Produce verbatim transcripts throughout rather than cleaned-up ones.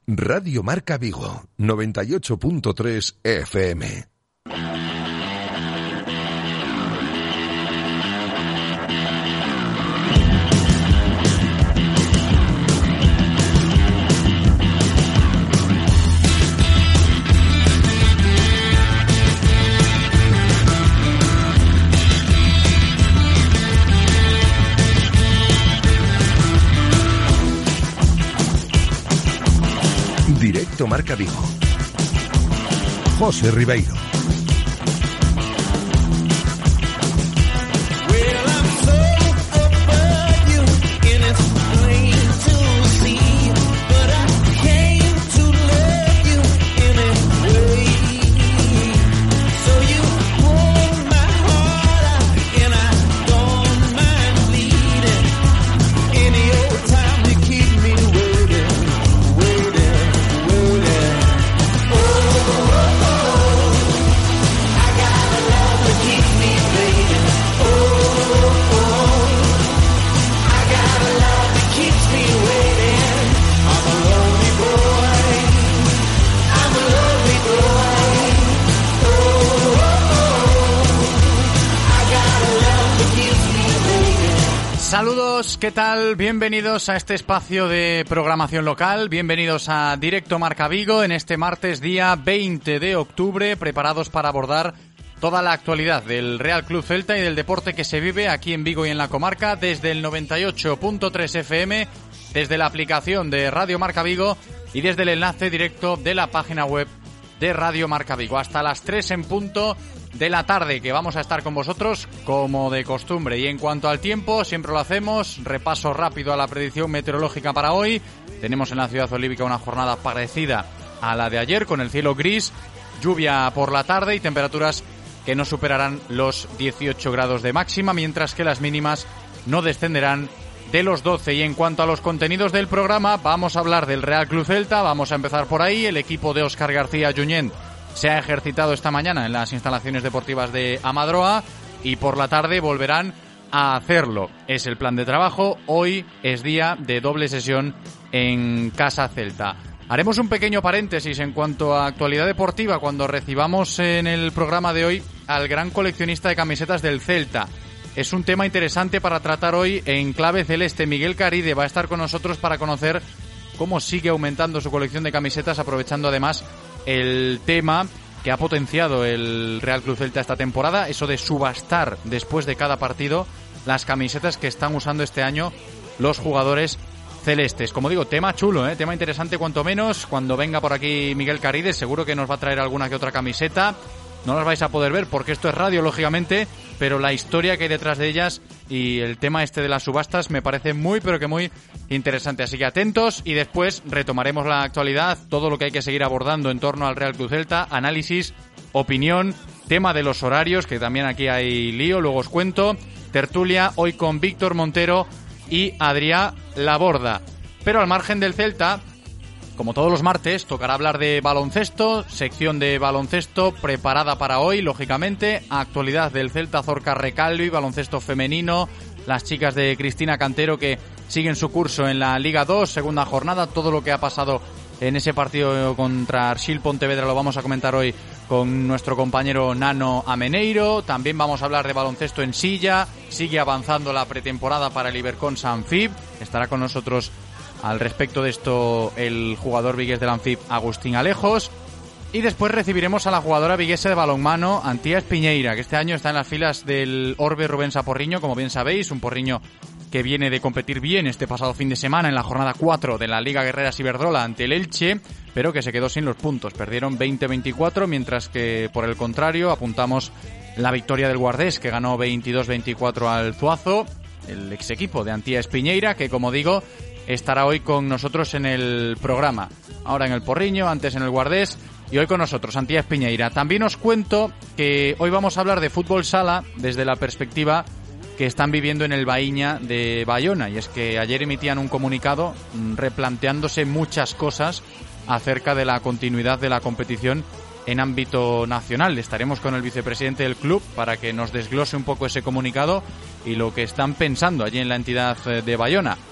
Radio Marca Vigo, noventa y ocho punto tres F M. Directo Marca Vigo. José Ribeiro. Saludos, ¿qué tal? Bienvenidos a este espacio de programación local, bienvenidos a Directo Marca Vigo en este martes día veinte de octubre, preparados para abordar toda la actualidad del Real Club Celta y del deporte que se vive aquí en Vigo y en la comarca desde el noventa y ocho punto tres F M, desde la aplicación de Radio Marca Vigo y desde el enlace directo de la página web de Radio Marca Vigo. Hasta las tres en punto de la tarde, que vamos a estar con vosotros como de costumbre. Y en cuanto al tiempo, siempre lo hacemos, repaso rápido a la predicción meteorológica para hoy. Tenemos en la ciudad olívica una jornada parecida a la de ayer, con el cielo gris, lluvia por la tarde y temperaturas que no superarán los dieciocho grados de máxima, mientras que las mínimas no descenderán de los doce. Y en cuanto a los contenidos del programa, vamos a hablar del Real Club Celta, vamos a empezar por ahí. El equipo de Óscar García Junyent se ha ejercitado esta mañana en las instalaciones deportivas de Amadroa y por la tarde volverán a hacerlo. Es el plan de trabajo. Hoy es día de doble sesión en Casa Celta. Haremos un pequeño paréntesis en cuanto a actualidad deportiva cuando recibamos en el programa de hoy al gran coleccionista de camisetas del Celta. Es un tema interesante para tratar hoy en clave celeste. Miguel Caride va a estar con nosotros para conocer cómo sigue aumentando su colección de camisetas, aprovechando además el tema que ha potenciado el Real Club Celta esta temporada, eso de subastar después de cada partido las camisetas que están usando este año los jugadores celestes. Como digo, tema chulo, ¿eh? Tema interesante cuanto menos. Cuando venga por aquí Miguel Caride seguro que nos va a traer alguna que otra camiseta. No las vais a poder ver porque esto es radio, lógicamente, pero la historia que hay detrás de ellas y el tema este de las subastas me parece muy, pero que muy interesante. Así que atentos y después retomaremos la actualidad, todo lo que hay que seguir abordando en torno al Real Club Celta, análisis, opinión, tema de los horarios, que también aquí hay lío, luego os cuento, tertulia, hoy con Víctor Montero y Adrià Laborda. Pero al margen del Celta, como todos los martes, tocará hablar de baloncesto, sección de baloncesto preparada para hoy, lógicamente, actualidad del Celta Zorca Recalvi, baloncesto femenino, las chicas de Cristina Cantero que siguen su curso en la Liga dos, segunda jornada, todo lo que ha pasado en ese partido contra Arxil Pontevedra lo vamos a comentar hoy con nuestro compañero Nano Ameneiro. También vamos a hablar de baloncesto en silla, sigue avanzando la pretemporada para el Ibercon Sanfib, estará con nosotros al respecto de esto el jugador vigués del Anfib, Agustín Alejos. Y después recibiremos a la jugadora viguesa de balonmano, Antía Espiñeira, que este año está en las filas del Orbe Rubén Saporriño, como bien sabéis, un Porriño que viene de competir bien este pasado fin de semana en la jornada cuatro de la Liga Guerreras Iberdrola ante el Elche, pero que se quedó sin los puntos. Perdieron veinte veinticuatro, mientras que por el contrario apuntamos la victoria del Guardés, que ganó veintidós veinticuatro al Zuazo, el ex equipo de Antía Espiñeira, que como digo estará hoy con nosotros en el programa. Ahora en el Porriño, antes en el Guardés y hoy con nosotros, Antía Espiñeira. También os cuento que hoy vamos a hablar de fútbol sala desde la perspectiva que están viviendo en el Baíña de Bayona. Y es que ayer emitían un comunicado replanteándose muchas cosas acerca de la continuidad de la competición en ámbito nacional. Estaremos con el vicepresidente del club para que nos desglose un poco ese comunicado y lo que están pensando allí en la entidad de Bayona.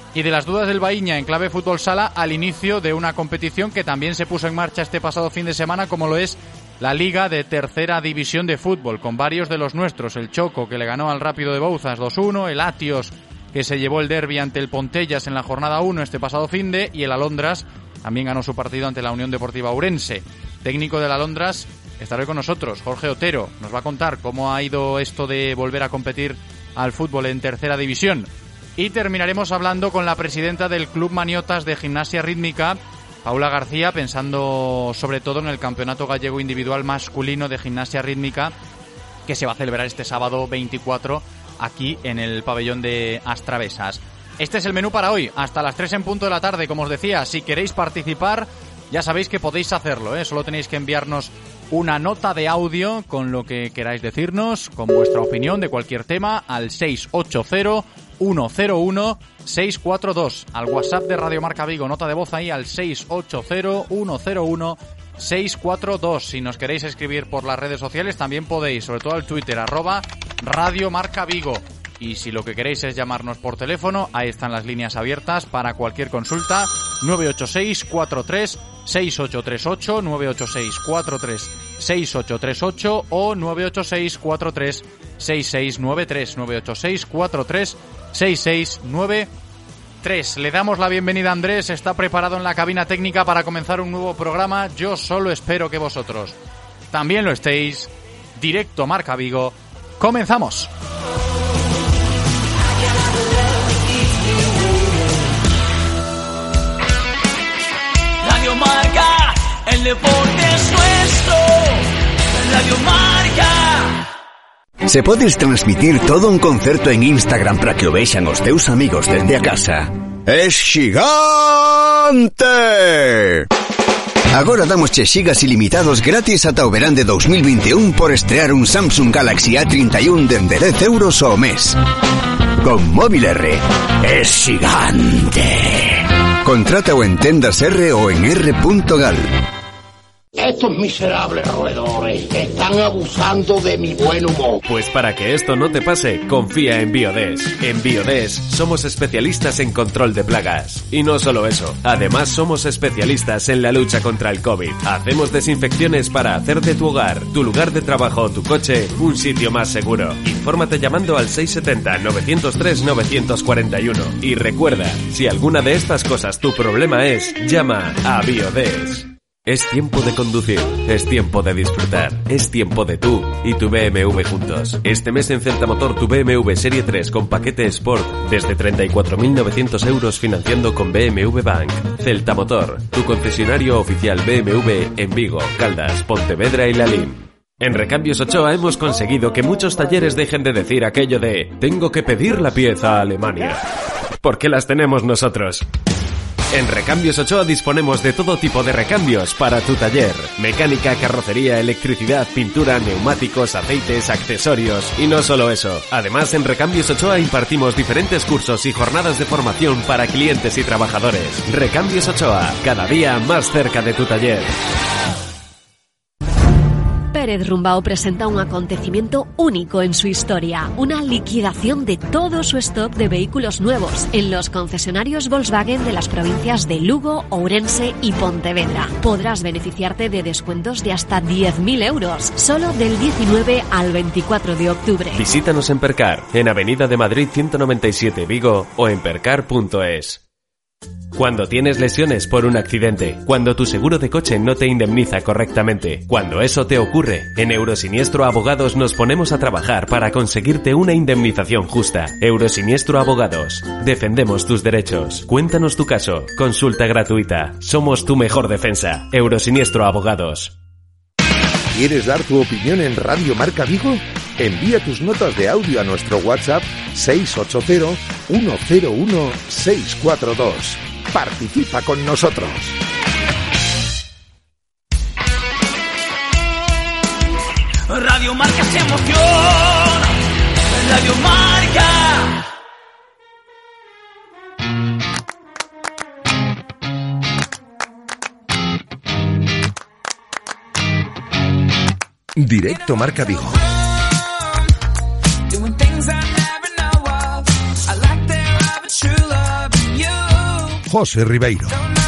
y de las dudas del Baíña en clave fútbol sala al inicio de una competición que también se puso en marcha este pasado fin de semana, como lo es la Liga de Tercera División de Fútbol, con varios de los nuestros. El Choco, que le ganó al Rápido de Bouzas dos uno, el Atios, que se llevó el derbi ante el Pontellas en la jornada uno este pasado finde, y el Alondras también ganó su partido ante la Unión Deportiva Ourense. Técnico del Alondras estará hoy con nosotros, Jorge Otero, nos va a contar cómo ha ido esto de volver a competir al fútbol en Tercera División. Y terminaremos hablando con la presidenta del Club Maniotas de Gimnasia Rítmica, Paula García, pensando sobre todo en el Campeonato Gallego Individual Masculino de Gimnasia Rítmica, que se va a celebrar este sábado veinticuatro aquí en el pabellón de Astravesas. Este es el menú para hoy, hasta las tres en punto de la tarde, como os decía. Si queréis participar, ya sabéis que podéis hacerlo, ¿eh? Solo tenéis que enviarnos una nota de audio con lo que queráis decirnos, con vuestra opinión de cualquier tema, al seis ocho cero, uno cero uno, seis cuatro dos, al WhatsApp de Radio Marca Vigo, nota de voz ahí al seis ocho cero, uno cero uno, seis cuatro dos. Si nos queréis escribir por las redes sociales también podéis, sobre todo al Twitter, arroba Radio Marca Vigo. Y si lo que queréis es llamarnos por teléfono, ahí están las líneas abiertas para cualquier consulta, nueve ocho seis, cuatro tres, seis ocho tres ocho, nueve ocho seis, cuatro tres, seis ocho tres ocho o nueve ocho seis, cuatro tres, seis seis nueve tres, nueve ocho seis, cuatro tres, seis seis nueve tres. Le damos la bienvenida a Andrés, está preparado en la cabina técnica para comenzar un nuevo programa. Yo solo espero que vosotros también lo estéis. Directo Marca Vigo, comenzamos. Radio Marca, el deporte es nuestro. Radio Marca. Se podes transmitir todo un concerto en Instagram para que o vexan os teus amigos desde a casa. ¡Es xigante! Agora damosche xigas ilimitados gratis ata o verán de dos mil vinte e un por estrear un Samsung Galaxy A treinta e un dende dez euros ao mes. Con Móvil R, es xigante. Contrátao en Tendas R o en r punto gal. Estos miserables roedores están abusando de mi buen humor. Pues para que esto no te pase, confía en Biodes. En Biodes somos especialistas en control de plagas. Y no solo eso, además somos especialistas en la lucha contra el COVID. Hacemos desinfecciones para hacer de tu hogar, tu lugar de trabajo o tu coche un sitio más seguro. Infórmate llamando al seis siete cero, nueve cero tres, nueve cuatro uno. Y recuerda, si alguna de estas cosas tu problema es, llama a Biodes. Es tiempo de conducir, es tiempo de disfrutar, es tiempo de tú y tu B M W juntos. Este mes en Celta Motor tu B M W Serie tres con paquete Sport desde treinta y cuatro mil novecientos euros financiando con B M W Bank. Celta Motor, tu concesionario oficial B M W en Vigo, Caldas, Pontevedra y Lalín. En Recambios Ochoa hemos conseguido que muchos talleres dejen de decir aquello de tengo que pedir la pieza a Alemania, porque las tenemos nosotros. En Recambios Ochoa disponemos de todo tipo de recambios para tu taller. Mecánica, carrocería, electricidad, pintura, neumáticos, aceites, accesorios. Y no solo eso. Además, en Recambios Ochoa impartimos diferentes cursos y jornadas de formación para clientes y trabajadores. Recambios Ochoa, cada día más cerca de tu taller. Pérez Rumbao presenta un acontecimiento único en su historia, una liquidación de todo su stock de vehículos nuevos en los concesionarios Volkswagen de las provincias de Lugo, Ourense y Pontevedra. Podrás beneficiarte de descuentos de hasta diez mil euros, solo del diecinueve al veinticuatro de octubre. Visítanos en Percar, en Avenida de Madrid ciento noventa y siete Vigo o en percar punto es. Cuando tienes lesiones por un accidente, cuando tu seguro de coche no te indemniza correctamente, cuando eso te ocurre, en Eurosiniestro Abogados nos ponemos a trabajar para conseguirte una indemnización justa. Eurosiniestro Abogados. Defendemos tus derechos. Cuéntanos tu caso. Consulta gratuita. Somos tu mejor defensa. Eurosiniestro Abogados. ¿Quieres dar tu opinión en Radio Marca Vigo? Envía tus notas de audio a nuestro WhatsApp seis ocho cero, uno cero uno, seis cuatro dos. Participa con nosotros. Radio Marca se emociona. Radio Marca. Directo Marca Vigo. Doing things I never know of. I like their love and true love. And you José Ribeiro.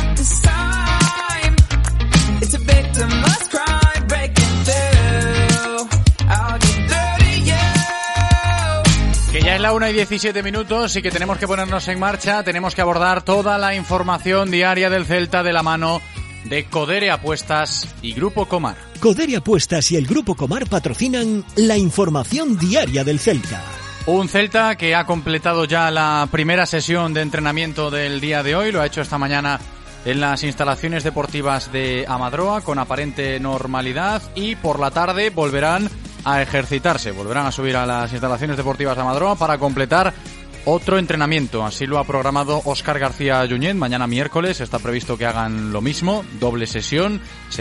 Que ya es la una y diecisiete minutos y que tenemos que ponernos en marcha, tenemos que abordar toda la información diaria del Celta de la mano de Codere Apuestas y Grupo Comar. Codere Apuestas y el Grupo Comar patrocinan la información diaria del Celta. Un Celta que ha completado ya la primera sesión de entrenamiento del día de hoy, lo ha hecho esta mañana en las instalaciones deportivas de Amadroa con aparente normalidad, y por la tarde volverán a ejercitarse, volverán a subir a las instalaciones deportivas de Amadroa para completar otro entrenamiento. Así lo ha programado Óscar García Junyent. Mañana miércoles está previsto que hagan lo mismo, doble sesión,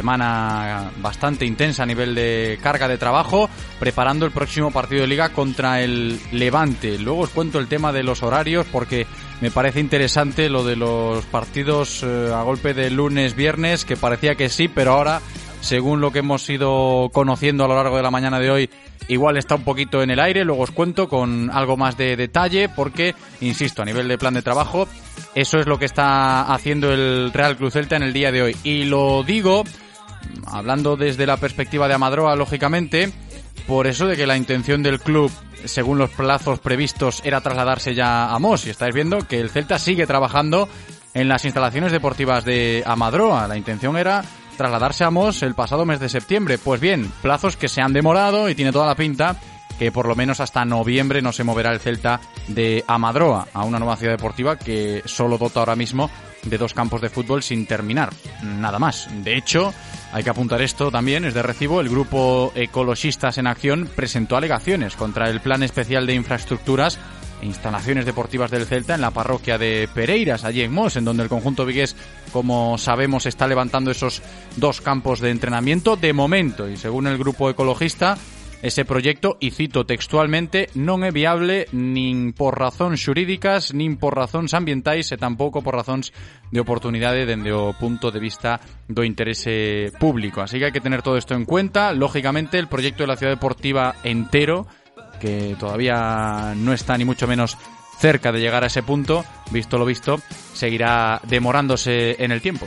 semana bastante intensa a nivel de carga de trabajo, preparando el próximo partido de Liga contra el Levante. Luego os cuento el tema de los horarios, porque me parece interesante lo de los partidos eh, a golpe de lunes, viernes, que parecía que sí, pero ahora, según lo que hemos ido conociendo a lo largo de la mañana de hoy, igual está un poquito en el aire. Luego os cuento con algo más de detalle, porque, insisto, a nivel de plan de trabajo, eso es lo que está haciendo el Real Club Celta en el día de hoy. Y lo digo, hablando desde la perspectiva de Amadroa, lógicamente, por eso de que la intención del club, según los plazos previstos, era trasladarse ya a Mos. Y estáis viendo que el Celta sigue trabajando en las instalaciones deportivas de Amadroa. La intención era trasladarse a Mos el pasado mes de septiembre. Pues bien, plazos que se han demorado, y tiene toda la pinta que por lo menos hasta noviembre no se moverá el Celta de Amadroa a una nueva ciudad deportiva que solo dota ahora mismo de dos campos de fútbol sin terminar, nada más. De hecho, hay que apuntar esto también, es de recibo, el grupo Ecologistas en Acción presentó alegaciones contra el Plan Especial de Infraestructuras e Instalaciones Deportivas del Celta en la parroquia de Pereiras, allí en Mos, en donde el conjunto vigués, como sabemos, está levantando esos dos campos de entrenamiento. De momento, y según el grupo ecologista, ese proyecto, y cito textualmente, non é viable nin por razóns xurídicas, nin por razóns ambientais, e tampouco por razóns de oportunidade dende o punto de vista do interese público. Así que hai que tener todo esto en cuenta. Lógicamente, el proyecto de la ciudad deportiva entero, que todavía no está ni mucho menos cerca de llegar a ese punto, visto lo visto, seguirá demorándose en el tiempo.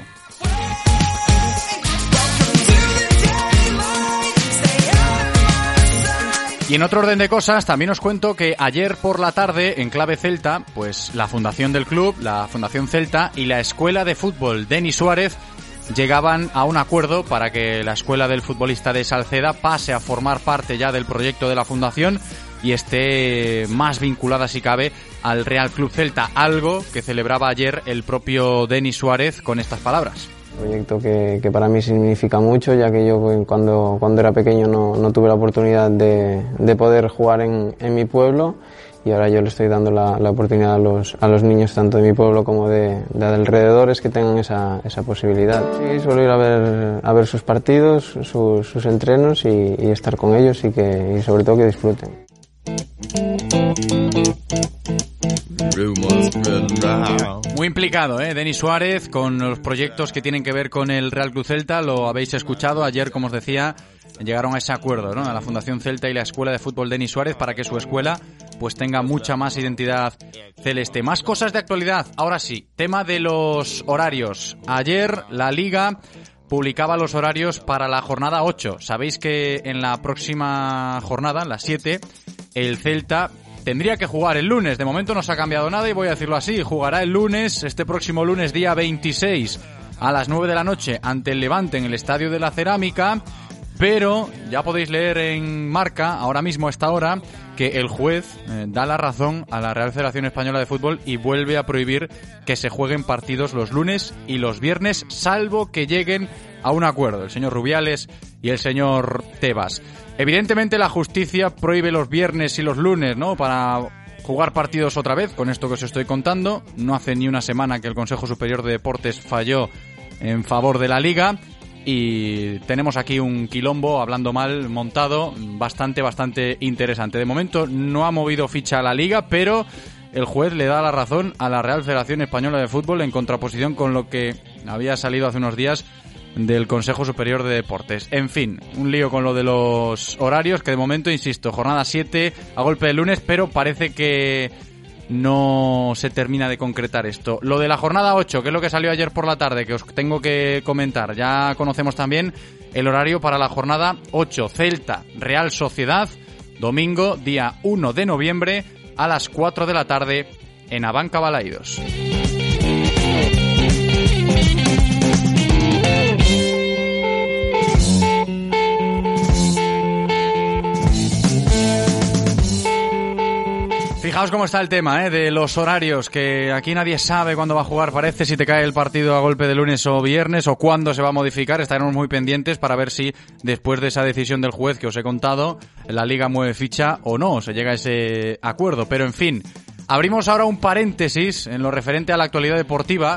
Y en otro orden de cosas, también os cuento que ayer por la tarde, en clave Celta, pues la fundación del club, la Fundación Celta y la Escuela de Fútbol Denis Suárez llegaban a un acuerdo para que la escuela del futbolista de Salceda pase a formar parte ya del proyecto de la fundación y esté más vinculada, si cabe, al Real Club Celta, algo que celebraba ayer el propio Denis Suárez con estas palabras. Un proyecto que, que para mí significa mucho, ya que yo cuando, cuando era pequeño no, no tuve la oportunidad de, de poder jugar en, en mi pueblo, y ahora yo le estoy dando la, la oportunidad a los, a los niños tanto de mi pueblo como de, de alrededores que tengan esa, esa posibilidad. Sí, suelo ir a ver, a ver sus partidos, sus, sus entrenos y, y estar con ellos y, que, y sobre todo que disfruten. Muy implicado, ¿eh? Denis Suárez con los proyectos que tienen que ver con el Real Club Celta. Lo habéis escuchado ayer, como os decía, llegaron a ese acuerdo, ¿no? A la Fundación Celta y la Escuela de Fútbol Denis Suárez para que su escuela pues tenga mucha más identidad celeste. Más cosas de actualidad. Ahora sí, tema de los horarios. Ayer la Liga publicaba los horarios para la jornada ocho. Sabéis que en la próxima jornada, la siete, el Celta tendría que jugar el lunes. De momento no se ha cambiado nada y voy a decirlo así. Jugará el lunes, este próximo lunes, día veintiséis, a las nueve de la noche, ante el Levante en el Estadio de la Cerámica. Pero ya podéis leer en Marca, ahora mismo a esta hora, que el juez eh, da la razón a la Real Federación Española de Fútbol y vuelve a prohibir que se jueguen partidos los lunes y los viernes, salvo que lleguen a un acuerdo el señor Rubiales y el señor Tebas. Evidentemente la justicia prohíbe los viernes y los lunes, ¿no?, para jugar partidos otra vez, con esto que os estoy contando. No hace ni una semana que el Consejo Superior de Deportes falló en favor de la Liga. Y tenemos aquí un quilombo, hablando mal, montado, bastante, bastante interesante. De momento no ha movido ficha a la Liga, pero el juez le da la razón a la Real Federación Española de Fútbol, en contraposición con lo que había salido hace unos días del Consejo Superior de Deportes. En fin, un lío con lo de los horarios, que de momento, insisto, jornada siete a golpe de lunes, pero parece que no se termina de concretar esto. Lo de la jornada ocho, que es lo que salió ayer por la tarde, que os tengo que comentar. Ya conocemos también el horario para la jornada ocho. Celta, Real Sociedad, domingo, día uno de noviembre, a las cuatro de la tarde, en Abanca Balaidos. Fijaos cómo está el tema, ¿eh? De los horarios, que aquí nadie sabe cuándo va a jugar, parece, si te cae el partido a golpe de lunes o viernes, o cuándo se va a modificar. Estaremos muy pendientes para ver si, después de esa decisión del juez que os he contado, la Liga mueve ficha o no, se llega a ese acuerdo. Pero, en fin, abrimos ahora un paréntesis en lo referente a la actualidad deportiva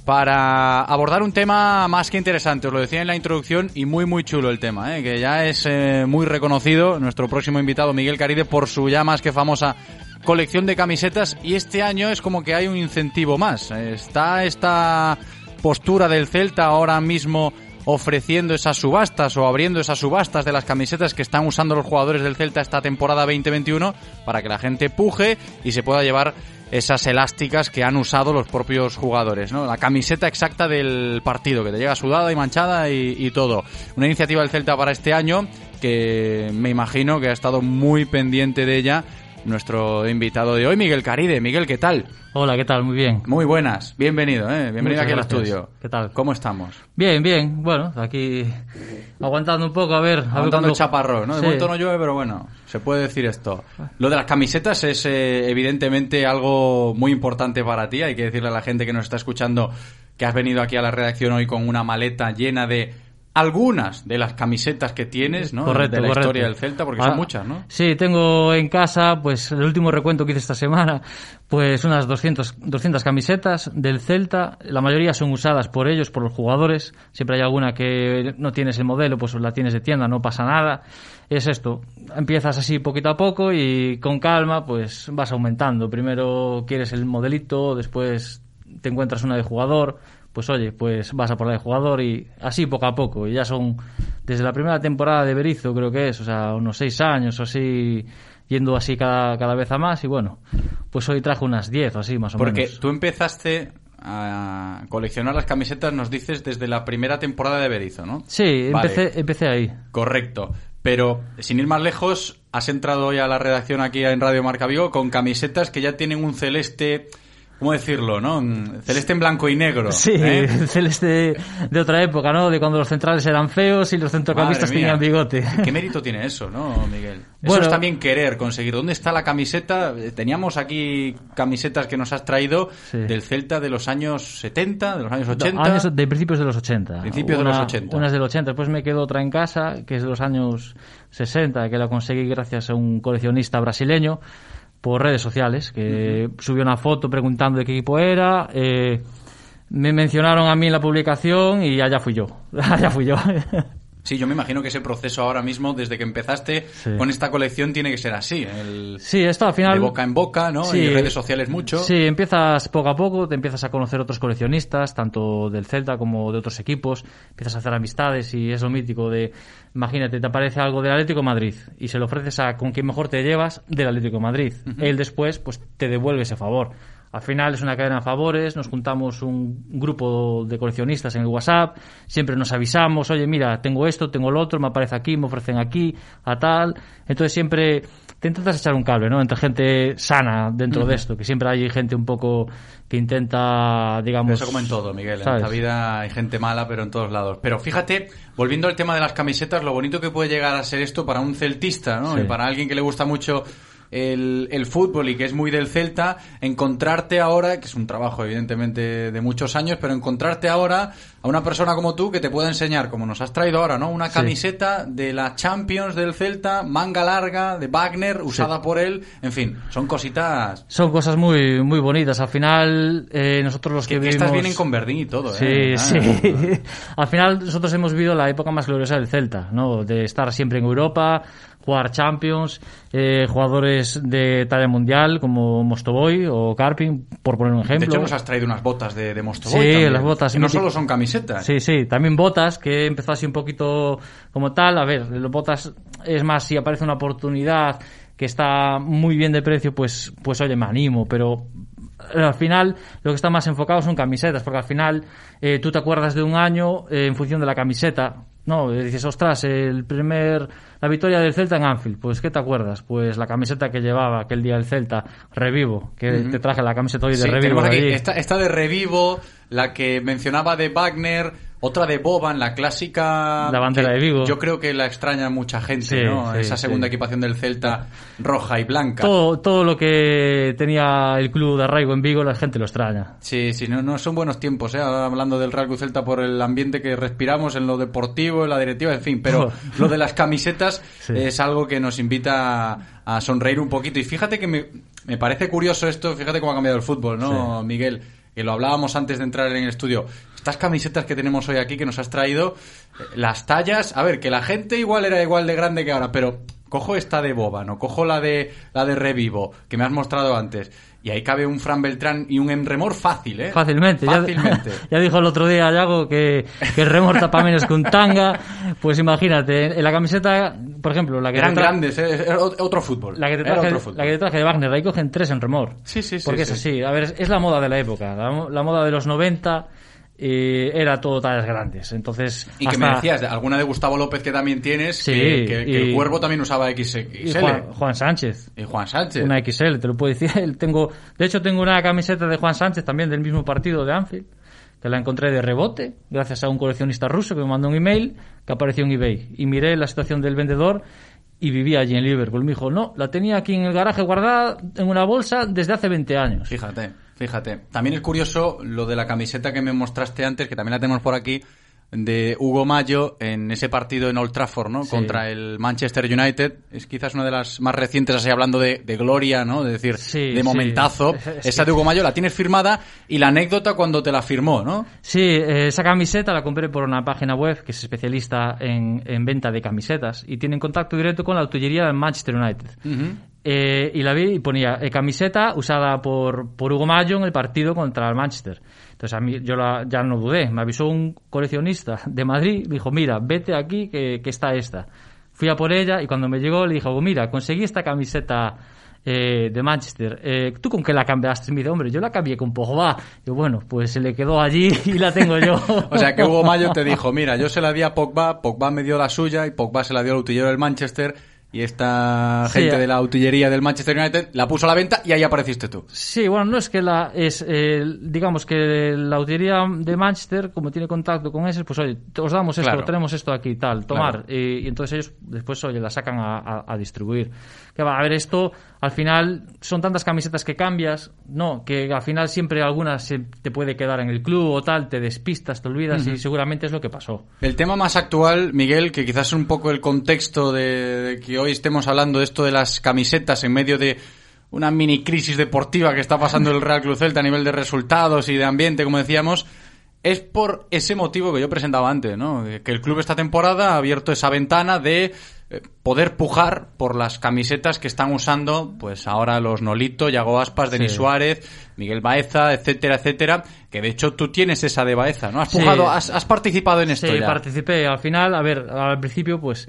para abordar un tema más que interesante. Os lo decía en la introducción, y muy muy chulo el tema, ¿eh? Que ya es eh, muy reconocido nuestro próximo invitado, Miguel Caride, por su ya más que famosa colección de camisetas, y este año es como que hay un incentivo más. Está esta postura del Celta ahora mismo ofreciendo esas subastas o abriendo esas subastas de las camisetas que están usando los jugadores del Celta esta temporada veinte veintiuno para que la gente puje y se pueda llevar esas elásticas que han usado los propios jugadores, ¿no? La camiseta exacta del partido, que te llega sudada y manchada y, y todo. Una iniciativa del Celta para este año que me imagino que ha estado muy pendiente de ella nuestro invitado de hoy, Miguel Caride. Miguel, ¿qué tal? Hola, ¿qué tal? Muy bien. Muy buenas. Bienvenido, ¿eh? Bienvenido Muchas aquí gracias. al estudio. ¿Qué tal? ¿Cómo estamos? Bien, bien. Bueno, aquí aguantando un poco, a ver... Aguantando a ver cuando... el chaparrón, ¿no? De sí. momento no llueve, pero bueno, se puede decir esto. Lo de las camisetas es eh, evidentemente algo muy importante para ti. Hay que decirle a la gente que nos está escuchando que has venido aquí a la redacción hoy con una maleta llena de algunas de las camisetas que tienes, ¿no? Correcto, de la correcto. historia del Celta, porque ah, son muchas, ¿no? Sí, tengo en casa, pues el último recuento que hice esta semana, pues unas doscientas, doscientas camisetas del Celta. La mayoría son usadas por ellos, por los jugadores. Siempre hay alguna que no tienes el modelo, pues la tienes de tienda, no pasa nada. Es esto, empiezas así poquito a poco y con calma pues vas aumentando. Primero quieres el modelito, después te encuentras una de jugador, pues oye, pues vas a por la de jugador, y así poco a poco. Y ya son desde la primera temporada de Berizzo, creo que es, o sea, unos seis años o así, yendo así cada, cada vez a más. Y bueno, pues hoy traje unas diez o así más o Porque menos. Porque tú empezaste a coleccionar las camisetas, nos dices, desde la primera temporada de Berizzo, ¿no? Sí, vale. empecé, empecé ahí. Correcto. Pero, sin ir más lejos, has entrado hoy a la redacción aquí en Radio Marca Vigo con camisetas que ya tienen un celeste... ¿Cómo decirlo, no? Celeste en blanco y negro. Sí, ¿eh? Celeste de otra época, ¿no? De cuando los centrales eran feos y los centrocampistas tenían bigote. ¿Qué mérito tiene eso, no, Miguel? Eso Bueno, es también querer conseguir. ¿Dónde está la camiseta? Teníamos aquí camisetas que nos has traído sí. del Celta de los años setenta, de los años ochenta. Años de principios de los ochenta. Principios Una, de los ochenta. Unas del ochenta. Después me quedó otra en casa, que es de los años sesenta, que la conseguí gracias a un coleccionista brasileño, por redes sociales, que uh-huh. subió una foto preguntando de qué equipo era, eh, me mencionaron a mí en la publicación y allá fui yo, allá fui yo. Sí, yo me imagino que ese proceso ahora mismo, desde que empezaste sí. con esta colección, tiene que ser así. El... Sí, esto al final... De boca en boca, ¿no? Sí, y redes sociales mucho. Sí, empiezas poco a poco, te empiezas a conocer otros coleccionistas, tanto del Celta como de otros equipos, empiezas a hacer amistades y es lo mítico de... Imagínate, te aparece algo del Atlético de Madrid y se lo ofreces a con quien mejor te llevas del Atlético de Madrid. Uh-huh. Él después pues te devuelve ese favor. Al final es una cadena de favores, nos juntamos un grupo de coleccionistas en el WhatsApp, siempre nos avisamos, oye, mira, tengo esto, tengo lo otro, me aparece aquí, me ofrecen aquí, a tal. Entonces siempre te intentas echar un cable, ¿no? Entre gente sana dentro uh-huh. de esto, que siempre hay gente un poco que intenta, digamos... Eso como en todo, Miguel, ¿sabes? En esta vida hay gente mala, pero en todos lados. Pero fíjate, volviendo al tema de las camisetas, lo bonito que puede llegar a ser esto para un celtista, ¿no? Sí. Y para alguien que le gusta mucho... El, el fútbol y que es muy del Celta, encontrarte ahora, que es un trabajo evidentemente de muchos años, pero encontrarte ahora a una persona como tú que te pueda enseñar, como nos has traído ahora, ¿no? Una camiseta sí. de la Champions del Celta, manga larga, de Wagner, usada sí. por él, en fin, son cositas... Son cosas muy muy bonitas, al final eh, nosotros los que, que vivimos... Estas vienen con verdín y todo, sí, ¿eh? Sí, ah. sí. Al final nosotros hemos vivido la época más gloriosa del Celta, ¿no? De estar siempre en Europa... jugar Champions, eh, jugadores de talla mundial como Mostovoy o Karpin, por poner un ejemplo. De hecho nos has traído unas botas de, de Mostovoy sí, también, las botas que no solo son camisetas. Sí, sí, también botas, que empezó así un poquito como tal. A ver, los botas es más si aparece una oportunidad que está muy bien de precio, pues, pues oye, me animo, pero al final lo que está más enfocado son camisetas, porque al final eh, tú te acuerdas de un año eh, en función de la camiseta. No, dices, ostras, el primer la victoria del Celta en Anfield, pues ¿qué te acuerdas? Pues la camiseta que llevaba aquel día el Celta, Revivo, que uh-huh. te traje la camiseta hoy de sí, Revivo. Aquí, esta, esta de Revivo, la que mencionaba de Wagner, otra de Boban, la clásica... La bandera de Vigo. Yo creo que la extraña mucha gente, sí, ¿no? Sí, Esa segunda sí. equipación del Celta roja y blanca. Todo, todo lo que tenía el club de arraigo en Vigo, la gente lo extraña. Sí, sí, no, no son buenos tiempos, ¿eh? Ahora hablando del Real Club Celta por el ambiente que respiramos en lo deportivo, en la directiva, en fin, pero lo de las camisetas sí. es algo que nos invita a, a sonreír un poquito. Y fíjate que me, me parece curioso esto, fíjate cómo ha cambiado el fútbol, ¿no, sí. Miguel? Que lo hablábamos antes de entrar en el estudio. Estas camisetas que tenemos hoy aquí, que nos has traído, las tallas, a ver, que la gente igual era igual de grande que ahora, pero cojo esta de Boban o cojo la de la de Revivo, que me has mostrado antes, y ahí cabe un Fran Beltrán y un Emremor fácil, ¿eh? Fácilmente. Fácilmente. Ya, ya dijo el otro día Yago que, que el Remor tapa menos que un tanga. Pues imagínate, en la camiseta, por ejemplo, la que eran te tra- grandes, ¿eh? Era otro fútbol. La que te traje, Era otro fútbol. La que te traje de Wagner, ahí cogen tres en Remor. Sí, sí, sí. Porque sí. es así. A ver, es, es la moda de la época. La, la moda de los noventa... Eh, era todo tallas grandes, entonces y hasta... que me decías alguna de Gustavo López que también tienes, sí, que, que, que y... el Cuervo también usaba X L. Y Juan, Juan Sánchez y Juan Sánchez una X L, te lo puedo decir. Tengo, de hecho tengo una camiseta de Juan Sánchez también del mismo partido de Anfield, que la encontré de rebote gracias a un coleccionista ruso que me mandó un email que apareció en eBay, y miré la situación del vendedor y vivía allí en Liverpool. Me dijo, no, la tenía aquí en el garaje guardada en una bolsa desde hace veinte años. Fíjate, fíjate. También es curioso lo de la camiseta que me mostraste antes, que también la tenemos por aquí, de Hugo Mayo en ese partido en Old Trafford, ¿no? Sí. Contra el Manchester United. Es quizás una de las más recientes, así hablando de, de gloria, ¿no? De decir, sí, de momentazo. Sí. Es esa que... de Hugo Mayo la tienes firmada, y la anécdota cuando te la firmó, ¿no? Sí, eh, esa camiseta la compré por una página web que es especialista en, en venta de camisetas y tienen contacto directo con la utillería del Manchester United. Uh-huh. Eh, y la vi y ponía eh, camiseta usada por, por Hugo Mayo en el partido contra el Manchester. Entonces a mí yo la, ya no dudé, me avisó un coleccionista de Madrid, me dijo, mira, vete aquí que, que está esta. Fui a por ella y cuando me llegó le dije, oh, mira, conseguí esta camiseta eh, de Manchester. Eh, ¿Tú con qué la cambiaste? Me dice, hombre, yo la cambié con Pogba. Y bueno, pues se le quedó allí y la tengo yo. O sea que Hugo Mayo te dijo, mira, yo se la di a Pogba, Pogba me dio la suya y Pogba se la dio al utillero del Manchester. Y esta sí, gente de la utillería del Manchester United la puso a la venta y ahí apareciste tú. Sí, bueno, no es que la... es eh, digamos que la utillería de Manchester, como tiene contacto con ese, pues oye, os damos esto, claro. Tenemos esto aquí, tal, tomar. Claro. Y, y entonces ellos después, oye, la sacan a, a, a distribuir. Que va, a ver, esto al final son tantas camisetas que cambias, no, que al final siempre algunas se te puede quedar en el club o tal, te despistas, te olvidas uh-huh. y seguramente es lo que pasó. El tema más actual, Miguel, que quizás es un poco el contexto de, de que hoy estemos hablando de esto de las camisetas en medio de una mini crisis deportiva que está pasando el Real Club Celta a nivel de resultados y de ambiente, como decíamos, es por ese motivo que yo presentaba antes, ¿no? Que el club esta temporada ha abierto esa ventana de poder pujar por las camisetas que están usando pues ahora los Nolito, Yago Aspas, Denis sí. Suárez, Miguel Baeza, etcétera, etcétera, que de hecho tú tienes esa de Baeza, ¿no? Has pujado, sí. has, has participado en esto sí, ya. Participé. Al final, a ver, al principio pues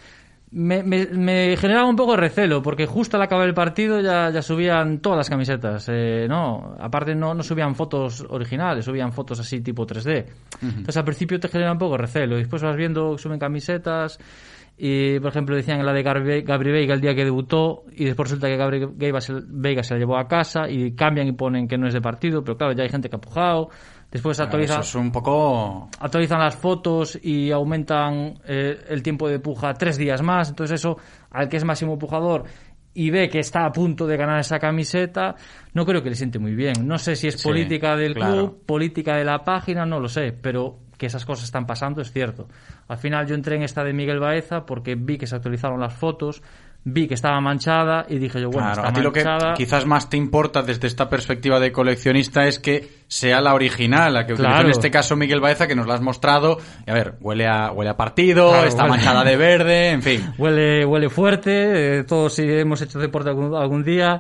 me, me, me generaba un poco de recelo porque justo al acabar el partido ya, ya subían todas las camisetas, eh, no, aparte no, no subían fotos originales, subían fotos así tipo tres D. Uh-huh. Entonces al principio te genera un poco de recelo y después vas viendo que suben camisetas. Y, por ejemplo, decían la de Gabri, Gabri Veiga el día que debutó y después resulta que Gabri Veiga se, Veiga se la llevó a casa y cambian y ponen que no es de partido, pero claro, ya hay gente que ha pujado. Después actualizan, eso es un poco... actualizan las fotos y aumentan eh, el tiempo de puja tres días más. Entonces eso, al que es máximo pujador y ve que está a punto de ganar esa camiseta, no creo que le siente muy bien. No sé si es sí, política del claro. club, política de la página, no lo sé, pero que esas cosas están pasando es cierto. Al final yo entré en esta de Miguel Baeza porque vi que se actualizaron las fotos, vi que estaba manchada y dije yo, bueno, claro, está a ti manchada. Lo que quizás más te importa desde esta perspectiva de coleccionista es que sea la original, la que claro. utilizó en este caso Miguel Baeza, que nos la has mostrado. Y a ver, huele a, huele a partido, claro, está huele. manchada de verde, en fin. Huele, huele fuerte, eh, todos si hemos hecho deporte algún, algún día.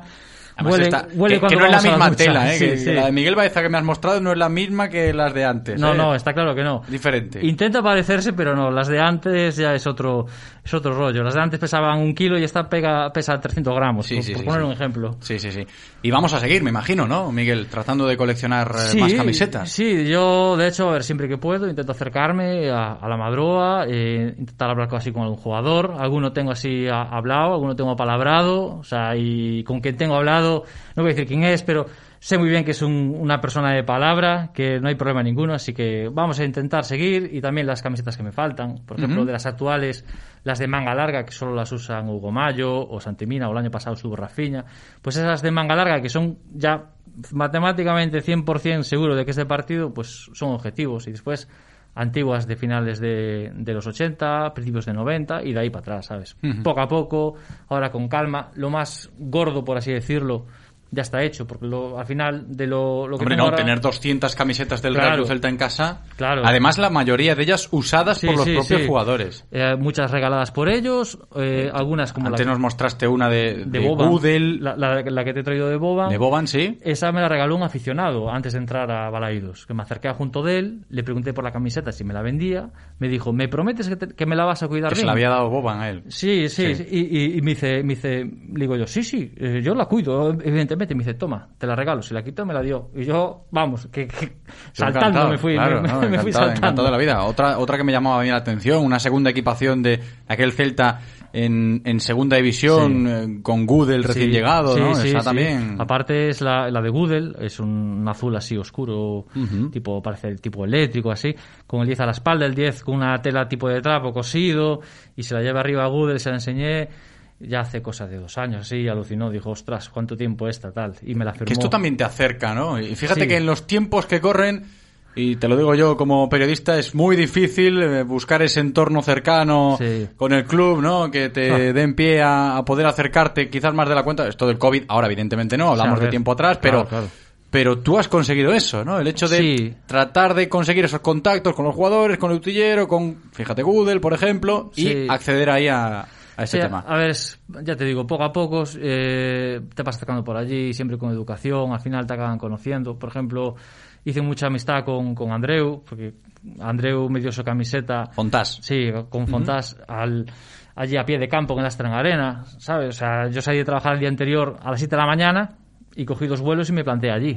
Huele, está, huele que, cuando que no es la vamos a misma ducha. tela, ¿eh? Sí, que, sí. que la de Miguel Baeza que me has mostrado no es la misma que las de antes. No, ¿eh? no, está claro que no. Diferente. Intenta parecerse, pero no. Las de antes ya es otro es otro rollo. Las de antes pesaban un kilo y esta pega, pesa trescientos gramos, Sí, por, sí, por sí, poner sí. un ejemplo. Sí, sí, sí. Y vamos a seguir, me imagino, ¿no, Miguel? Tratando de coleccionar eh, Sí, más camisetas. Sí, yo de hecho, a ver, siempre que puedo intento acercarme a, a la Madroa, eh, intentar hablar así con algún jugador. Alguno tengo así a, hablado, alguno tengo apalabrado, o sea, y con quien tengo hablado, no voy a decir quién es, pero sé muy bien que es un, una persona de palabra, que no hay problema ninguno, así que vamos a intentar seguir. Y también las camisetas que me faltan, por ejemplo, Uh-huh. de las actuales, las de manga larga, que solo las usan Hugo Mayo o Santimina, o el año pasado estuvo Rafinha, pues esas de manga larga, que son ya matemáticamente cien por ciento seguro de que este partido, pues son objetivos. Y después antiguas de finales de, de los ochenta, principios de noventa y de ahí para atrás, ¿sabes? Uh-huh. Poco a poco, ahora con calma. Lo más gordo, por así decirlo, ya está hecho, porque lo, al final de lo, lo que Hombre, tengo no, ahora... tener doscientas camisetas del Claro. Real Club Celta en casa. Claro. Además, la mayoría de ellas usadas Sí, por los sí, propios sí. jugadores. Eh, muchas regaladas por ellos, eh, algunas como Antes la, nos mostraste una de, de de Boban, Gudel, la, la, la que te he traído de Boban. de Boban, sí. Esa me la regaló un aficionado antes de entrar a Balaídos, que me acerqué a junto de él, le pregunté por la camiseta si me la vendía, me dijo, ¿me prometes que, te- que me la vas a cuidar Que bien? se la había dado Boban a él. Sí, sí, Sí. sí. Y, y, y me dice, me dice, le digo yo, sí, sí, eh, yo la cuido, evidentemente. Me dice, toma, te la regalo. Se la quitó, me la dio. Y yo, vamos, que, que Yo saltando encantado, me fui, claro, me, no, me fui encantado, saltando. encantado de la vida. Otra, otra que me llamaba a mí la atención, una segunda equipación de aquel Celta en, en segunda división, Sí. eh, con Gudel recién Sí, llegado, sí, ¿no? sí, Esa sí. también. Aparte es la, la de Gudel, es un, un azul así oscuro, Ujú. tipo, parece el tipo eléctrico así, con el diez a la espalda, el diez con una tela tipo de trapo cosido, y se la lleva arriba a Gudel, se la enseñé ya hace cosa de dos años, así, alucinó, dijo, ostras, cuánto tiempo esta, tal, y me la firmó. Que esto también te acerca, ¿no? Y fíjate Sí. que en los tiempos que corren, y te lo digo yo como periodista, es muy difícil eh, buscar ese entorno cercano Sí. con el club, ¿no? Que te Ah. den pie a, a poder acercarte quizás más de la cuenta. Esto del COVID, ahora evidentemente no, hablamos Sí, a de ver. tiempo atrás, pero... Claro, claro. Pero tú has conseguido eso, ¿no? El hecho de Sí. tratar de conseguir esos contactos con los jugadores, con el utillero, con, fíjate, Gudel, por ejemplo, y Sí. acceder ahí a, a ese Sí, tema. A ver, es- ya te digo, poco a poco eh, te vas acercando por allí, siempre con educación, al final te acaban conociendo. Por ejemplo, hice mucha amistad con, con Andreu, porque Andreu me dio su camiseta. Fontás. Sí, con Fontás, al, allí a pie de campo en la Estran Arena, ¿sabes? O sea, yo salí de trabajar el día anterior a las siete de la mañana y cogí dos vuelos y me planté allí.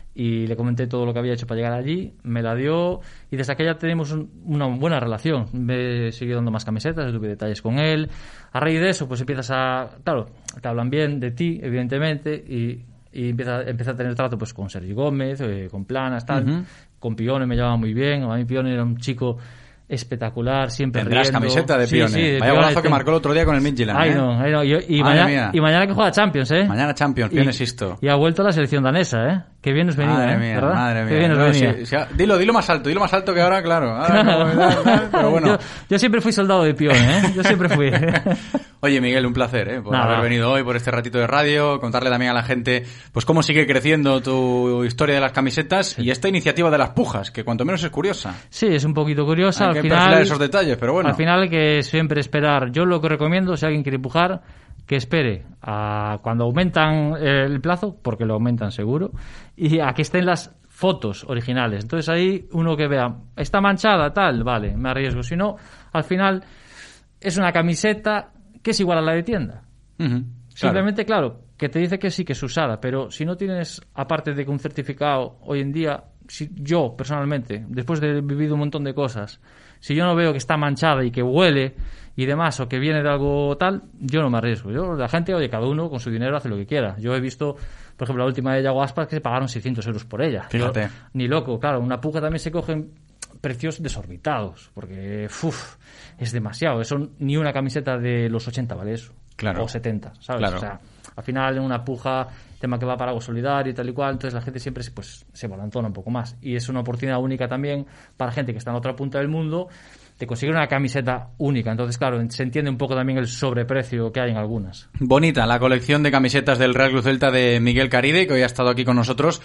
Y le comenté todo lo que había hecho para llegar allí, me la dio y desde aquella tenemos un- una buena relación. Me siguió dando más camisetas, tuve detalles con él. A raíz de eso, pues empiezas a... Claro, te hablan bien de ti, evidentemente, y, y empieza, empieza a tener trato pues con Sergi Gómez, eh, con Planas, tal. Ujú. Con Pione me llevaba muy bien. A mí Pione era un chico espectacular, siempre Tendrás riendo. camiseta de Sí, Pione. sí, de Vaya Pione golazo que tengo. marcó el otro día con el Midtjylland, Ay, ¿eh? no, ay, no. Y, y, Madre mañana, mía. y mañana que juega Champions, ¿eh? Mañana Champions, Y- Pione Sisto. Y ha vuelto a la selección danesa, ¿eh? Qué bien nos venía, Madre ¿eh? mía, ¿verdad? madre Qué mía. bien nos No, venía. sí, sí, dilo, dilo más alto, dilo más alto que ahora, claro. Ahora no, pero bueno. Yo, yo siempre fui soldado de Pione, ¿eh? Yo siempre fui. Oye, Miguel, un placer, ¿eh? Por Nada. haber venido hoy, por este ratito de radio, contarle también a la gente, pues cómo sigue creciendo tu historia de las camisetas y esta iniciativa de las pujas, que cuanto menos es curiosa. Sí, es un poquito curiosa. Hay al que final, perfilar esos detalles, pero bueno. Al final hay que siempre esperar. Yo lo que recomiendo, si alguien quiere empujar, que espere a cuando aumentan el plazo, porque lo aumentan seguro, y a que estén las fotos originales. Entonces ahí uno que vea, está manchada, tal, vale, me arriesgo. Si no, al final es una camiseta que es igual a la de tienda. Ujú, claro. Simplemente, claro, que te dice que sí que es usada, pero si no tienes, aparte de que un certificado hoy en día, si yo personalmente, después de haber vivido un montón de cosas, si yo no veo que está manchada y que huele y demás, o que viene de algo tal, yo no me arriesgo. Yo, la gente, oye, cada uno con su dinero hace lo que quiera. Yo he visto, por ejemplo, la última de Yago Aspas, que se pagaron seiscientos euros por ella. Fíjate. Yo, ni loco, claro, una puja también se cogen precios desorbitados, porque uf, es demasiado. Eso ni una camiseta de los ochenta vale eso. Claro. O setenta, ¿sabes? Claro. O sea, al final en una puja, tema que va para algo solidario y tal y cual, entonces la gente siempre pues, se balantona un poco más. Y es una oportunidad única también para gente que está en otra punta del mundo de conseguir una camiseta única. Entonces, claro, se entiende un poco también el sobreprecio que hay en algunas. Bonita la colección de camisetas del Real Club Celta de Miguel Caride, que hoy ha estado aquí con nosotros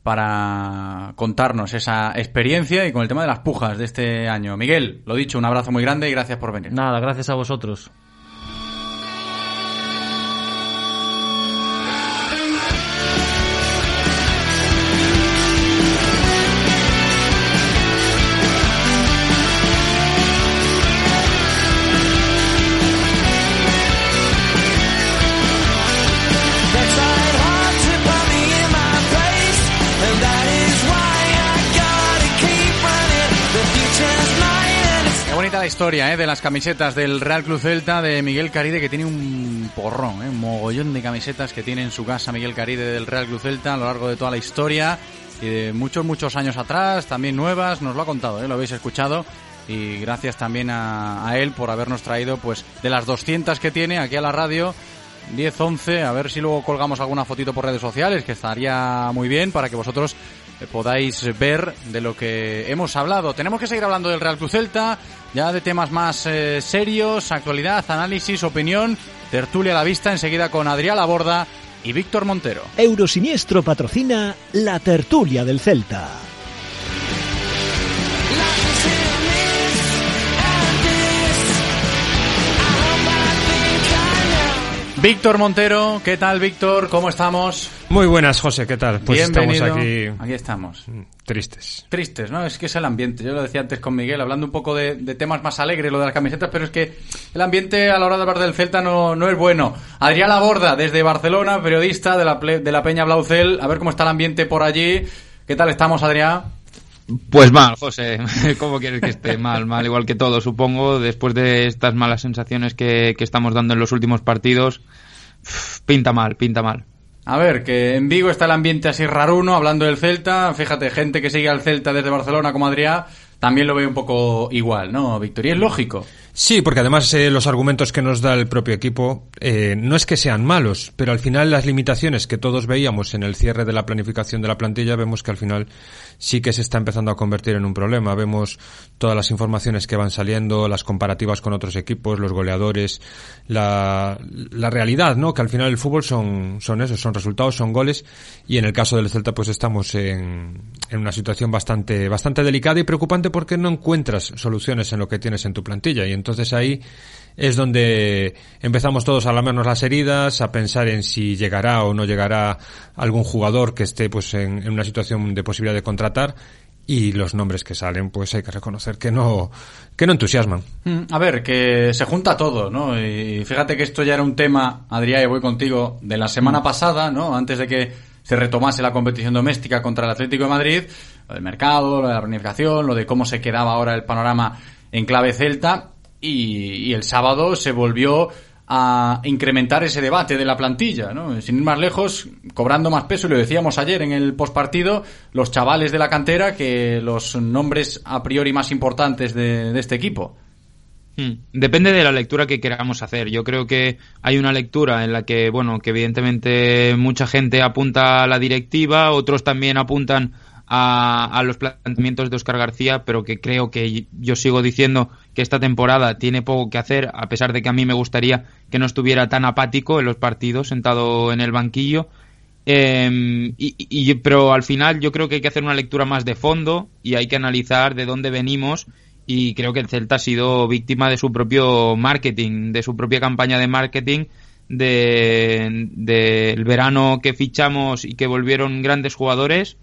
para contarnos esa experiencia y con el tema de las pujas de este año. Miguel, lo dicho, un abrazo muy grande y gracias por venir. Nada, gracias a vosotros. bonita la historia ¿eh? de las camisetas del Real Club Celta de Miguel Caride, que tiene un porrón, ¿eh? un mogollón de camisetas que tiene en su casa Miguel Caride del Real Club Celta a lo largo de toda la historia y de muchos, muchos años atrás, también nuevas, nos lo ha contado, ¿eh? lo habéis escuchado. Y gracias también a, a él por habernos traído, pues, de las doscientas que tiene aquí a la radio, diez, once, a ver si luego colgamos alguna fotito por redes sociales, que estaría muy bien para que vosotros podáis ver de lo que hemos hablado. Tenemos que seguir hablando del Real Club Celta, ya de temas más eh, serios, actualidad, análisis, opinión, tertulia a la vista, enseguida con Adrián Laborda y Víctor Montero. Eurosiniestro patrocina la tertulia del Celta. Víctor Montero, ¿qué tal, Víctor? ¿Cómo estamos? Muy buenas, José, ¿qué tal? Pues Bienvenido. Estamos aquí... Aquí estamos. Tristes. Tristes, ¿no? Es que es el ambiente. Yo lo decía antes con Miguel, hablando un poco de, de temas más alegres, lo de las camisetas, pero es que el ambiente a la hora de hablar del Celta no, no es bueno. Adrián Laborda, desde Barcelona, periodista de la, de la Peña Blaucel. A ver cómo está el ambiente por allí. ¿Qué tal estamos, Adrián? Pues mal, José. ¿Cómo quieres que esté? Mal, mal, igual que todo, supongo. Después de estas malas sensaciones que, que estamos dando en los últimos partidos, pinta mal, pinta mal. A ver, que en Vigo está el ambiente así raruno, hablando del Celta. Fíjate, gente que sigue al Celta desde Barcelona como Adrián, también lo ve un poco igual, ¿no, Víctor? Y es lógico. Sí, porque además eh, los argumentos que nos da el propio equipo eh, no es que sean malos, pero al final las limitaciones que todos veíamos en el cierre de la planificación de la plantilla, vemos que al final sí que se está empezando a convertir en un problema. Vemos todas las informaciones que van saliendo, las comparativas con otros equipos, los goleadores, la, la realidad, ¿no? Que al final el fútbol son, son eso, son resultados, son goles, y en el caso del Celta pues estamos en, en una situación bastante, bastante delicada y preocupante porque no encuentras soluciones en lo que tienes en tu plantilla, y entonces ahí es donde empezamos todos a lamernos las heridas, a pensar en si llegará o no llegará algún jugador que esté pues en, en una situación de posibilidad de contratar, y los nombres que salen pues hay que reconocer que no que no entusiasman. A ver, que se junta todo, ¿no? Y fíjate que esto ya era un tema, Adrián, y voy contigo, de la semana pasada, ¿no? Antes de que se retomase la competición doméstica contra el Atlético de Madrid, lo del mercado, lo de la planificación, lo de cómo se quedaba ahora el panorama en clave Celta. Y, y el sábado se volvió a incrementar ese debate de la plantilla, ¿no? Sin ir más lejos, cobrando más peso, y lo decíamos ayer en el postpartido, los chavales de la cantera que los nombres a priori más importantes de, de este equipo. Depende de la lectura que queramos hacer. Yo creo que hay una lectura en la que, bueno, que evidentemente mucha gente apunta a la directiva, otros también apuntan A, a los planteamientos de Óscar García, pero que creo que yo sigo diciendo que esta temporada tiene poco que hacer, a pesar de que a mí me gustaría que no estuviera tan apático en los partidos, sentado en el banquillo. Eh, y, y, pero al final yo creo que hay que hacer una lectura más de fondo y hay que analizar de dónde venimos, y creo que el Celta ha sido víctima de su propio marketing, de su propia campaña de marketing, de, de el verano que fichamos y que volvieron grandes jugadores,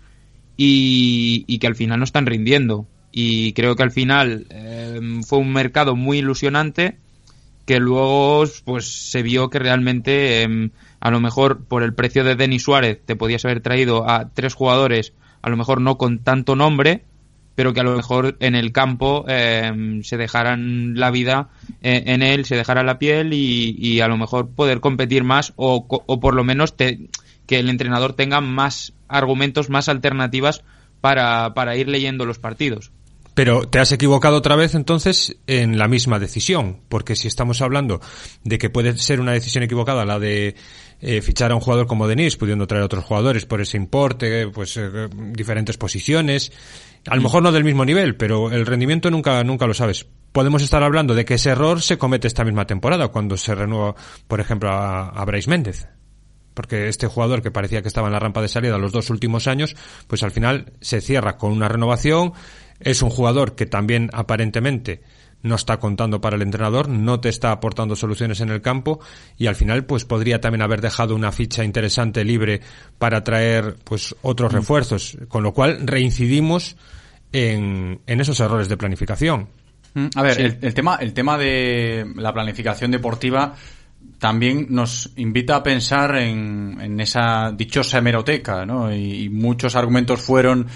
Y, y que al final no están rindiendo. Y creo que al final eh, fue un mercado muy ilusionante, que luego pues se vio que realmente eh, a lo mejor por el precio de Denis Suárez te podías haber traído a tres jugadores, a lo mejor no con tanto nombre, pero que a lo mejor en el campo eh, se dejaran la vida eh, en él, se dejara la piel, y, y a lo mejor poder competir más, o, o por lo menos te, que el entrenador tenga más argumentos, más alternativas para, para ir leyendo los partidos. Pero te has equivocado otra vez entonces en la misma decisión, porque si estamos hablando de que puede ser una decisión equivocada la de eh, fichar a un jugador como Denis, pudiendo traer a otros jugadores por ese importe, pues eh, diferentes posiciones, a lo mejor no del mismo nivel, pero el rendimiento nunca nunca lo sabes. Podemos estar hablando de que ese error se comete esta misma temporada, cuando se renueva, por ejemplo, a, a Brais Méndez. Porque este jugador que parecía que estaba en la rampa de salida los dos últimos años, pues al final se cierra con una renovación. Es un jugador que también aparentemente no está contando para el entrenador, no te está aportando soluciones en el campo, y al final pues podría también haber dejado una ficha interesante libre para traer pues otros refuerzos, con lo cual reincidimos en, en esos errores de planificación. A ver, Sí. el, el tema el tema de la planificación deportiva también nos invita a pensar en, en esa dichosa hemeroteca, ¿no? Y, y muchos argumentos fueron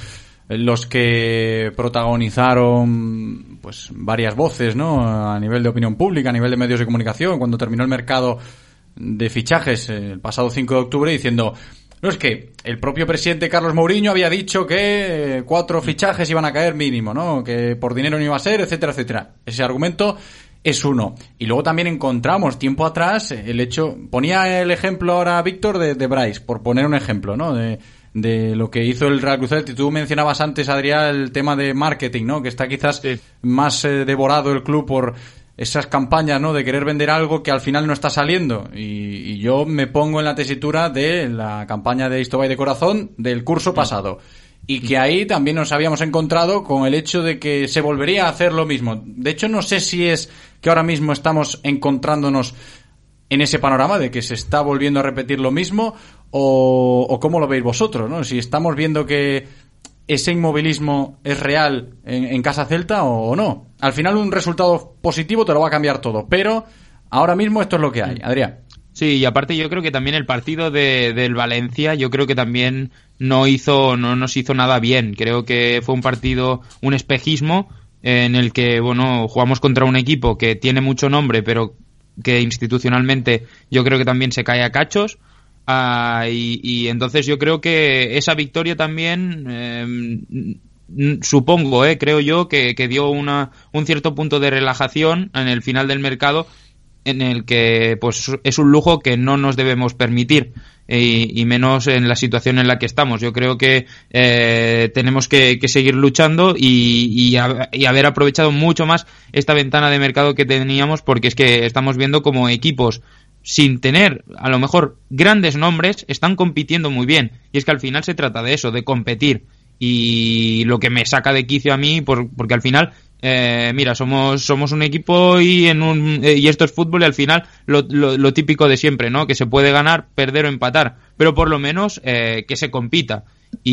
los que protagonizaron pues varias voces, ¿no? A nivel de opinión pública, a nivel de medios de comunicación, cuando terminó el mercado de fichajes el pasado cinco de octubre, diciendo, no, es que el propio presidente Carlos Mourinho había dicho que cuatro fichajes iban a caer mínimo, ¿no? Que por dinero no iba a ser, etcétera, etcétera. Ese argumento es uno. Y luego también encontramos tiempo atrás el hecho, ponía el ejemplo ahora Víctor de, de Bryce, por poner un ejemplo, ¿no? De, de lo que hizo el Real Cruz Celta. Tú mencionabas antes, Adrián, el tema de marketing, ¿no? Que está quizás sí. más eh, devorado el club por esas campañas, ¿no? De querer vender algo que al final no está saliendo. Y, y yo me pongo en la tesitura de la campaña de Istobay de Corazón del curso pasado. Y que ahí también nos habíamos encontrado con el hecho de que se volvería a hacer lo mismo. De hecho, no sé si es que ahora mismo estamos encontrándonos en ese panorama de que se está volviendo a repetir lo mismo, o, o cómo lo veis vosotros, ¿no? Si estamos viendo que ese inmovilismo es real en, en Casa Celta o, o no. Al final un resultado positivo te lo va a cambiar todo, pero ahora mismo esto es lo que hay. Adrián. Sí, y aparte yo creo que también el partido de, del Valencia, yo creo que también no hizo, no nos hizo nada bien. Creo que fue un partido, un espejismo, en el que, bueno, jugamos contra un equipo que tiene mucho nombre, pero que institucionalmente yo creo que también se cae a cachos. Uh, y, y entonces yo creo que esa victoria también, eh, supongo, eh, creo yo, que, que dio una, un cierto punto de relajación en el final del mercado, en el que pues es un lujo que no nos debemos permitir, y, y menos en la situación en la que estamos. Yo creo que eh, tenemos que, que seguir luchando y, y, a, y haber aprovechado mucho más esta ventana de mercado que teníamos, porque es que estamos viendo como equipos sin tener a lo mejor grandes nombres están compitiendo muy bien, y es que al final se trata de eso, de competir. Y lo que me saca de quicio a mí, por, porque al final Eh, mira, somos somos un equipo y en un eh, y esto es fútbol, y al final lo, lo, lo típico de siempre, ¿no? Que se puede ganar, perder o empatar, pero por lo menos eh, que se compita,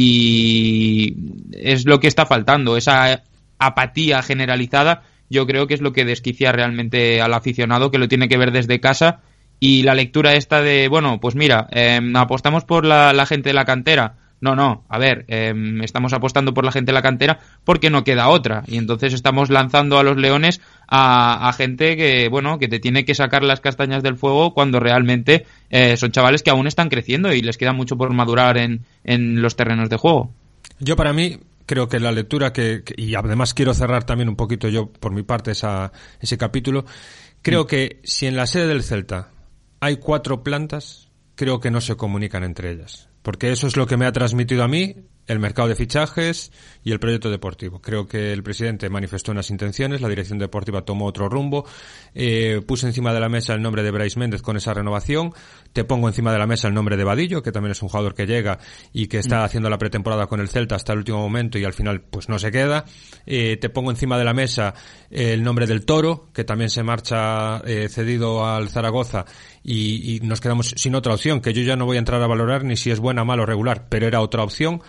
y es lo que está faltando, esa apatía generalizada. Yo creo que es lo que desquicia realmente al aficionado, que lo tiene que ver desde casa, y la lectura esta de, bueno, pues mira, eh, apostamos por la, la gente de la cantera. No, no, a ver, eh, estamos apostando por la gente de la cantera porque no queda otra, y entonces estamos lanzando a los leones a, a gente que, bueno, que te tiene que sacar las castañas del fuego, cuando realmente eh, son chavales que aún están creciendo y les queda mucho por madurar en, en los terrenos de juego. Yo, para mí, creo que la lectura que, que y además quiero cerrar también un poquito yo por mi parte esa, ese capítulo, creo mm. que si en la sede del Celta hay cuatro plantas, creo que no se comunican entre ellas. Porque eso es lo que me ha transmitido a mí el mercado de fichajes y el proyecto deportivo. Creo que el presidente manifestó unas intenciones, la dirección deportiva tomó otro rumbo, eh, puse encima de la mesa el nombre de Bryce Méndez con esa renovación, te pongo encima de la mesa el nombre de Vadillo, que también es un jugador que llega y que está haciendo la pretemporada con el Celta hasta el último momento y al final pues no se queda, eh, te pongo encima de la mesa el nombre del Toro, que también se marcha eh, cedido al Zaragoza, y, y nos quedamos sin otra opción, que yo ya no voy a entrar a valorar ni si es buena, mala o regular, pero era otra opción.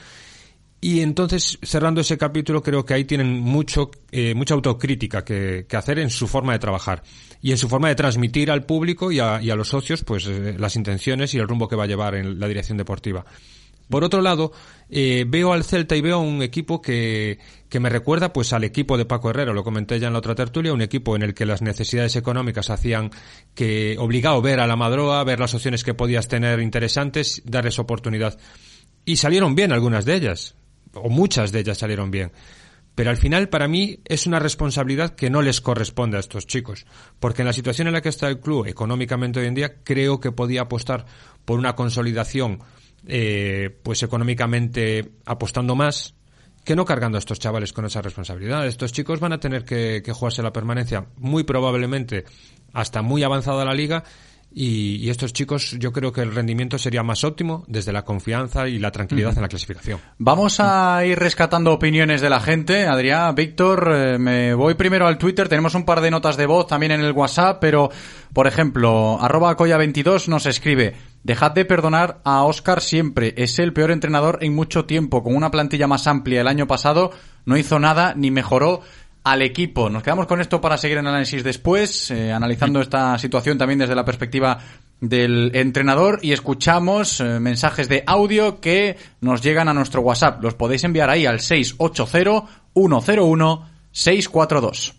Y entonces, cerrando ese capítulo, creo que ahí tienen mucho, eh, mucha autocrítica que, que hacer en su forma de trabajar y en su forma de transmitir al público y a, y a los socios, pues, eh, las intenciones y el rumbo que va a llevar en la dirección deportiva. Por otro lado, eh, veo al Celta y veo un equipo que, que me recuerda, pues, al equipo de Paco Herrera, lo comenté ya en la otra tertulia, un equipo en el que las necesidades económicas hacían que, obligado ver a la Madroa, ver las opciones que podías tener interesantes, darles oportunidad. Y salieron bien algunas de ellas, o muchas de ellas salieron bien. Pero al final, para mí, es una responsabilidad que no les corresponde a estos chicos. Porque en la situación en la que está el club económicamente hoy en día, creo que podía apostar por una consolidación, eh, pues económicamente apostando más, que no cargando a estos chavales con esa responsabilidad. Estos chicos van a tener que, que jugarse la permanencia, muy probablemente hasta muy avanzada la liga. Y, y estos chicos, yo creo que el rendimiento sería más óptimo desde la confianza y la tranquilidad uh-huh. en la clasificación. Vamos a ir rescatando opiniones de la gente. Adrián, Víctor, eh, me voy primero al Twitter. Tenemos un par de notas de voz también en el WhatsApp, pero, por ejemplo, arroba coya veintidós nos escribe: dejad de perdonar a Óscar siempre. Es el peor entrenador en mucho tiempo. Con una plantilla más amplia el año pasado no hizo nada ni mejoró al equipo. Nos quedamos con esto para seguir el análisis después, eh, analizando esta situación también desde la perspectiva del entrenador y escuchamos eh, mensajes de audio que nos llegan a nuestro WhatsApp. Los podéis enviar ahí al seis ocho cero, uno cero uno, seis cuatro dos.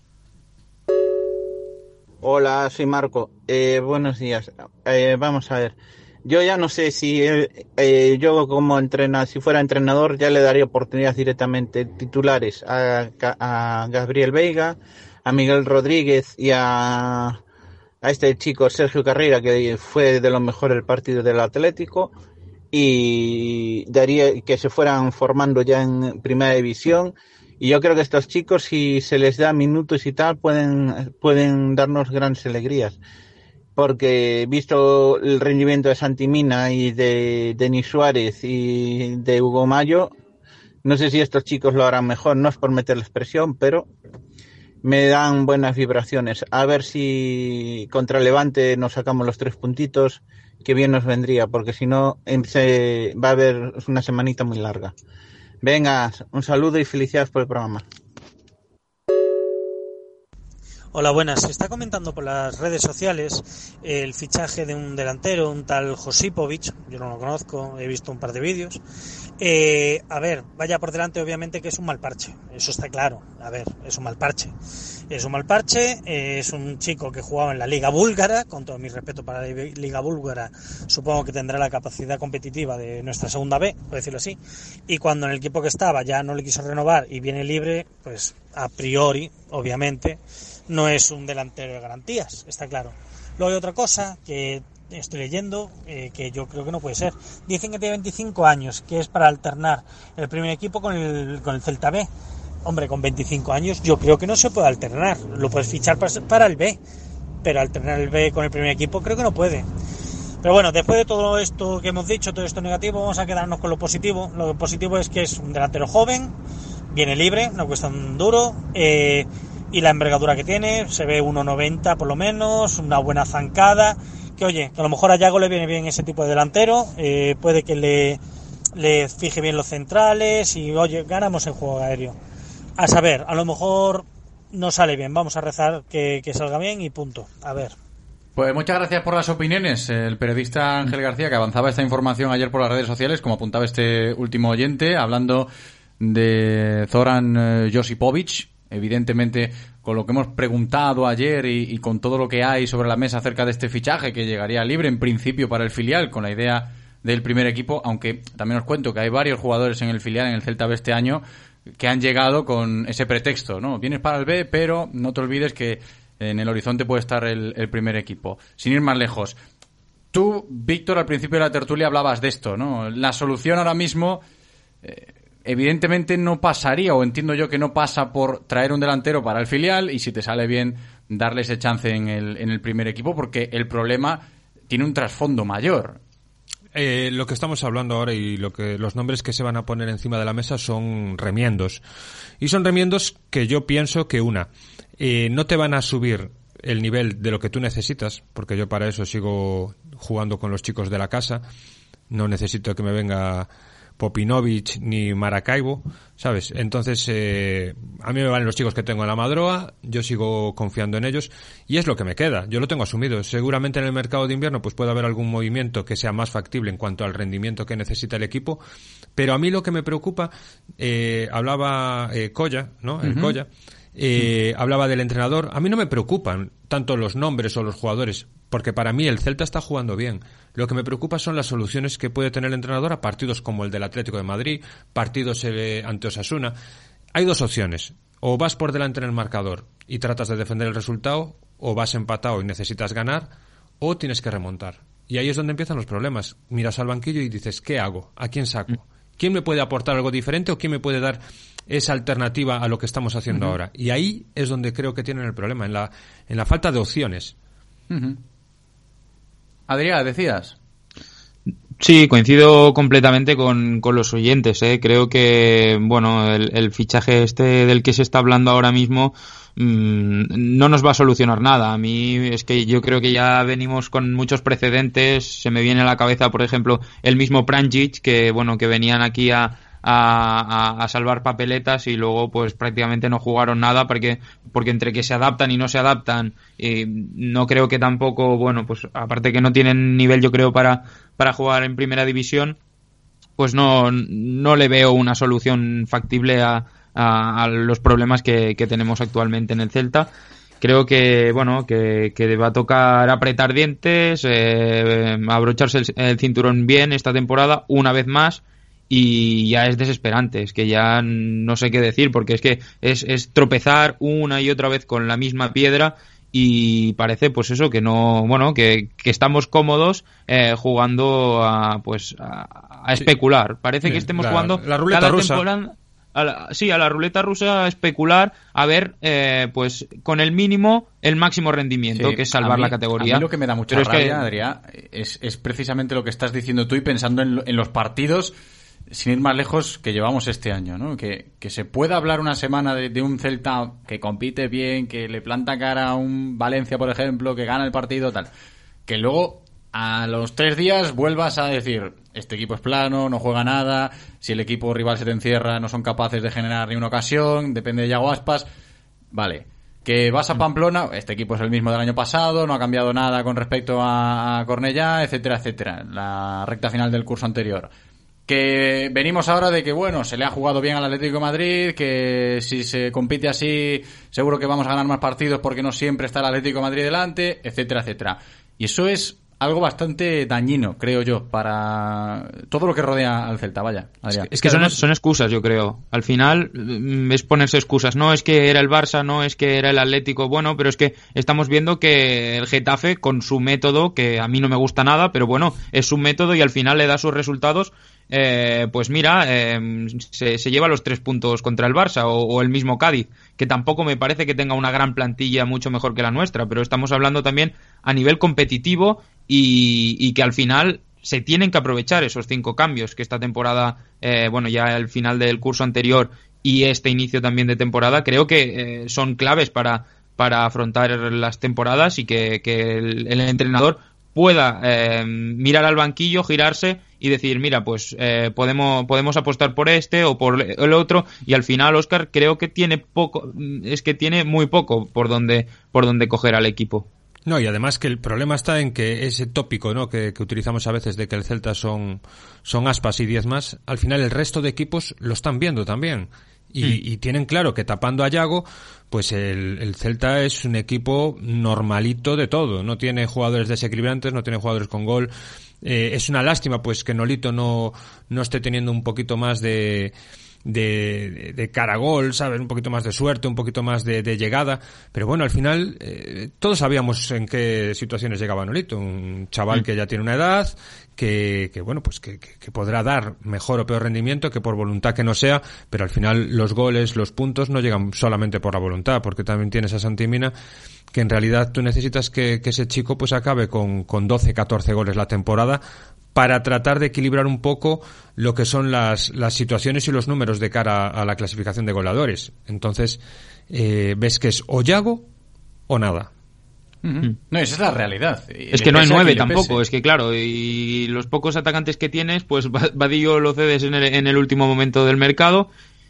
Hola, soy Marco. Eh, buenos días. Eh, vamos a ver. Yo ya no sé si eh, eh, yo como entrenador, si fuera entrenador, ya le daría oportunidades directamente titulares a, a Gabriel Veiga, a Miguel Rodríguez y a, a este chico Sergio Carrera, que fue de los mejores del partido del Atlético, y daría que se fueran formando ya en primera división. Y yo creo que estos chicos, si se les da minutos y tal, pueden, pueden darnos grandes alegrías. Porque visto el rendimiento de Santi Mina y de Denis Suárez y de Hugo Mayo, no sé si estos chicos lo harán mejor, no es por meterles presión, pero me dan buenas vibraciones. A ver si contra Levante nos sacamos los tres puntitos, que bien nos vendría, porque si no va a haber una semanita muy larga. Venga, un saludo y felicidades por el programa. Hola, buenas. Se está comentando por las redes sociales el fichaje de un delantero, un tal Josipovic. Yo no lo conozco, he visto un par de vídeos. Eh, a ver, vaya por delante, obviamente que es un mal parche, eso está claro. A ver, es un mal parche. Es un mal parche, eh, es un chico que jugaba en la Liga Búlgara, con todo mi respeto para la Liga Búlgara, supongo que tendrá la capacidad competitiva de nuestra segunda B, por decirlo así. Y cuando en el equipo que estaba ya no le quiso renovar y viene libre, pues a priori, obviamente, no es un delantero de garantías, está claro. Luego hay otra cosa que estoy leyendo, eh, que yo creo que no puede ser. Dicen que tiene veinticinco años, que es para alternar el primer equipo con el, con el Celta B. Hombre, con veinticinco años yo creo que no se puede alternar. Lo puedes fichar para, para el B, pero alternar el B con el primer equipo creo que no puede. Pero bueno, después de todo esto que hemos dicho, todo esto negativo, vamos a quedarnos con lo positivo. Lo positivo es que es un delantero joven, viene libre, no cuesta un duro, eh, y la envergadura que tiene, se ve uno noventa por lo menos, una buena zancada, que oye, que a lo mejor a Yago le viene bien ese tipo de delantero, eh, puede que le, le fije bien los centrales y oye, ganamos el juego aéreo. A saber, a lo mejor no sale bien, vamos a rezar que, que salga bien y punto, a ver. Pues muchas gracias por las opiniones. El periodista Ángel García, que avanzaba esta información ayer por las redes sociales, como apuntaba este último oyente, hablando de Zoran eh, Josipovic. Evidentemente, con lo que hemos preguntado ayer y, y con todo lo que hay sobre la mesa acerca de este fichaje, que llegaría libre en principio para el filial, con la idea del primer equipo, aunque también os cuento que hay varios jugadores en el filial, en el Celta B este año, que han llegado con ese pretexto, ¿no? Vienes para el B, pero no te olvides que en el horizonte puede estar el, el primer equipo. Sin ir más lejos. Tú, Víctor, al principio de la tertulia hablabas de esto, ¿no? La solución ahora mismo... Eh, evidentemente no pasaría, o entiendo yo que no pasa por traer un delantero para el filial y si te sale bien darle ese chance en el, en el primer equipo, porque el problema tiene un trasfondo mayor. Eh, lo que estamos hablando ahora y lo que los nombres que se van a poner encima de la mesa son remiendos. Y son remiendos que yo pienso que una, eh, no te van a subir el nivel de lo que tú necesitas, porque yo para eso sigo jugando con los chicos de la casa, no necesito que me venga Popinovic ni Maracaibo, ¿sabes? Entonces, eh, a mí me valen los chicos que tengo en la Madroa, yo sigo confiando en ellos y es lo que me queda, yo lo tengo asumido. Seguramente en el mercado de invierno pues puede haber algún movimiento que sea más factible en cuanto al rendimiento que necesita el equipo, pero a mí lo que me preocupa, eh, hablaba eh, Colla, ¿no? El uh-huh. Colla, eh, hablaba del entrenador. A mí no me preocupan tanto los nombres o los jugadores, porque para mí el Celta está jugando bien. Lo que me preocupa son las soluciones que puede tener el entrenador a partidos como el del Atlético de Madrid, partidos eh, ante Osasuna. Hay dos opciones. O vas por delante en el marcador y tratas de defender el resultado, o vas empatado y necesitas ganar, o tienes que remontar. Y ahí es donde empiezan los problemas. Miras al banquillo y dices, ¿qué hago? ¿A quién saco? ¿Quién me puede aportar algo diferente o quién me puede dar esa alternativa a lo que estamos haciendo uh-huh. ahora? Y ahí es donde creo que tienen el problema, en la, en la falta de opciones. Uh-huh. Adrián, decías. Sí, coincido completamente con, con los oyentes, ¿eh? Creo que, bueno, el, el fichaje este del que se está hablando ahora mismo mmm, no nos va a solucionar nada. A mí es que yo creo que ya venimos con muchos precedentes. Se me viene a la cabeza, por ejemplo, el mismo Pranjic, que, bueno, que venían aquí a, a, a, a salvar papeletas y luego pues prácticamente no jugaron nada porque porque entre que se adaptan y no se adaptan, eh, no creo que tampoco, bueno, pues aparte que no tienen nivel, yo creo, para para jugar en primera división, pues no no le veo una solución factible a, a, a los problemas que, que tenemos actualmente en el Celta. Creo que, bueno, que, que va a tocar apretar dientes, eh, abrocharse el, el cinturón bien esta temporada, una vez más, y ya es desesperante, es que ya no sé qué decir, porque es que es, es tropezar una y otra vez con la misma piedra, y parece, pues eso, que no, bueno, que, que estamos cómodos eh, jugando a, pues, a, a especular. Parece que estemos la, jugando la ruleta cada rusa. temporada. A la, sí, a la ruleta rusa, a especular, a ver, eh, pues con el mínimo, el máximo rendimiento, Sí, que es salvar mí, la categoría. A mí lo que me da mucha Pero rabia, es que... Adrián, es, es precisamente lo que estás diciendo tú y pensando en, en los partidos, sin ir más lejos, que llevamos este año, ¿no? Que, que se pueda hablar una semana de, de un Celta que compite bien, que le planta cara a un Valencia, por ejemplo, que gana el partido, tal. Que luego, a los tres días, vuelvas a decir... Este equipo es plano, no juega nada, si el equipo rival se te encierra no son capaces de generar ni una ocasión, depende de Yago Aspas. Vale, que vas a Pamplona, este equipo es el mismo del año pasado, no ha cambiado nada con respecto a Cornellá, etcétera, etcétera, la recta final del curso anterior. Que venimos ahora de que, bueno, se le ha jugado bien al Atlético de Madrid, que si se compite así seguro que vamos a ganar más partidos porque no siempre está el Atlético de Madrid delante, etcétera, etcétera. Y eso es algo bastante dañino, creo yo, para todo lo que rodea al Celta, vaya. Adrián. Es que son, son excusas, yo creo. Al final es ponerse excusas. No es que era el Barça, no es que era el Atlético, bueno, pero es que estamos viendo que el Getafe, con su método, que a mí no me gusta nada, pero bueno, es su método y al final le da sus resultados. Eh, pues mira, eh, se, se lleva los tres puntos contra el Barça o, o el mismo Cádiz, que tampoco me parece que tenga una gran plantilla mucho mejor que la nuestra, pero estamos hablando también a nivel competitivo y, y que al final se tienen que aprovechar esos cinco cambios que esta temporada, eh, bueno, ya el final del curso anterior y este inicio también de temporada, creo que eh, son claves para, para afrontar las temporadas y que, que el, el entrenador pueda eh, mirar al banquillo, girarse y decir, mira, pues eh, podemos podemos apostar por este o por el otro, y al final Óscar creo que tiene poco, es que tiene muy poco por donde por donde coger al equipo. No, y además que el problema está en que ese tópico, ¿no?, que, que utilizamos a veces de que el Celta son son Aspas y diez más, al final el resto de equipos lo están viendo también. Y, mm. y tienen claro que tapando a Yago, pues el, el Celta es un equipo normalito de todo. No tiene jugadores desequilibrantes, no tiene jugadores con gol. Eh, es una lástima, pues, que Nolito no, no esté teniendo un poquito más de, de, de, de cara a gol, ¿sabes? Un poquito más de suerte, un poquito más de, de llegada. Pero bueno, al final, eh, todos sabíamos en qué situaciones llegaba Nolito. Un chaval mm. que ya tiene una edad, que, que bueno, pues que, que, que podrá dar mejor o peor rendimiento, que por voluntad que no sea, pero al final los goles, los puntos no llegan solamente por la voluntad, porque también tienes a Santi Mina, que en realidad tú necesitas que, que ese chico pues acabe con, con doce, catorce goles la temporada para tratar de equilibrar un poco lo que son las, las situaciones y los números de cara a la clasificación de goleadores. Entonces, eh, ves que es o Yago o nada. Uh-huh. No, esa es la realidad. Es que no hay nueve tampoco, es que claro, y los pocos atacantes que tienes, pues Vadillo lo cedes en el, en el último momento del mercado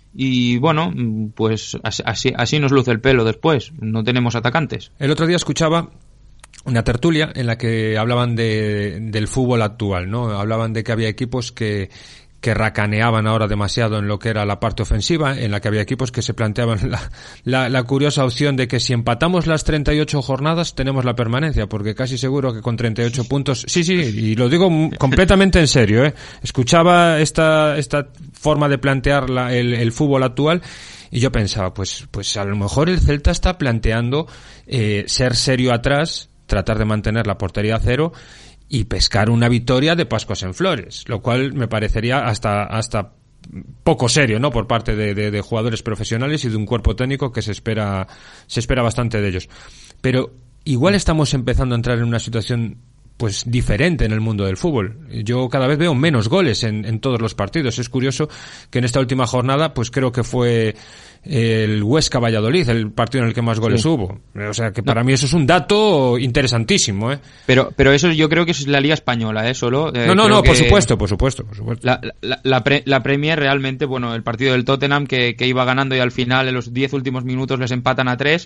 y bueno, pues así, así nos luce el pelo después, no tenemos atacantes. El otro día escuchaba una tertulia en la que hablaban de, del fútbol actual, ¿no? Hablaban de que había equipos que que racaneaban ahora demasiado en lo que era la parte ofensiva, en la que había equipos que se planteaban la, la, la curiosa opción de que si empatamos las treinta y ocho jornadas tenemos la permanencia, porque casi seguro que con treinta y ocho puntos, sí, sí, y lo digo completamente en serio, ¿eh? Escuchaba esta, esta forma de plantear la, el, el fútbol actual y yo pensaba, pues, pues a lo mejor el Celta está planteando eh, ser serio atrás, tratar de mantener la portería a cero y pescar una victoria de Pascuas en Flores, lo cual me parecería hasta hasta poco serio, ¿no?, por parte de, de, de jugadores profesionales y de un cuerpo técnico que se espera se espera bastante de ellos. Pero igual estamos empezando a entrar en una situación pues diferente en el mundo del fútbol. Yo cada vez veo menos goles en, en todos los partidos. Es curioso que en esta última jornada, pues creo que fue el Huesca Valladolid, el partido en el que más goles sí. hubo. O sea que para no. mí eso es un dato interesantísimo, ¿eh? Pero, pero eso yo creo que es la Liga Española, ¿eh? Solo. Eh, no, no, no, que por supuesto, por supuesto, por supuesto. La, la, la, pre, la Premier realmente, bueno, el partido del Tottenham que, que iba ganando y al final en los diez últimos minutos les empatan a tres.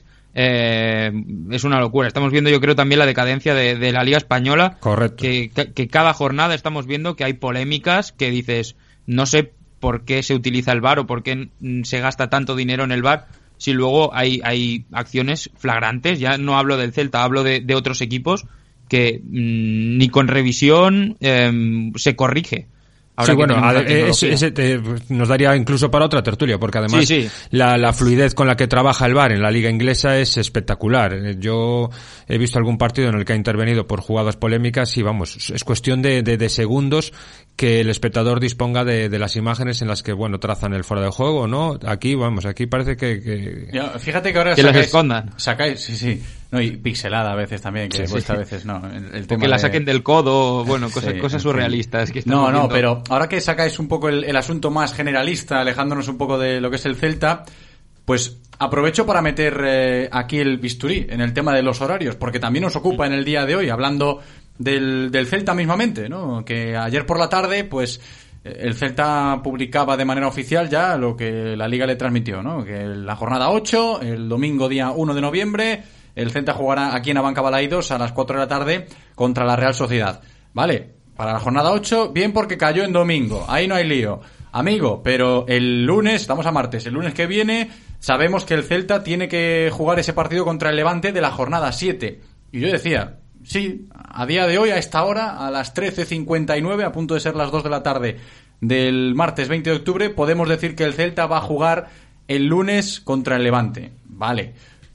Eh, es una locura. Estamos viendo, yo creo, también la decadencia de, de la Liga Española. Correcto. Que, que, que cada jornada estamos viendo que hay polémicas que dices, no sé por qué se utiliza el V A R o por qué se gasta tanto dinero en el V A R si luego hay, hay acciones flagrantes. Ya no hablo del Celta, hablo de, de otros equipos que mmm, ni con revisión eh, se corrige. Ahora sí, bueno, ese, ese te, nos daría incluso para otra tertulia, porque además sí, sí. La, la fluidez con la que trabaja el V A R en la liga inglesa es espectacular. Yo he visto algún partido en el que ha intervenido por jugadas polémicas y vamos, es cuestión de, de, de segundos que el espectador disponga de, de las imágenes en las que, bueno, trazan el fuera de juego, ¿no? Aquí, vamos, aquí parece que... que... Ya, fíjate que ahora que sacáis, las escondan. Sacáis, sí, sí. No, y pixelada a veces también, que sí, cuesta sí. a veces, no. El, el o tema que la de... saquen del codo, bueno, cosas, sí, cosas surrealistas. Que no, no, viendo. pero ahora que sacáis un poco el, el asunto más generalista, alejándonos un poco de lo que es el Celta, pues aprovecho para meter eh, aquí el bisturí en el tema de los horarios, porque también nos ocupa en el día de hoy, hablando del, del Celta mismamente, ¿no? Que ayer por la tarde, pues... el Celta publicaba de manera oficial ya lo que la Liga le transmitió, ¿no? Que la jornada ocho, el domingo día uno de noviembre, el Celta jugará aquí en Abanca Balaidos a las cuatro de la tarde contra la Real Sociedad. Vale, para la jornada ocho, bien porque cayó en domingo, ahí no hay lío. Amigo, pero el lunes, estamos a martes, el lunes que viene sabemos que el Celta tiene que jugar ese partido contra el Levante de la jornada siete. Y yo decía... sí, a día de hoy, a esta hora, a las trece cincuenta y nueve, a punto de ser las dos de la tarde del martes veinte de octubre, podemos decir que el Celta va a jugar el lunes contra el Levante. Vale.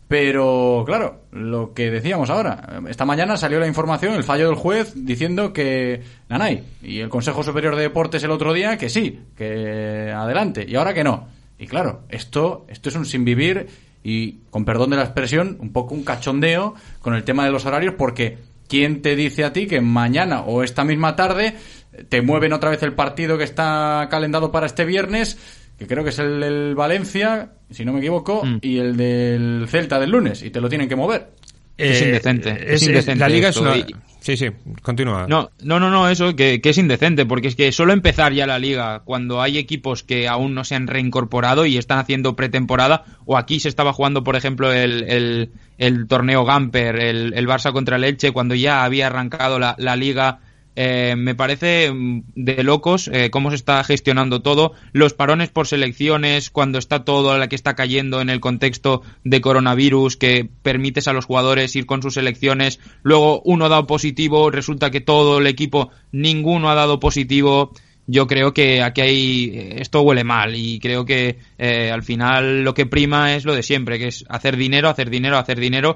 Pero, claro, lo que decíamos ahora, esta mañana salió la información, el fallo del juez, diciendo que nanay, y el Consejo Superior de Deportes el otro día, que sí, que adelante, y ahora que no. Y claro, esto, esto es un sinvivir y, con perdón de la expresión, un poco un cachondeo con el tema de los horarios, porque ¿quién te dice a ti que mañana o esta misma tarde te mueven otra vez el partido que está calendado para este viernes, que creo que es el del Valencia, si no me equivoco, mm. y el del Celta del lunes, y te lo tienen que mover? Eh, es indecente. Es, es indecente. La liga esto. es una... Sí, sí, continúa. No, no, no, no eso, que, que es indecente, porque es que solo empezar ya la liga cuando hay equipos que aún no se han reincorporado y están haciendo pretemporada, o aquí se estaba jugando, por ejemplo, el, el, el torneo Gamper, el, el Barça contra el Elche, cuando ya había arrancado la, la liga. Eh, me parece de locos eh, cómo se está gestionando todo, los parones por selecciones, cuando está todo la que está cayendo en el contexto de coronavirus, que permites a los jugadores ir con sus selecciones, luego uno da positivo, resulta que todo el equipo, ninguno ha dado positivo. Yo creo que aquí hay, esto huele mal, y creo que eh, al final lo que prima es lo de siempre, que es hacer dinero, hacer dinero, hacer dinero.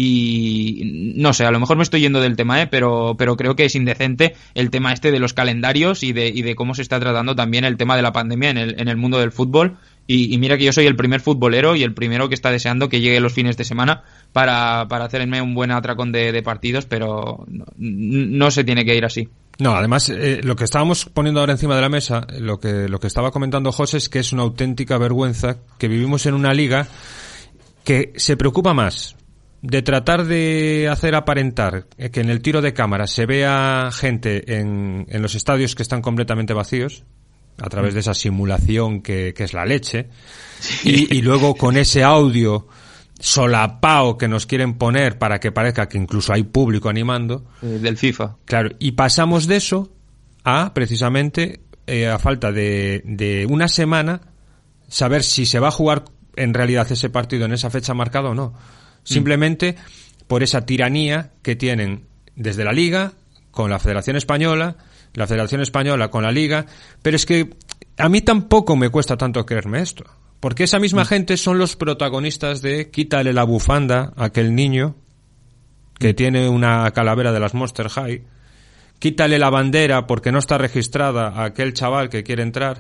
Y no sé, a lo mejor me estoy yendo del tema, ¿eh? pero pero creo que es indecente el tema este de los calendarios y de y de cómo se está tratando también el tema de la pandemia en el en el mundo del fútbol. Y, y mira que yo soy el primer futbolero y el primero que está deseando que llegue los fines de semana para, para hacerme un buen atracón de, de partidos, pero no, no se tiene que ir así. No, además, eh, lo que estábamos poniendo ahora encima de la mesa, lo que lo que estaba comentando José, es que es una auténtica vergüenza que vivimos en una liga que se preocupa más de tratar de hacer aparentar que en el tiro de cámara se vea gente en, en los estadios que están completamente vacíos, a través de esa simulación que, que es la leche, sí. y, y luego con ese audio solapao que nos quieren poner para que parezca que incluso hay público animando. Eh, del FIFA. Claro, y pasamos de eso a, precisamente, eh, a falta de, de una semana, saber si se va a jugar en realidad ese partido en esa fecha marcada o no. Simplemente por esa tiranía que tienen desde la Liga, con la Federación Española, la Federación Española con la Liga, pero es que a mí tampoco me cuesta tanto creerme esto, porque esa misma mm. gente son los protagonistas de quítale la bufanda a aquel niño que mm. tiene una calavera de las Monster High, quítale la bandera porque no está registrada a aquel chaval que quiere entrar,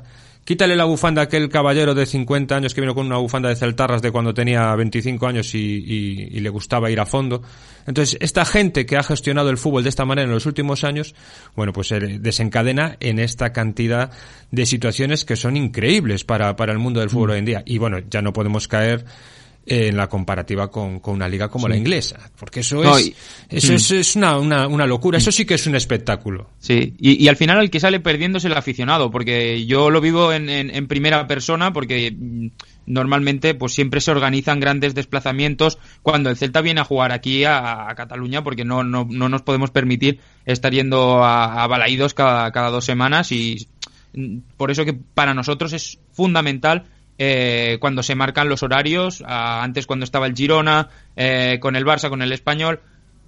quítale la bufanda a aquel caballero de cincuenta años que vino con una bufanda de celtarras de cuando tenía veinticinco años y, y, y le gustaba ir a fondo. Entonces, esta gente que ha gestionado el fútbol de esta manera en los últimos años, bueno, pues eh, desencadena en esta cantidad de situaciones que son increíbles para, para el mundo del fútbol mm. hoy en día. Y bueno, ya no podemos caer en la comparativa con, con una liga como sí. la inglesa, porque eso no, es y, eso mm. es, es una, una, una locura, eso sí que es un espectáculo. Sí, y, y al final el que sale perdiendo es el aficionado, porque yo lo vivo en, en, en primera persona, porque normalmente pues siempre se organizan grandes desplazamientos cuando el Celta viene a jugar aquí a, a Cataluña, porque no, no, no nos podemos permitir estar yendo a, a Balaídos cada, cada dos semanas, y por eso que para nosotros es fundamental Eh, cuando se marcan los horarios, a, antes cuando estaba el Girona, eh, con el Barça, con el Español,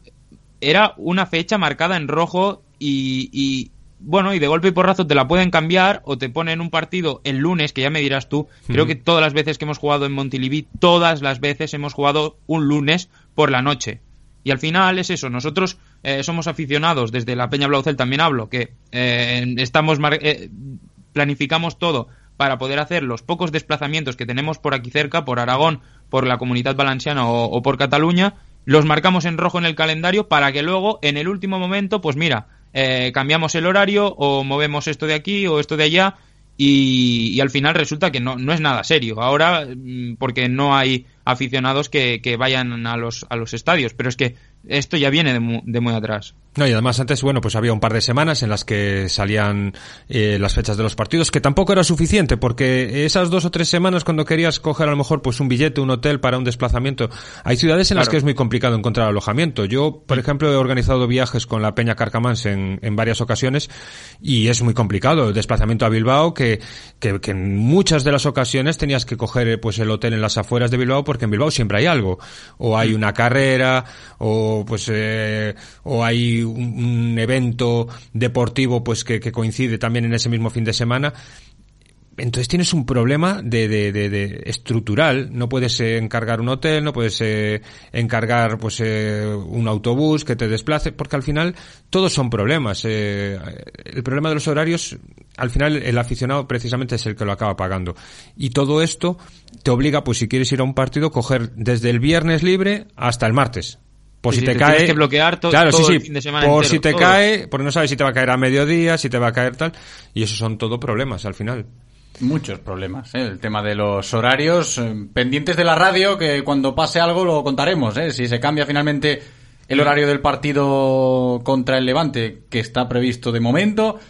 era una fecha marcada en rojo y, y bueno, y de golpe y porrazo te la pueden cambiar o te ponen un partido el lunes, que ya me dirás tú, uh-huh. creo que todas las veces que hemos jugado en Montilivi, todas las veces hemos jugado un lunes por la noche. Y al final es eso, nosotros eh, somos aficionados, desde la Peña Blau Cel también hablo, que eh, estamos mar- eh, planificamos todo para poder hacer los pocos desplazamientos que tenemos por aquí cerca, por Aragón, por la Comunitat Valenciana o, o por Cataluña, los marcamos en rojo en el calendario para que luego, en el último momento, pues mira, eh, cambiamos el horario o movemos esto de aquí o esto de allá y, y al final resulta que no, no es nada serio. Ahora, porque no hay aficionados que, que vayan a los, a los estadios, pero es que esto ya viene de muy, de muy atrás. No, y además antes, bueno, pues había un par de semanas en las que salían eh, las fechas de los partidos, que tampoco era suficiente, porque esas dos o tres semanas cuando querías coger a lo mejor pues un billete, un hotel para un desplazamiento, hay ciudades en claro. las que es muy complicado encontrar alojamiento. Yo, por ejemplo, he organizado viajes con la Peña Carcamans en, en varias ocasiones y es muy complicado. El desplazamiento a Bilbao, que, que, que en muchas de las ocasiones tenías que coger pues el hotel en las afueras de Bilbao, porque en Bilbao siempre hay algo. O hay una carrera, o pues eh, o hay un, un evento deportivo pues que, que coincide también en ese mismo fin de semana. Entonces tienes un problema de, de, de, de estructural. No puedes eh, encargar un hotel, no puedes eh, encargar pues eh, un autobús que te desplace, porque al final todos son problemas. Eh, el problema de los horarios, al final el aficionado precisamente es el que lo acaba pagando. Y todo esto te obliga, pues si quieres ir a un partido, coger desde el viernes libre hasta el martes. Por sí, si te, te cae, tienes que bloquear to- claro, todo sí, sí, el fin de semana por entero, si te todo. cae, porque no sabes si te va a caer a mediodía, si te va a caer tal, y esos son todo problemas al final. Muchos problemas, ¿eh? El tema de los horarios, eh, pendientes de la radio, que cuando pase algo lo contaremos, ¿eh? Si se cambia finalmente el horario del partido contra el Levante, que está previsto de momento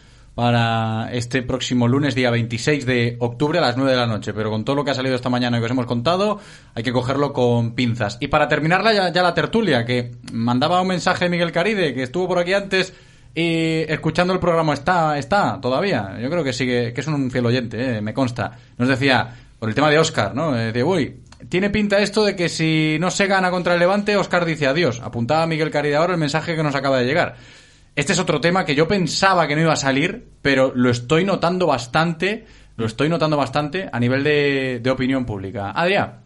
para este próximo lunes, día veintiséis de octubre a las nueve de la noche. Pero con todo lo que ha salido esta mañana y que os hemos contado, hay que cogerlo con pinzas. Y para terminarla ya, ya la tertulia, que mandaba un mensaje Miguel Caride, que estuvo por aquí antes y escuchando el programa. Está está todavía. Yo creo que sigue, que es un fiel oyente, eh, me consta. Nos decía, por el tema de Óscar, ¿no? Eh, de, uy, tiene pinta esto de que si no se gana contra el Levante, Óscar dice adiós. Apuntaba Miguel Caride ahora el mensaje que nos acaba de llegar. Este es otro tema que yo pensaba que no iba a salir, pero lo estoy notando bastante, lo estoy notando bastante a nivel de, de opinión pública. Adrián.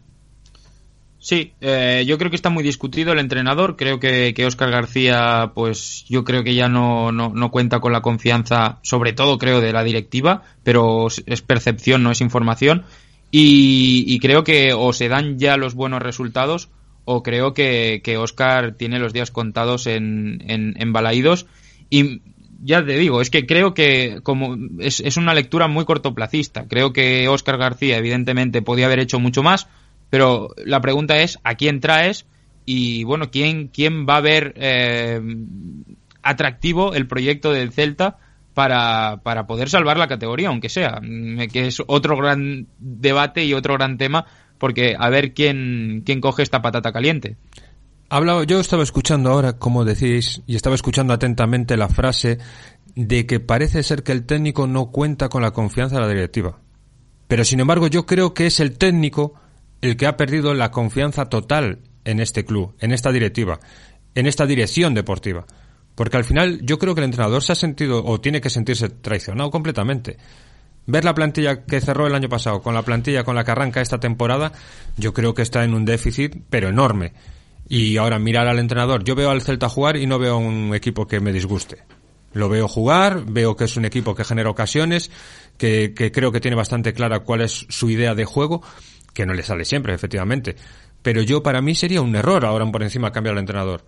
Sí, eh, yo creo que está muy discutido el entrenador. Creo que, que Óscar García, pues yo creo que ya no, no, no cuenta con la confianza, sobre todo creo de la directiva, pero es percepción, no es información. Y, y creo que o se dan ya los buenos resultados o creo que, que Óscar tiene los días contados en, en, en Balaídos. Y ya te digo, es que creo que como es, es una lectura muy cortoplacista. Creo que Óscar García evidentemente podía haber hecho mucho más, pero la pregunta es ¿a quién traes? Y bueno, ¿quién, quién va a ver eh, atractivo el proyecto del Celta para, para poder salvar la categoría, aunque sea? Que es otro gran debate y otro gran tema, porque a ver quién, quién coge esta patata caliente. Hablaba, yo estaba escuchando ahora, como decís, y estaba escuchando atentamente la frase de que parece ser que el técnico no cuenta con la confianza de la directiva. Pero sin embargo yo creo que es el técnico el que ha perdido la confianza total en este club, en esta directiva, en esta dirección deportiva. Porque al final yo creo que el entrenador se ha sentido, o tiene que sentirse traicionado completamente. Ver la plantilla que cerró el año pasado con la plantilla con la que arranca esta temporada, yo creo que está en un déficit, pero enorme. Y ahora mirar al entrenador, yo veo al Celta jugar y no veo un equipo que me disguste. Lo veo jugar, veo que es un equipo que genera ocasiones, que, que creo que tiene bastante clara cuál es su idea de juego, que no le sale siempre, efectivamente. Pero yo, para mí, sería un error ahora por encima cambiar al entrenador.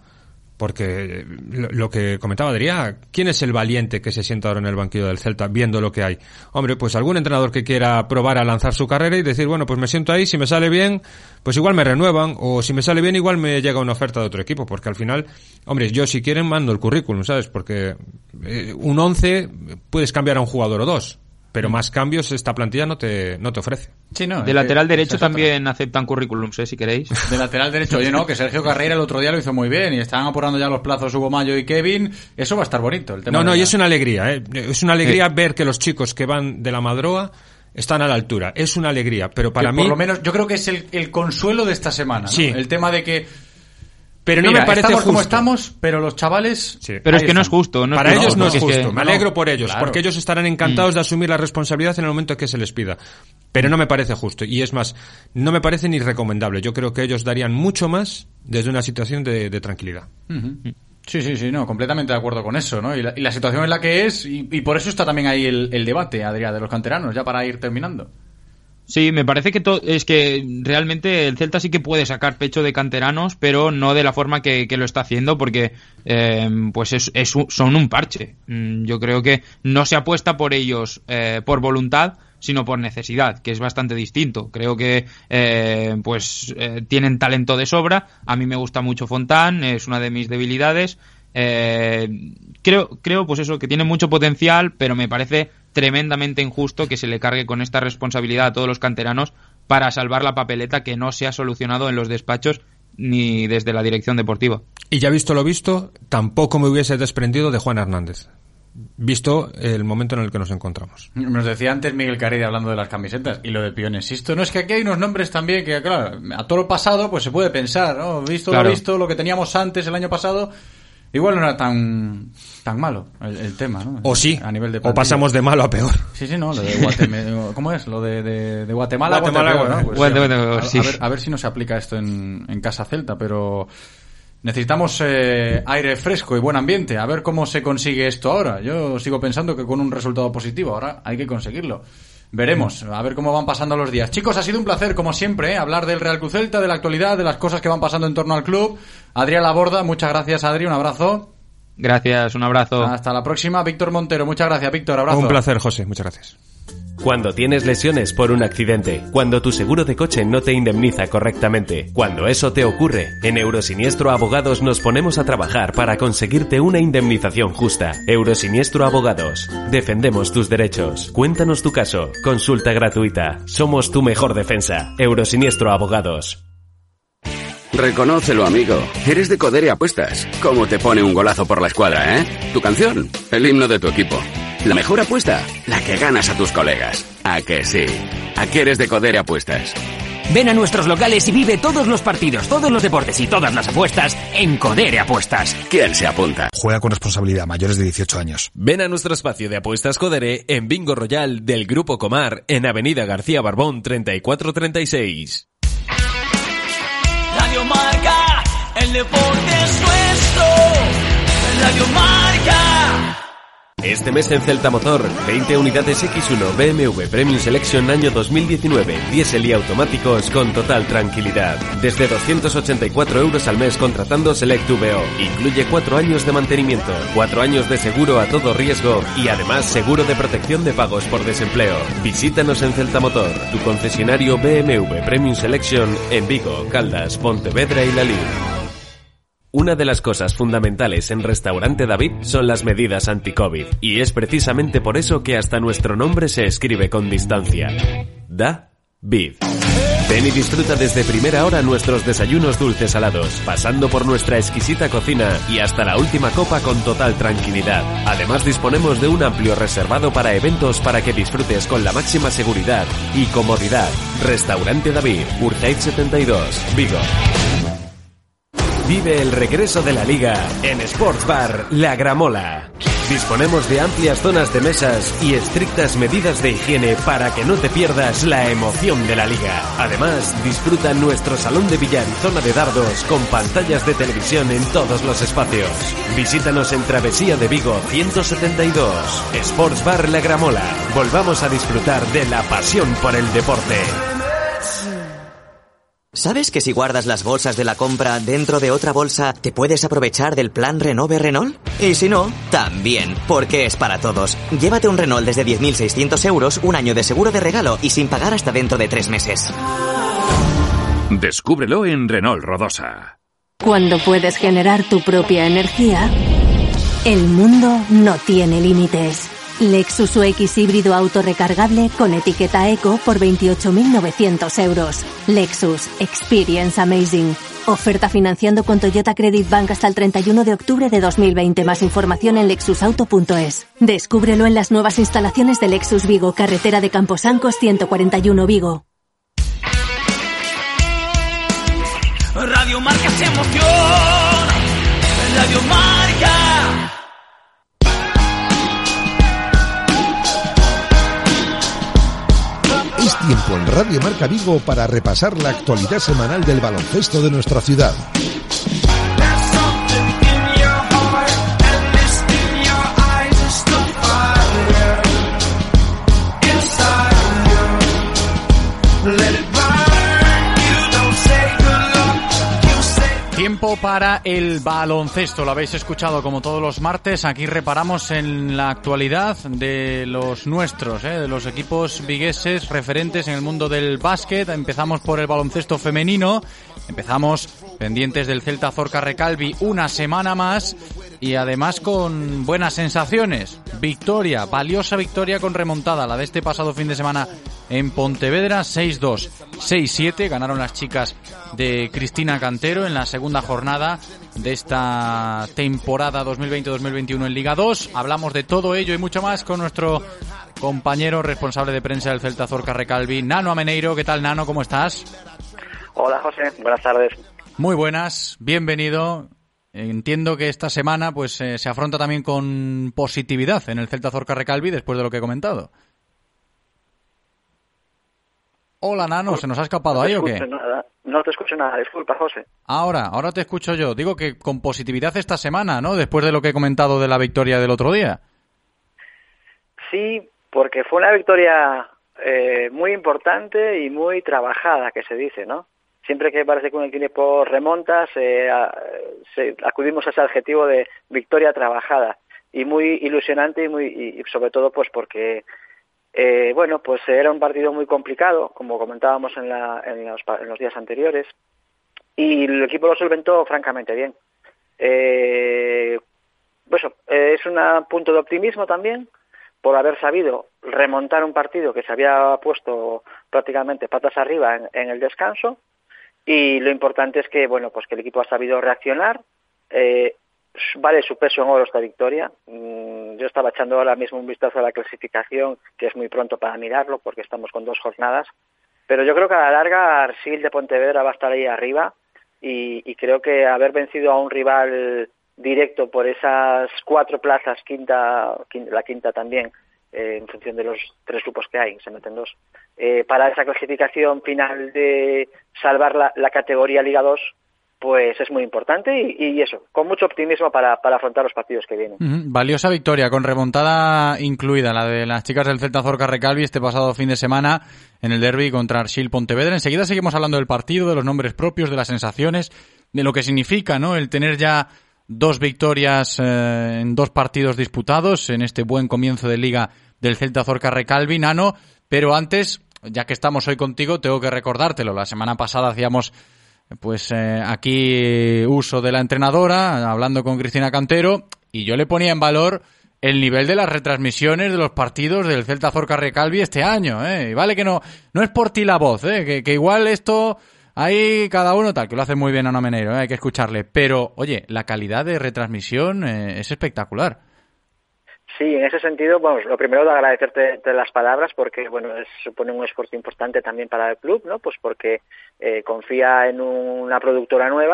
Porque lo, lo que comentaba Adrián, ¿quién es el valiente que se sienta ahora en el banquillo del Celta viendo lo que hay? Hombre, pues algún entrenador que quiera probar a lanzar su carrera y decir, bueno, pues me siento ahí, si me sale bien, pues igual me renuevan, o si me sale bien, igual me llega una oferta de otro equipo, porque al final, hombre, yo si quieren mando el currículum, ¿sabes? Porque eh, un once puedes cambiar a un jugador o dos, pero más cambios esta plantilla no te no te ofrece. Sí, no, de lateral derecho también aceptan currículums, ¿eh? Si queréis. De lateral derecho, oye, no, que Sergio Carreira el otro día lo hizo muy bien y están apurando ya los plazos Hugo Mayo y Kevin. Eso va a estar bonito. El tema no, no, la... y es una alegría, ¿eh? Es una alegría sí. ver que los chicos que van de la Madroa están a la altura. Es una alegría, pero para que mí... Por lo menos yo creo que es el, el consuelo de esta semana, ¿no? Sí. El tema de que... Pero no Mira, me parece estamos justo. como estamos, pero los chavales... Sí. Pero es que no es justo. No Para es ellos justo, no es es justo. que, me alegro no, por ellos, claro. porque ellos estarán encantados mm. de asumir la responsabilidad en el momento que se les pida. Pero no me parece justo. Y es más, no me parece ni recomendable. Yo creo que ellos darían mucho más desde una situación de, de tranquilidad. Uh-huh. Sí, sí, sí, no, completamente de acuerdo con eso, ¿no? Y la, y la situación en la que es, y, y por eso está también ahí el, el debate, Adrián, de los canteranos, ya para ir terminando. Sí, me parece que to- es que realmente el Celta sí que puede sacar pecho de canteranos, pero no de la forma que, que lo está haciendo, porque eh, pues es, es un, son un parche. Yo creo que no se apuesta por ellos eh, por voluntad, sino por necesidad, que es bastante distinto. Creo que eh, pues eh, tienen talento de sobra. A mí me gusta mucho Fontán, es una de mis debilidades. Eh, creo, creo pues eso, que tiene mucho potencial, pero me parece tremendamente injusto que se le cargue con esta responsabilidad a todos los canteranos para salvar la papeleta que no se ha solucionado en los despachos ni desde la dirección deportiva. Y ya visto lo visto, tampoco me hubiese desprendido de Juan Hernández, visto el momento en el que nos encontramos. Nos decía antes Miguel Caride hablando de las camisetas y lo de Piones. Esto no es que aquí hay unos nombres también que, claro, a todo lo pasado pues se puede pensar, ¿no? Visto claro. lo visto, lo que teníamos antes el año pasado... Igual no era tan tan malo el, el tema, ¿no? O sí, a nivel de o pasamos de malo a peor. Sí, sí, no, lo de Guatemala, ¿cómo es? Lo de, de, de Guatemala, Guatemala, Guatemala, ¿no? Pues Guatemala, sí, sí. a, a, ver, a ver si no se aplica esto en, en Casa Celta, pero necesitamos eh, aire fresco y buen ambiente. A ver cómo se consigue esto ahora. Yo sigo pensando que con un resultado positivo, ahora hay que conseguirlo. Veremos, a ver cómo van pasando los días. Chicos, ha sido un placer, como siempre, ¿eh? hablar del Real Cruz Celta, de la actualidad, de las cosas que van pasando en torno al club. Adrián Laborda, muchas gracias, Adri, un abrazo. Gracias, un abrazo. Hasta la próxima. Víctor Montero, muchas gracias, Víctor, abrazo. Un placer, José, muchas gracias. Cuando tienes lesiones por un accidente, cuando tu seguro de coche no te indemniza correctamente, cuando eso te ocurre, en Eurosiniestro Abogados nos ponemos a trabajar para conseguirte una indemnización justa. Eurosiniestro Abogados. Defendemos tus derechos. Cuéntanos tu caso. Consulta gratuita. Somos tu mejor defensa. Eurosiniestro Abogados. Reconócelo, amigo. Eres de Codere Apuestas. ¿Cómo te pone un golazo por la escuadra, eh? Tu canción, el himno de tu equipo. La mejor apuesta, la que ganas a tus colegas. ¿A que sí? ¿A qué eres de Codere Apuestas? Ven a nuestros locales y vive todos los partidos, todos los deportes y todas las apuestas en Codere Apuestas. ¿Quién se apunta? Juega con responsabilidad, mayores de dieciocho años. Ven a nuestro espacio de apuestas Codere en Bingo Royal del Grupo Comar en Avenida García Barbón treinta y cuatro treinta y seis. Radio Marca, el deporte es nuestro. Radio Marca. Este mes en Celta Motor, veinte unidades equis uno B M W Premium Selection año dos mil diecinueve, diésel y automáticos con total tranquilidad. Desde doscientos ochenta y cuatro euros al mes contratando Select V O. Incluye cuatro años de mantenimiento, cuatro años de seguro a todo riesgo y además seguro de protección de pagos por desempleo. Visítanos en Celta Motor, tu concesionario B M W Premium Selection en Vigo, Caldas, Pontevedra y Lalín. Una de las cosas fundamentales en Restaurante David son las medidas anti-COVID, y es precisamente por eso que hasta nuestro nombre se escribe con distancia. Da-Vid. Ven y disfruta desde primera hora nuestros desayunos dulces salados, pasando por nuestra exquisita cocina y hasta la última copa con total tranquilidad. Además disponemos de un amplio reservado para eventos para que disfrutes con la máxima seguridad y comodidad. Restaurante David, Urtaiz setenta y dos, Vigo. Vive el regreso de la Liga en Sports Bar La Gramola. Disponemos de amplias zonas de mesas y estrictas medidas de higiene para que no te pierdas la emoción de la liga. Además, disfruta nuestro salón de billar y zona de dardos con pantallas de televisión en todos los espacios. Visítanos en Travesía de Vigo ciento setenta y dos. Sports Bar La Gramola. Volvamos a disfrutar de la pasión por el deporte. ¿Sabes que si guardas las bolsas de la compra dentro de otra bolsa, te puedes aprovechar del plan Renove Renault? Y si no, también, porque es para todos. Llévate un Renault desde diez mil seiscientos euros, un año de seguro de regalo y sin pagar hasta dentro de tres meses. Descúbrelo en Renault Rodosa. Cuando puedes generar tu propia energía, el mundo no tiene límites. Lexus U X híbrido autorrecargable con etiqueta Eco por veintiocho mil novecientos euros. Lexus Experience Amazing. Oferta financiando con Toyota Credit Bank hasta el treinta y uno de octubre de dos mil veinte. Más información en lexus auto punto es. Descúbrelo en las nuevas instalaciones de Lexus Vigo, carretera de Camposancos ciento cuarenta y uno Vigo. Radio Marca se emociona. Radio Marca. Es tiempo en Radio Marca Vigo para repasar la actualidad semanal del baloncesto de nuestra ciudad. Tiempo para el baloncesto, lo habéis escuchado como todos los martes, aquí reparamos en la actualidad de los nuestros, ¿eh? de los equipos vigueses referentes en el mundo del básquet. Empezamos por el baloncesto femenino, empezamos pendientes del Celta Zorca Recalvi una semana más y además con buenas sensaciones. Victoria, valiosa victoria con remontada, la de este pasado fin de semana en Pontevedra, seis dos, seis siete, ganaron las chicas de Cristina Cantero en la segunda jornada de esta temporada dos mil veinte dos mil veintiuno en Liga dos. Hablamos de todo ello y mucho más con nuestro compañero responsable de prensa del Celta Zorca Recalvi, Nano Ameneiro. ¿Qué tal, Nano? ¿Cómo estás? Hola, José. Buenas tardes. Muy buenas. Bienvenido. Entiendo que esta semana pues eh, se afronta también con positividad en el Celta Zorca Recalvi después de lo que he comentado. Hola, Nano, ¿se nos ha escapado ahí o qué? Nada. No te escucho nada, disculpa, José. Ahora, ahora te escucho yo. Digo que con positividad esta semana, ¿no? Después de lo que he comentado de la victoria del otro día. Sí, porque fue una victoria eh, muy importante y muy trabajada, que se dice, ¿no? Siempre que parece que un equipo remonta, se, a, se, acudimos a ese adjetivo de victoria trabajada. Y muy ilusionante y, muy, y sobre todo pues porque... Eh, bueno, pues era un partido muy complicado, como comentábamos en, la, en, los, en los días anteriores, y el equipo lo solventó francamente bien. Eh, pues, eh, es un punto de optimismo también, por haber sabido remontar un partido que se había puesto prácticamente patas arriba en, en el descanso, y lo importante es que, bueno, pues que el equipo ha sabido reaccionar. eh, Vale su peso en oro esta victoria. Yo estaba echando ahora mismo un vistazo a la clasificación, que es muy pronto para mirarlo, porque estamos con dos jornadas. Pero yo creo que a la larga Arsil de Pontevedra va a estar ahí arriba y, y creo que haber vencido a un rival directo por esas cuatro plazas, quinta, quinta la quinta también, eh, en función de los tres grupos que hay, se meten dos, eh, para esa clasificación final de salvar la, la categoría Liga dos, pues es muy importante y, y eso, con mucho optimismo para, para afrontar los partidos que vienen. Uh-huh. Valiosa victoria, con remontada incluida, la de las chicas del Celta Zorca Recalvi este pasado fin de semana en el derbi contra Arsil Pontevedra. Enseguida seguimos hablando del partido, de los nombres propios, de las sensaciones, de lo que significa, ¿no?, el tener ya dos victorias eh, en dos partidos disputados en este buen comienzo de liga del Celta Zorca Recalvi, Nano. Pero antes, ya que estamos hoy contigo, tengo que recordártelo. La semana pasada hacíamos pues eh, aquí uso de la entrenadora, hablando con Cristina Cantero, y yo le ponía en valor el nivel de las retransmisiones de los partidos del Celta Zorca Recalvi este año, ¿eh? Y vale que no no es por ti la voz, ¿eh? Que, que igual esto, ahí cada uno tal, que lo hace muy bien Ana Menero, ¿eh? Hay que escucharle, pero oye, la calidad de retransmisión eh, es espectacular. Sí, en ese sentido, bueno, lo primero de agradecerte de las palabras, porque bueno, es, supone un esfuerzo importante también para el club, ¿no? Pues porque eh, confía en una productora nueva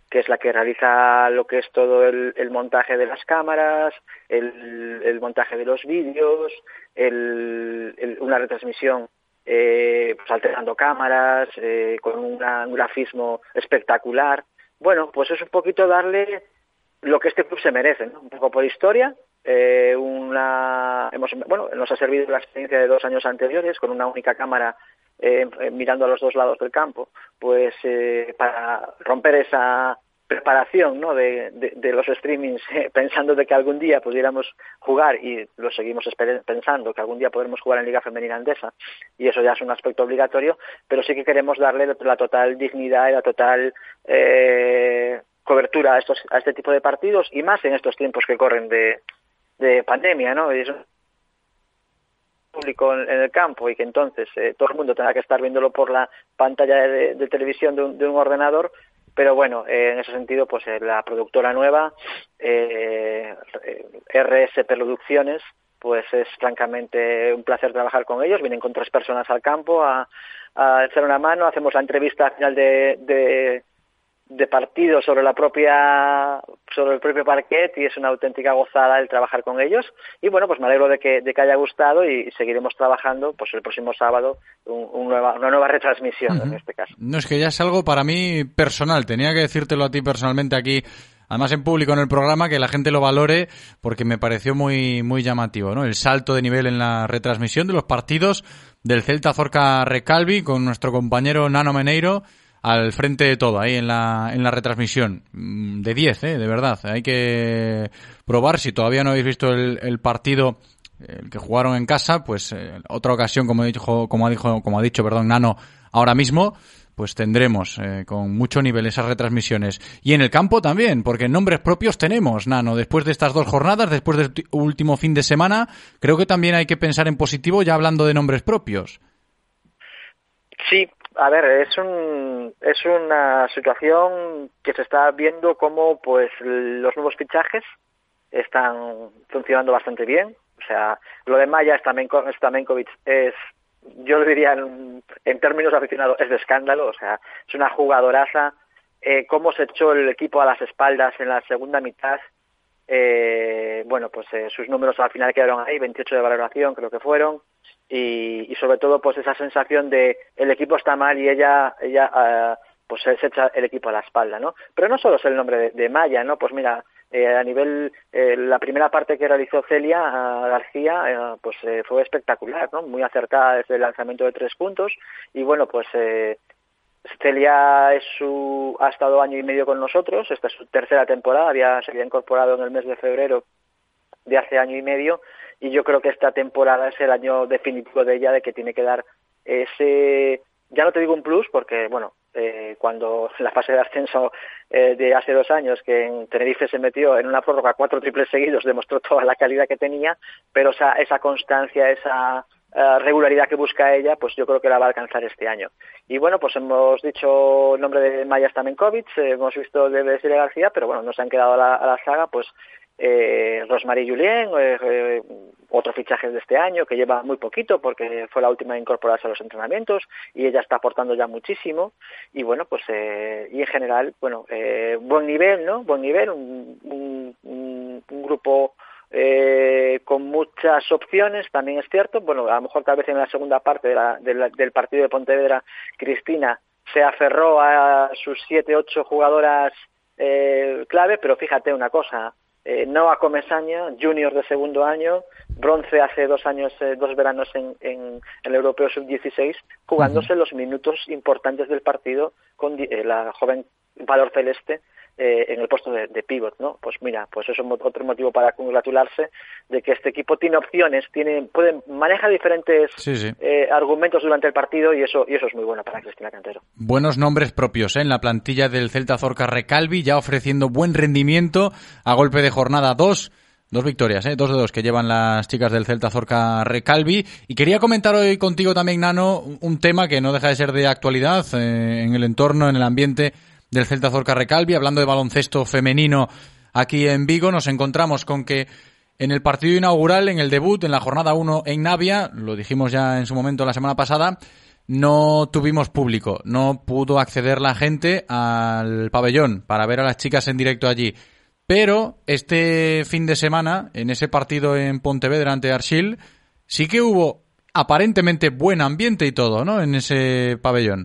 que es la que realiza lo que es todo el, el montaje de las cámaras, el, el montaje de los vídeos, el, el, una retransmisión eh, pues alternando cámaras, eh, con una, un grafismo espectacular. Bueno, pues es un poquito darle lo que este club se merece, ¿no? Un poco por historia. Eh, una hemos bueno nos ha servido la experiencia de dos años anteriores con una única cámara eh, mirando a los dos lados del campo, pues eh, para romper esa preparación, ¿no? de, de, de los streamings, eh, pensando de que algún día pudiéramos jugar, y lo seguimos esper- pensando que algún día podremos jugar en Liga Femenina Andesa, y eso ya es un aspecto obligatorio, pero sí que queremos darle la total dignidad y la total eh, cobertura a estos a este tipo de partidos, y más en estos tiempos que corren de de pandemia, ¿no? Y eso público en, en el campo, y que entonces eh, todo el mundo tenga que estar viéndolo por la pantalla de, de televisión de un, de un ordenador. Pero bueno, eh, en ese sentido, pues eh, la productora nueva, eh, R S Producciones, pues es francamente un placer trabajar con ellos. Vienen con tres personas al campo a, a echar una mano. Hacemos la entrevista al final de, de de partido sobre la propia sobre el propio parquet, y es una auténtica gozada el trabajar con ellos. Y bueno, pues me alegro de que de que haya gustado, y seguiremos trabajando pues el próximo sábado un, un nueva, una nueva retransmisión. Uh-huh. En este caso. No, es que ya es algo para mí personal, tenía que decírtelo a ti personalmente aquí, además en público en el programa, que la gente lo valore, porque me pareció muy muy llamativo, ¿no? El salto de nivel en la retransmisión de los partidos del Celta Zorca Recalvi, con nuestro compañero Nano Meneiro al frente de todo, ahí en la en la retransmisión. De diez, ¿eh? De verdad. Hay que probar, si todavía no habéis visto el, el partido, el que jugaron en casa, pues eh, otra ocasión, como dijo, como ha dicho, como ha dicho, perdón, Nano, ahora mismo, pues tendremos eh, con mucho nivel esas retransmisiones. Y en el campo también, porque nombres propios tenemos, Nano. Después de estas dos jornadas, después del último fin de semana, creo que también hay que pensar en positivo, ya hablando de nombres propios. Sí. A ver, es un es una situación que se está viendo como pues los nuevos fichajes están funcionando bastante bien. O sea, lo de Maya Stamenkovic es, yo lo diría en, en términos aficionados, es de escándalo. O sea, es una jugadoraza. Eh, cómo se echó el equipo a las espaldas en la segunda mitad. Eh, bueno, pues eh, sus números al final quedaron ahí, veintiocho de valoración creo que fueron. Y, y sobre todo pues esa sensación de el equipo está mal y ella ella uh, pues se echa el equipo a la espalda, ¿no? Pero no solo es el nombre de, de Maya, ¿no? Pues mira, eh, a nivel eh, la primera parte que realizó Celia uh, García uh, pues eh, fue espectacular, ¿no? Muy acertada desde el lanzamiento de tres puntos. Y bueno, pues eh, Celia es su ha estado año y medio con nosotros. Esta es su tercera temporada, había se había incorporado en el mes de febrero de hace año y medio. Y yo creo que esta temporada es el año definitivo de ella, de que tiene que dar ese, ya no te digo un plus, porque bueno, eh, cuando la fase de ascenso eh, de hace dos años, que en Tenerife se metió en una prórroga cuatro triples seguidos, demostró toda la calidad que tenía, pero esa, esa constancia, esa uh, regularidad que busca ella, pues yo creo que la va a alcanzar este año. Y bueno, pues hemos dicho el nombre de Maya Stamenkovic, eh, hemos visto el de Celia García, pero bueno, nos han quedado a la, a la saga, pues Eh, Rosmarie Julien, eh, eh, otro fichaje de este año que lleva muy poquito porque fue la última a incorporarse a los entrenamientos, y ella está aportando ya muchísimo. Y bueno, pues eh, y en general, bueno, eh, buen nivel, ¿no? Buen nivel, un, un, un, un grupo eh, con muchas opciones, también es cierto. Bueno, a lo mejor tal vez en la segunda parte de la, de la, del partido de Pontevedra, Cristina se aferró a sus siete, ocho jugadoras eh, clave, pero fíjate una cosa. Eh, Noa Comesaña, junior de segundo año, bronce hace dos años, eh, dos veranos en, en el Europeo sub dieciséis, jugándose uh-huh. los minutos importantes del partido con eh, la joven Valor Celeste eh, en el puesto de, de pívot, ¿no? Pues mira, pues eso es otro motivo para congratularse de que este equipo tiene opciones, tiene, puede, maneja diferentes sí, sí. Eh, argumentos durante el partido, y eso y eso es muy bueno para Cristina Cantero. Buenos nombres propios, ¿eh? En la plantilla del Celta Zorca Recalvi, ya ofreciendo buen rendimiento a golpe de jornada dos. Dos victorias, ¿eh? Dos de dos que llevan las chicas del Celta Zorca Recalvi. Y quería comentar hoy contigo también, Nano, un tema que no deja de ser de actualidad eh, en el entorno, en el ambiente del Celta Zorca Recalvi. Hablando de baloncesto femenino aquí en Vigo, nos encontramos con que en el partido inaugural, en el debut, en la jornada uno en Navia, lo dijimos ya en su momento la semana pasada, no tuvimos público, no pudo acceder la gente al pabellón para ver a las chicas en directo allí. Pero este fin de semana, en ese partido en Pontevedra ante Arxil, sí que hubo aparentemente buen ambiente y todo, ¿no?, en ese pabellón.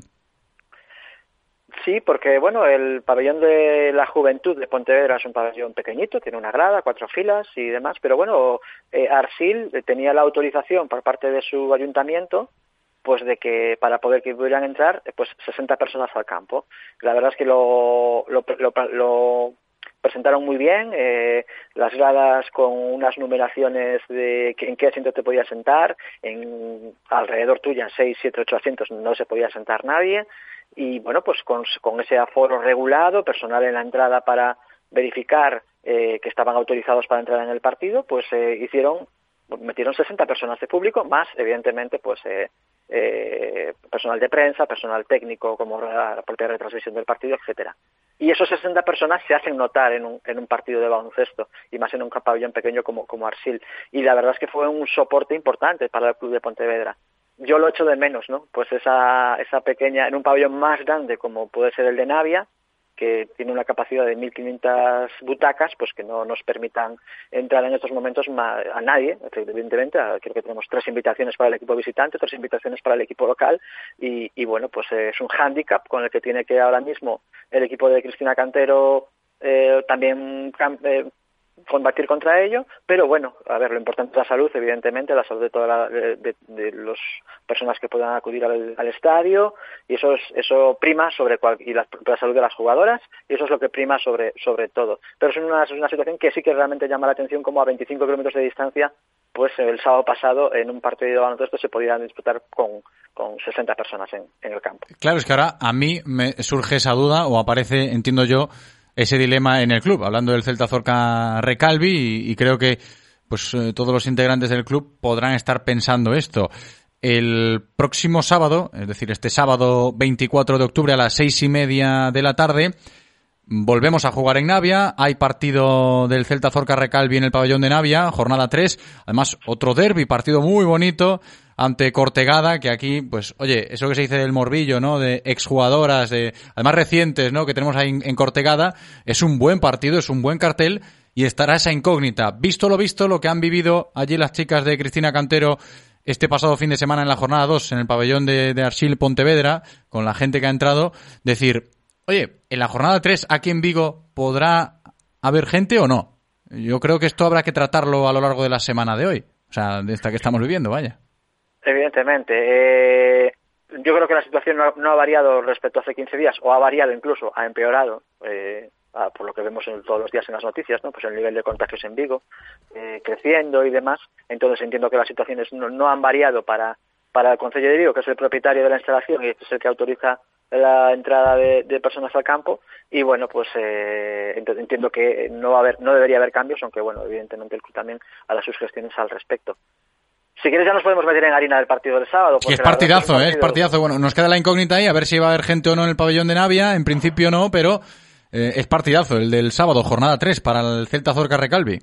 Sí, porque bueno, el pabellón de la Juventud de Pontevedra es un pabellón pequeñito, tiene una grada, cuatro filas y demás, pero bueno, eh, Arxil tenía la autorización por parte de su ayuntamiento, pues de que para poder que pudieran entrar, pues sesenta personas al campo. La verdad es que lo, lo, lo, lo presentaron muy bien, eh, las gradas con unas numeraciones de en qué asiento te podías sentar, en alrededor tuya, seis, siete, ocho asientos, no se podía sentar nadie. Y bueno, pues con, con ese aforo regulado, personal en la entrada para verificar eh, que estaban autorizados para entrar en el partido, pues eh, hicieron, metieron sesenta personas de público, más evidentemente pues eh, eh, personal de prensa, personal técnico como la, la propia retransmisión del partido, etcétera. Y esos sesenta personas se hacen notar en un, en un partido de baloncesto, y más en un pabellón pequeño como, como Arxil. Y la verdad es que fue un soporte importante para el club de Pontevedra. Yo lo echo de menos, ¿no? Pues esa esa pequeña, en un pabellón más grande como puede ser el de Navia, que tiene una capacidad de mil quinientas butacas, pues que no nos permitan entrar en estos momentos a nadie, evidentemente. Creo que tenemos tres invitaciones para el equipo visitante, tres invitaciones para el equipo local, y, y bueno, pues es un hándicap con el que tiene que ahora mismo el equipo de Cristina Cantero eh, también eh, combatir contra ello, pero bueno, a ver, lo importante es la salud, evidentemente, la salud de todas la, de, de, de las personas que puedan acudir al, al estadio, y eso es, eso prima sobre cual, y la, la salud de las jugadoras, y eso es lo que prima sobre sobre todo. Pero es una, es una situación que sí que realmente llama la atención, como a veinticinco kilómetros de distancia, pues el sábado pasado en un partido de baloncesto se podían disputar con, con sesenta personas en, en el campo. Claro, es que ahora a mí me surge esa duda, o aparece, entiendo yo, ese dilema en el club, hablando del Celta Zorca Recalvi, y, y creo que pues eh, todos los integrantes del club podrán estar pensando esto. El próximo sábado, es decir, este sábado veinticuatro de octubre a las seis y media de la tarde, volvemos a jugar en Navia. Hay partido del Celta Zorca Recalvi en el pabellón de Navia, jornada tres. Además, otro derbi, partido muy bonito ante Cortegada, que aquí, pues, oye, eso que se dice del morbillo, ¿no?, de exjugadoras, de, además recientes, ¿no?, que tenemos ahí en, en Cortegada, es un buen partido, es un buen cartel, y estará esa incógnita. Visto lo visto, lo que han vivido allí las chicas de Cristina Cantero este pasado fin de semana en la jornada dos, en el pabellón de, de Arxil Pontevedra, con la gente que ha entrado, decir, oye, en la jornada tres, aquí en Vigo, ¿podrá haber gente o no? Yo creo que esto habrá que tratarlo a lo largo de la semana de hoy, o sea, de esta que estamos viviendo, vaya. Evidentemente. Eh, yo creo que la situación no, no ha variado respecto a hace quince días, o ha variado incluso, ha empeorado, eh, a, por lo que vemos en, todos los días en las noticias, ¿no? Pues el nivel de contagios en Vigo eh, creciendo y demás. Entonces entiendo que las situaciones no, no han variado para, para el Concello de Vigo, que es el propietario de la instalación y es el que autoriza la entrada de, de personas al campo, y bueno, pues eh, entiendo que no va a haber, no debería haber cambios, aunque bueno, evidentemente el club también hará sus gestiones al respecto. Si quieres ya nos podemos meter en harina del partido del sábado. Es partidazo, ¿eh? Es partidazo. Bueno, nos queda la incógnita ahí, a ver si va a haber gente o no en el pabellón de Navia. En principio no, pero eh, es partidazo el del sábado, jornada tres, para el Celta Zorca Recalvi.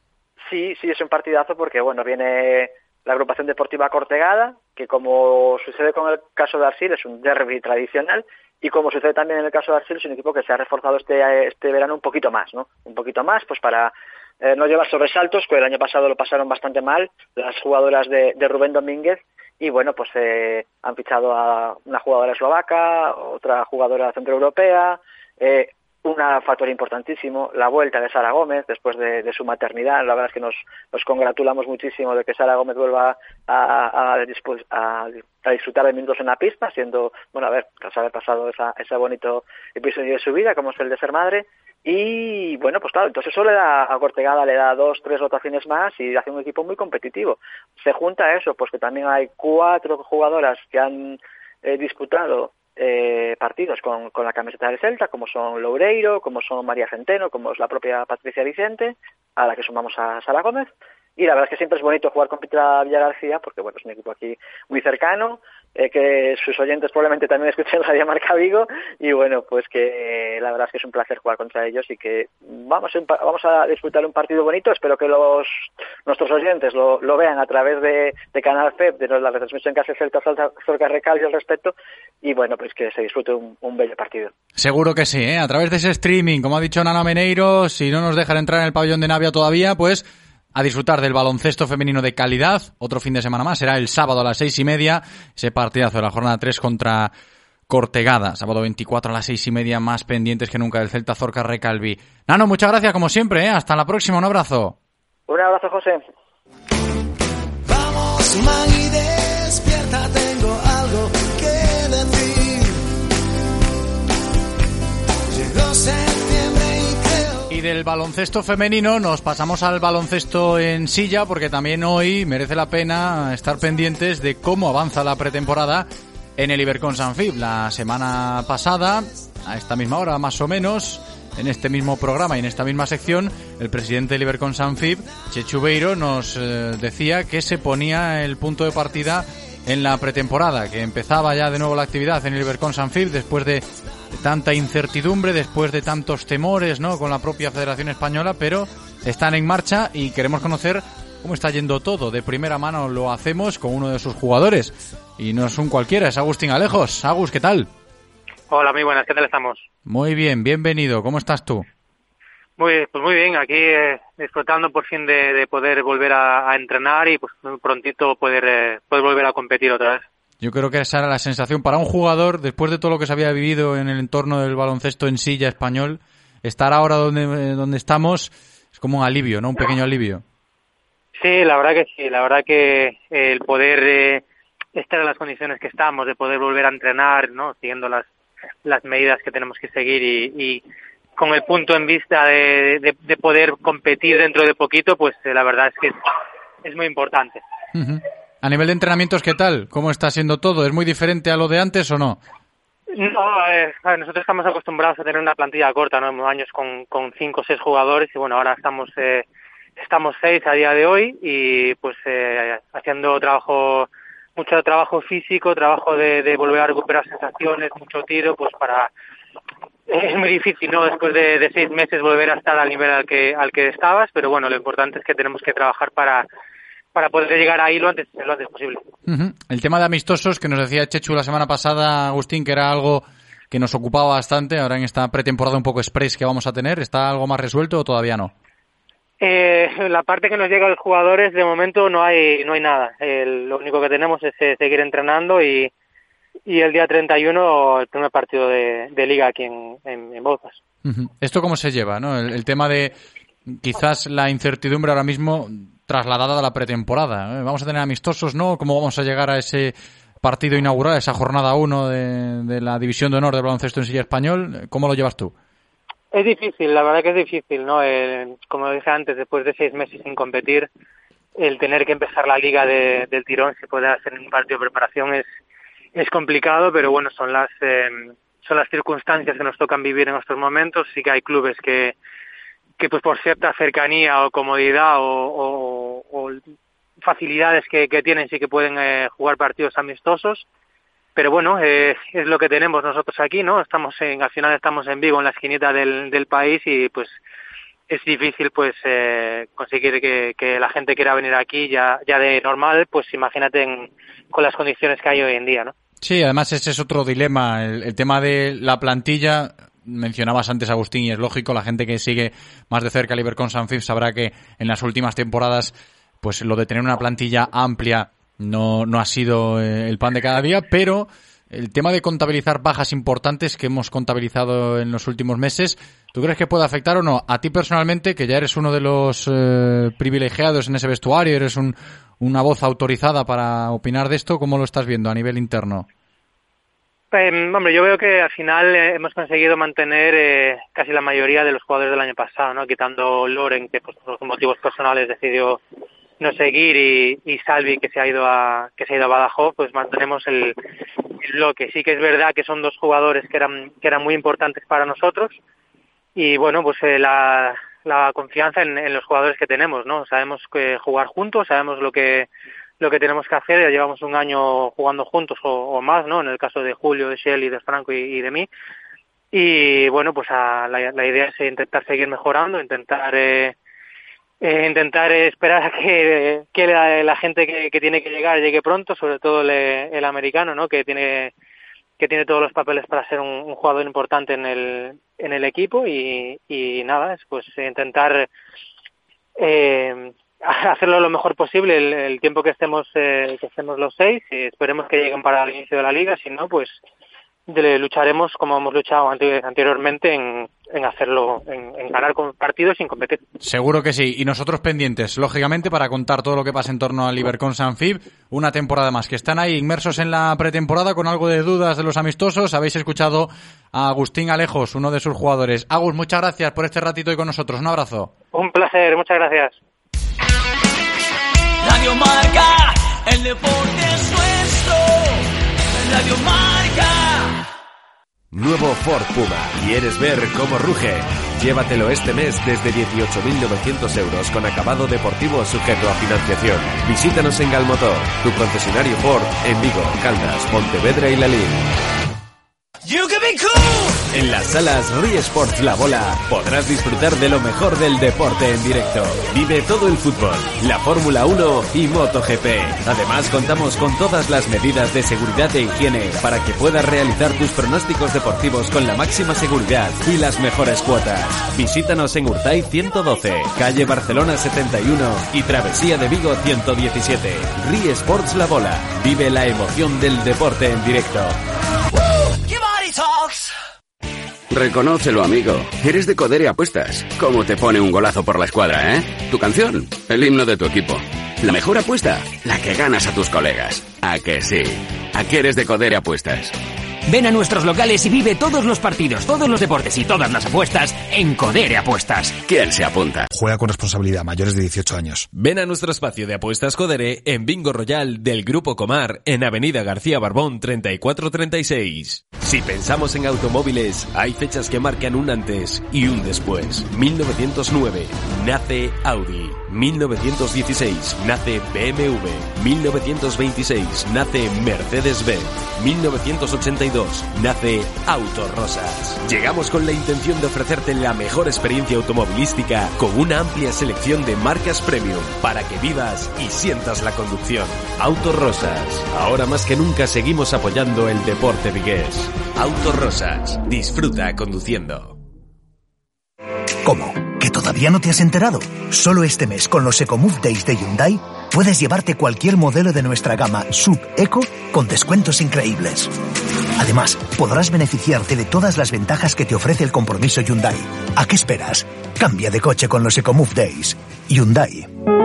Sí, sí, es un partidazo porque, bueno, viene la agrupación deportiva Cortegada, que como sucede con el caso de Arxil, es un derbi tradicional, y como sucede también en el caso de Arxil, es un equipo que se ha reforzado este, este verano un poquito más, ¿no? Un poquito más, pues para Eh, no llevar sobresaltos, que el año pasado lo pasaron bastante mal las jugadoras de, de Rubén Domínguez, y bueno, pues eh, han fichado a una jugadora eslovaca, otra jugadora centroeuropea, eh, un factor importantísimo, la vuelta de Sara Gómez después de, de su maternidad. La verdad es que nos, nos congratulamos muchísimo de que Sara Gómez vuelva a, a, a, a disfrutar de minutos en la pista, siendo, bueno, a ver, tras haber pasado esa, ese bonito episodio de su vida, como es el de ser madre. Y bueno, pues claro, entonces eso le da a Cortegada, le da dos, tres rotaciones más y hace un equipo muy competitivo. Se junta eso, pues que también hay cuatro jugadoras que han eh, disputado eh, partidos con, con la camiseta del Celta, como son Loureiro, como son María Centeno, como es la propia Patricia Vicente, a la que sumamos a Sara Gómez. y la verdad es que siempre es bonito jugar con Pitra Villagarcía, porque bueno, es un equipo aquí muy cercano, eh, que sus oyentes probablemente también escuchen Radio Marca Vigo, y bueno, pues que eh, la verdad es que es un placer jugar contra ellos y que vamos a, vamos a disfrutar un partido bonito. Espero que los nuestros oyentes lo, lo vean a través de, de Canal F E P, de la retransmisión que hace Celta Zorca Recalvi al respecto, y bueno, pues que se disfrute un, un bello partido. Seguro que sí, ¿eh? A través de ese streaming, como ha dicho Nano Meneiro, si no nos dejan entrar en el pabellón de Navia todavía, pues a disfrutar del baloncesto femenino de calidad. Otro fin de semana más, será el sábado a las seis y media, ese partidazo de la jornada tres contra Cortegada. Sábado veinticuatro a las seis y media, más pendientes que nunca del Celta Zorca Recalvi. Nano, muchas gracias como siempre, ¿eh? Hasta la próxima, un abrazo. Un abrazo, José. Vamos, Magui, despierta, tengo algo que decir. Llegó septiembre y creo... Y del baloncesto femenino nos pasamos al baloncesto en silla, porque también hoy merece la pena estar pendientes de cómo avanza la pretemporada en el Ibercon Sanfib. La semana pasada, a esta misma hora más o menos, en este mismo programa y en esta misma sección, el presidente del Ibercon Sanfib, Chechu Beiro, nos eh, decía que se ponía el punto de partida en la pretemporada, que empezaba ya de nuevo la actividad en el Ibercon Sanfib después de tanta incertidumbre, después de tantos temores, ¿no?, con la propia Federación Española, pero están en marcha y queremos conocer cómo está yendo todo. De primera mano lo hacemos con uno de sus jugadores, y no es un cualquiera, es Agustín Alejos. Agus, ¿qué tal? Hola, muy buenas, ¿qué tal estamos? Muy bien, bienvenido, ¿cómo estás tú? Muy, pues muy bien, aquí eh, disfrutando por fin de, de poder volver a, a entrenar y pues muy prontito poder, eh, poder volver a competir otra vez. Yo creo que esa era la sensación para un jugador, después de todo lo que se había vivido en el entorno del baloncesto en silla español, estar ahora donde, donde estamos es como un alivio, ¿no? Un pequeño alivio. Sí, la verdad que sí, la verdad que el poder eh, estar en las condiciones que estamos, de poder volver a entrenar, ¿no?, siguiendo las, las medidas que tenemos que seguir y, y con el punto en vista de, de, de poder competir dentro de poquito, pues eh, la verdad es que es, es muy importante. Uh-huh. A nivel de entrenamientos, ¿qué tal? ¿Cómo está siendo todo? ¿Es muy diferente a lo de antes o no? No, eh, a ver, nosotros estamos acostumbrados a tener una plantilla corta, ¿no? Hemos años con, con cinco o seis jugadores y bueno, ahora estamos eh, estamos seis a día de hoy y pues eh, haciendo trabajo, mucho trabajo físico, trabajo de, de volver a recuperar sensaciones, mucho tiro, pues para... Es muy difícil, ¿no?, después de, de seis meses volver a estar al nivel al que al que estabas, pero bueno, lo importante es que tenemos que trabajar para para poder llegar ahí lo antes lo antes posible. Uh-huh. El tema de amistosos que nos decía Chechu la semana pasada, Agustín, que era algo que nos ocupaba bastante ahora en esta pretemporada un poco express que vamos a tener, ¿está algo más resuelto o todavía no? Eh, la parte que nos llega a los jugadores, de momento no hay no hay nada. Eh, lo único que tenemos es eh, seguir entrenando y y el día treinta y uno el primer partido de, de liga aquí en, en, en Bouzas. Uh-huh. ¿Esto cómo se lleva, no? El, el tema de quizás la incertidumbre ahora mismo trasladada a la pretemporada, ¿eh? ¿Vamos a tener amistosos, no? ¿Cómo vamos a llegar a ese partido inaugural, esa jornada uno de, de la División de Honor de Baloncesto en Silla Español? ¿Cómo lo llevas tú? Es difícil, la verdad que es difícil, ¿no? El, como dije antes, después de seis meses sin competir, el tener que empezar la liga de, del tirón, si puede hacer un partido de preparación, es es complicado, pero bueno, son las eh, son las circunstancias que nos tocan vivir en estos momentos. Sí que hay clubes que que pues por cierta cercanía o comodidad o, o, o facilidades que, que tienen sí que pueden eh, jugar partidos amistosos, pero bueno, eh, es lo que tenemos nosotros aquí, ¿no? Estamos en, al final estamos en Vigo, en la esquinita del, del país y pues es difícil pues eh, conseguir que, que la gente quiera venir aquí ya ya de normal, pues imagínate en, con las condiciones que hay hoy en día, ¿no? Sí, además ese es otro dilema, el, el tema de la plantilla. Mencionabas antes, Agustín, y es lógico, la gente que sigue más de cerca el Ibercon Sanfib sabrá que en las últimas temporadas pues lo de tener una plantilla amplia no, no ha sido eh, el pan de cada día, pero el tema de contabilizar bajas importantes que hemos contabilizado en los últimos meses, ¿tú crees que puede afectar o no? A ti personalmente, que ya eres uno de los eh, privilegiados en ese vestuario, eres un, una voz autorizada para opinar de esto, ¿cómo lo estás viendo a nivel interno? Eh, hombre, yo veo que al final eh, hemos conseguido mantener eh, casi la mayoría de los jugadores del año pasado, ¿no? Quitando Loren, que pues, por motivos personales decidió no seguir, y, y Salvi, que se ha ido a que se ha ido a Badajoz, pues mantenemos el, el bloque. Sí que es verdad que son dos jugadores que eran que eran muy importantes para nosotros y bueno, pues eh, la la confianza en, en los jugadores que tenemos, ¿no? Sabemos que jugar juntos, sabemos lo que lo que tenemos que hacer, ya llevamos un año jugando juntos o, o más, ¿no? En el caso de Julio, de Shelly, de Franco y, y de mí. Y bueno, pues a, la, la idea es intentar seguir mejorando, intentar eh, eh, intentar esperar a que, que la, la gente que, que tiene que llegar llegue pronto, sobre todo el, el americano, ¿no? Que tiene que tiene todos los papeles para ser un, un jugador importante en el en el equipo y, y nada, es pues intentar eh, hacerlo lo mejor posible el, el tiempo que estemos eh, que estemos los seis y esperemos que lleguen para el inicio de la liga, si no pues de, lucharemos como hemos luchado ante, anteriormente en, en hacerlo, en, en ganar con partidos sin competir. Seguro que sí, y nosotros pendientes, lógicamente, para contar todo lo que pasa en torno al Ibercon Sanfib, una temporada más, que están ahí inmersos en la pretemporada con algo de dudas de los amistosos. Habéis escuchado a Agustín Alejos, uno de sus jugadores. Agus, muchas gracias por este ratito hoy con nosotros, un abrazo. Un placer, muchas gracias. Radio Marca, el deporte es nuestro. Radio Marca. Nuevo Ford Puma. ¿Quieres ver cómo ruge? Llévatelo este mes desde dieciocho mil novecientos euros con acabado deportivo sujeto a financiación. Visítanos en Galmotor, tu concesionario Ford en Vigo, Caldas, Pontevedra y Lalín. You can be cool. En las salas Rie Sports La Bola podrás disfrutar de lo mejor del deporte en directo. Vive todo el fútbol, la Fórmula uno y MotoGP. Además contamos con todas las medidas de seguridad e higiene para que puedas realizar tus pronósticos deportivos con la máxima seguridad y las mejores cuotas. Visítanos en Urtay ciento doce, calle Barcelona setenta y uno y Travesía de Vigo ciento diecisiete. Rie Sports La Bola. Vive la emoción del deporte en directo. Reconócelo, amigo. Eres de Codere Apuestas. ¿Cómo te pone un golazo por la escuadra, eh? Tu canción, el himno de tu equipo. La mejor apuesta, la que ganas a tus colegas. ¿A que sí? ¿A qué eres de Codere Apuestas? Ven a nuestros locales y vive todos los partidos, todos los deportes y todas las apuestas en Codere Apuestas. ¿Quién se apunta? Juega con responsabilidad, mayores de dieciocho años. Ven a nuestro espacio de apuestas Codere en Bingo Royal del Grupo Comar en Avenida García Barbón treinta y cuatro treinta y seis. Si pensamos en automóviles, hay fechas que marcan un antes y un después. mil novecientos nueve nace Audi. mil novecientos dieciséis nace B M W. mil novecientos veintiséis nace Mercedes-Benz. mil novecientos ochenta y dos nace Autos Rosas. Llegamos con la intención de ofrecerte la mejor experiencia automovilística con una amplia selección de marcas premium para que vivas y sientas la conducción. Autos Rosas. Ahora más que nunca seguimos apoyando el deporte vigués. Autos Rosas. Disfruta conduciendo. ¿Cómo? ¿Que todavía no te has enterado? Solo este mes, con los EcoMove Days de Hyundai, puedes llevarte cualquier modelo de nuestra gama Sub Eco con descuentos increíbles. Además, podrás beneficiarte de todas las ventajas que te ofrece el compromiso Hyundai. ¿A qué esperas? Cambia de coche con los EcoMove Days. Hyundai.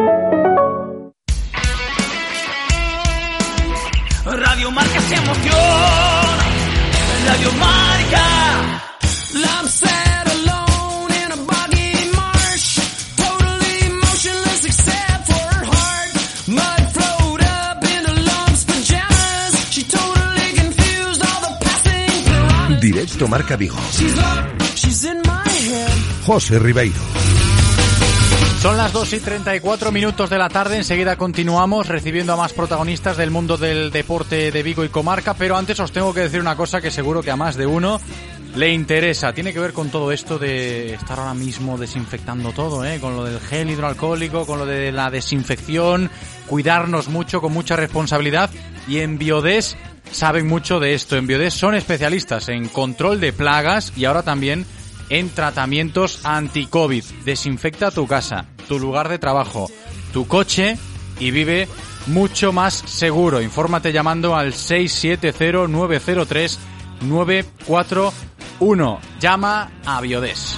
Radio Marca se emoción. Radio Marca. I'm sad alone in a boggy marsh, totally motionless except for her heart. Mud flowed up into lumps, pajamas. She totally confused all the passing piranhas. Directo Marca Vigo. She's up, she's in my head. José Ribeiro. Son las dos y treinta y cuatro minutos de la tarde. Enseguida continuamos recibiendo a más protagonistas del mundo del deporte de Vigo y comarca, pero antes os tengo que decir una cosa que seguro que a más de uno le interesa. Tiene que ver con todo esto de estar ahora mismo desinfectando todo, ¿eh? Con lo del gel hidroalcohólico, con lo de la desinfección, cuidarnos mucho, con mucha responsabilidad. Y en Biodes saben mucho de esto. En Biodes son especialistas en control de plagas y ahora también en tratamientos anti-COVID. Desinfecta tu casa, tu lugar de trabajo, tu coche y vive mucho más seguro. Infórmate llamando al seis siete cero nueve cero tres nueve cuatro uno. Llama a Biodes.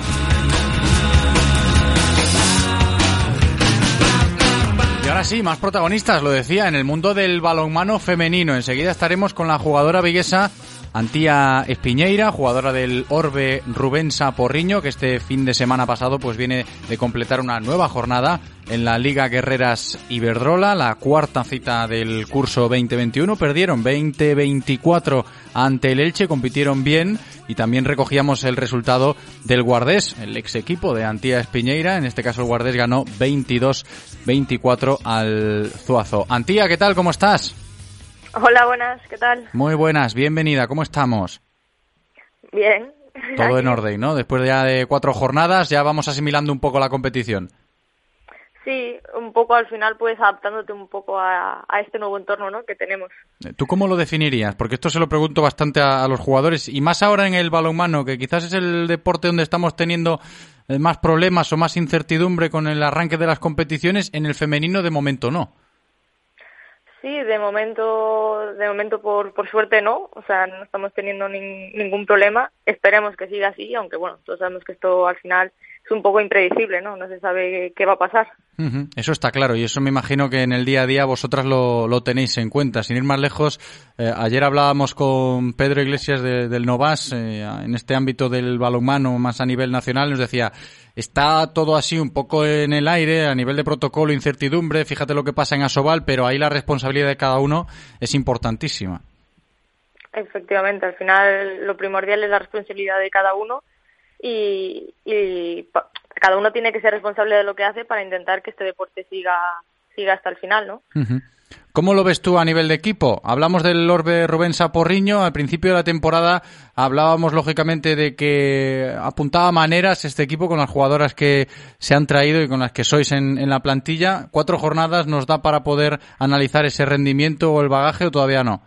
Y ahora sí, más protagonistas, lo decía, en el mundo del balonmano femenino. Enseguida estaremos con la jugadora viguesa Antía Espiñeira, jugadora del Orbe Rubensa Porriño, que este fin de semana pasado pues viene de completar una nueva jornada en la Liga Guerreras Iberdrola, la cuarta cita del curso veinte veintiuno. Perdieron veinte veinticuatro ante el Elche, compitieron bien y también recogíamos el resultado del Guardés, el ex equipo de Antía Espiñeira. En este caso el Guardés ganó veintidós veinticuatro al Zuazo. Antía, ¿qué tal? ¿Cómo estás? Hola, buenas, ¿qué tal? Muy buenas, bienvenida, ¿cómo estamos? Bien. Todo en orden, ¿no? Después ya de cuatro jornadas ya vamos asimilando un poco la competición. Sí, un poco al final pues adaptándote un poco a, a este nuevo entorno, ¿no?, que tenemos. ¿Tú cómo lo definirías? Porque esto se lo pregunto bastante a, a los jugadores y más ahora en el balonmano, que quizás es el deporte donde estamos teniendo más problemas o más incertidumbre con el arranque de las competiciones. En el femenino de momento no. Sí, de momento, de momento por, por suerte no, o sea, no estamos teniendo nin, ningún problema. Esperemos que siga así, aunque bueno, todos sabemos que esto al final es un poco impredecible, ¿no? No se sabe qué va a pasar. Uh-huh. Eso está claro y eso me imagino que en el día a día vosotras lo, lo tenéis en cuenta. Sin ir más lejos, eh, ayer hablábamos con Pedro Iglesias de, del Novas, eh, en este ámbito del balonmano más a nivel nacional, nos decía, está todo así un poco en el aire, a nivel de protocolo, incertidumbre, fíjate lo que pasa en Asobal, pero ahí la responsabilidad de cada uno es importantísima. Efectivamente, al final lo primordial es la responsabilidad de cada uno. Y, y pa, cada uno tiene que ser responsable de lo que hace para intentar que este deporte siga siga hasta el final, ¿no? Uh-huh. ¿Cómo lo ves tú a nivel de equipo? Hablamos del Orbe Rubén Saporriño. Al principio de la temporada hablábamos lógicamente de que apuntaba maneras este equipo con las jugadoras que se han traído y con las que sois en, en la plantilla. ¿Cuatro jornadas nos da para poder analizar ese rendimiento o el bagaje o todavía no?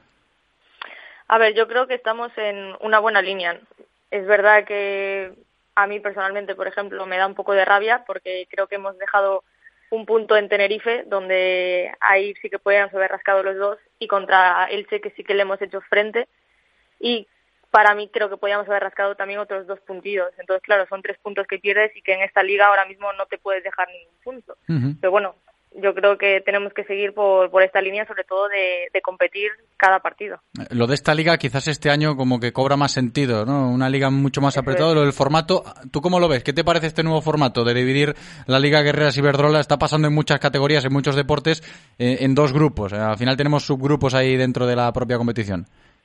A ver, yo creo que estamos en una buena línea. Es verdad que a mí personalmente, por ejemplo, me da un poco de rabia porque creo que hemos dejado un punto en Tenerife donde ahí sí que podíamos haber rascado los dos y contra Elche que sí que le hemos hecho frente y para mí creo que podíamos haber rascado también otros dos puntillos. Entonces, claro, son tres puntos que pierdes y que en esta liga ahora mismo no te puedes dejar ningún punto. Uh-huh. Pero bueno, yo creo que tenemos que seguir por, por esta línea, sobre todo de, de competir cada partido. Lo de esta liga quizás este año como que cobra más sentido, ¿no? Una liga mucho más apretada. Lo del formato, ¿tú cómo lo ves? ¿Qué te parece este nuevo formato de dividir la Liga Guerreras Iberdrola? Está pasando en muchas categorías, en muchos deportes, eh, en dos grupos. Al final tenemos subgrupos ahí dentro de la propia competición.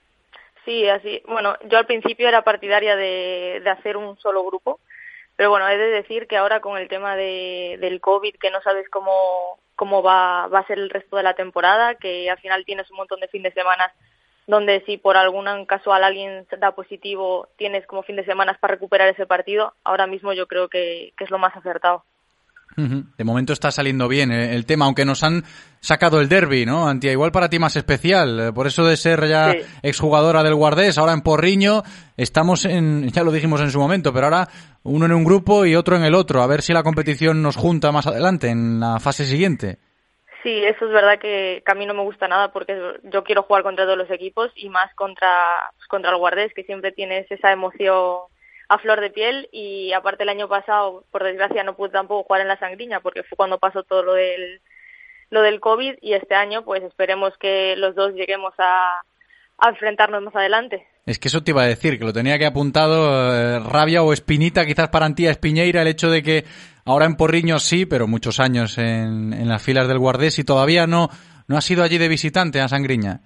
Sí, así. Bueno, yo al principio era partidaria de, de hacer un solo grupo. Pero bueno, he de decir que ahora con el tema de, del COVID, que no sabes cómo cómo va, va a ser el resto de la temporada, que al final tienes un montón de fin de semana donde si por algún casual alguien da positivo, tienes como fin de semana para recuperar ese partido. Ahora mismo yo creo que, que es lo más acertado. De momento está saliendo bien el tema, aunque nos han sacado el derbi, ¿no? Antía, igual para ti más especial, por eso de ser ya sí. exjugadora del Guardés, ahora en Porriño, estamos en, ya lo dijimos en su momento, pero ahora uno en un grupo y otro en el otro, a ver si la competición nos junta más adelante, en la fase siguiente. Sí, eso es verdad que, que a mí no me gusta nada porque yo quiero jugar contra todos los equipos y más contra, pues, contra el Guardés, que siempre tienes esa emoción a flor de piel y aparte el año pasado, por desgracia, no pude tampoco jugar en la Sangriña porque fue cuando pasó todo lo del lo del COVID y este año pues esperemos que los dos lleguemos a, a enfrentarnos más adelante. Es que eso te iba a decir, que lo tenía que apuntado, eh, rabia o espinita quizás para Antía Espiñeira el hecho de que ahora en Porriño sí, pero muchos años en, en las filas del Guardés y todavía no, no ha sido allí de visitante a Sangriña.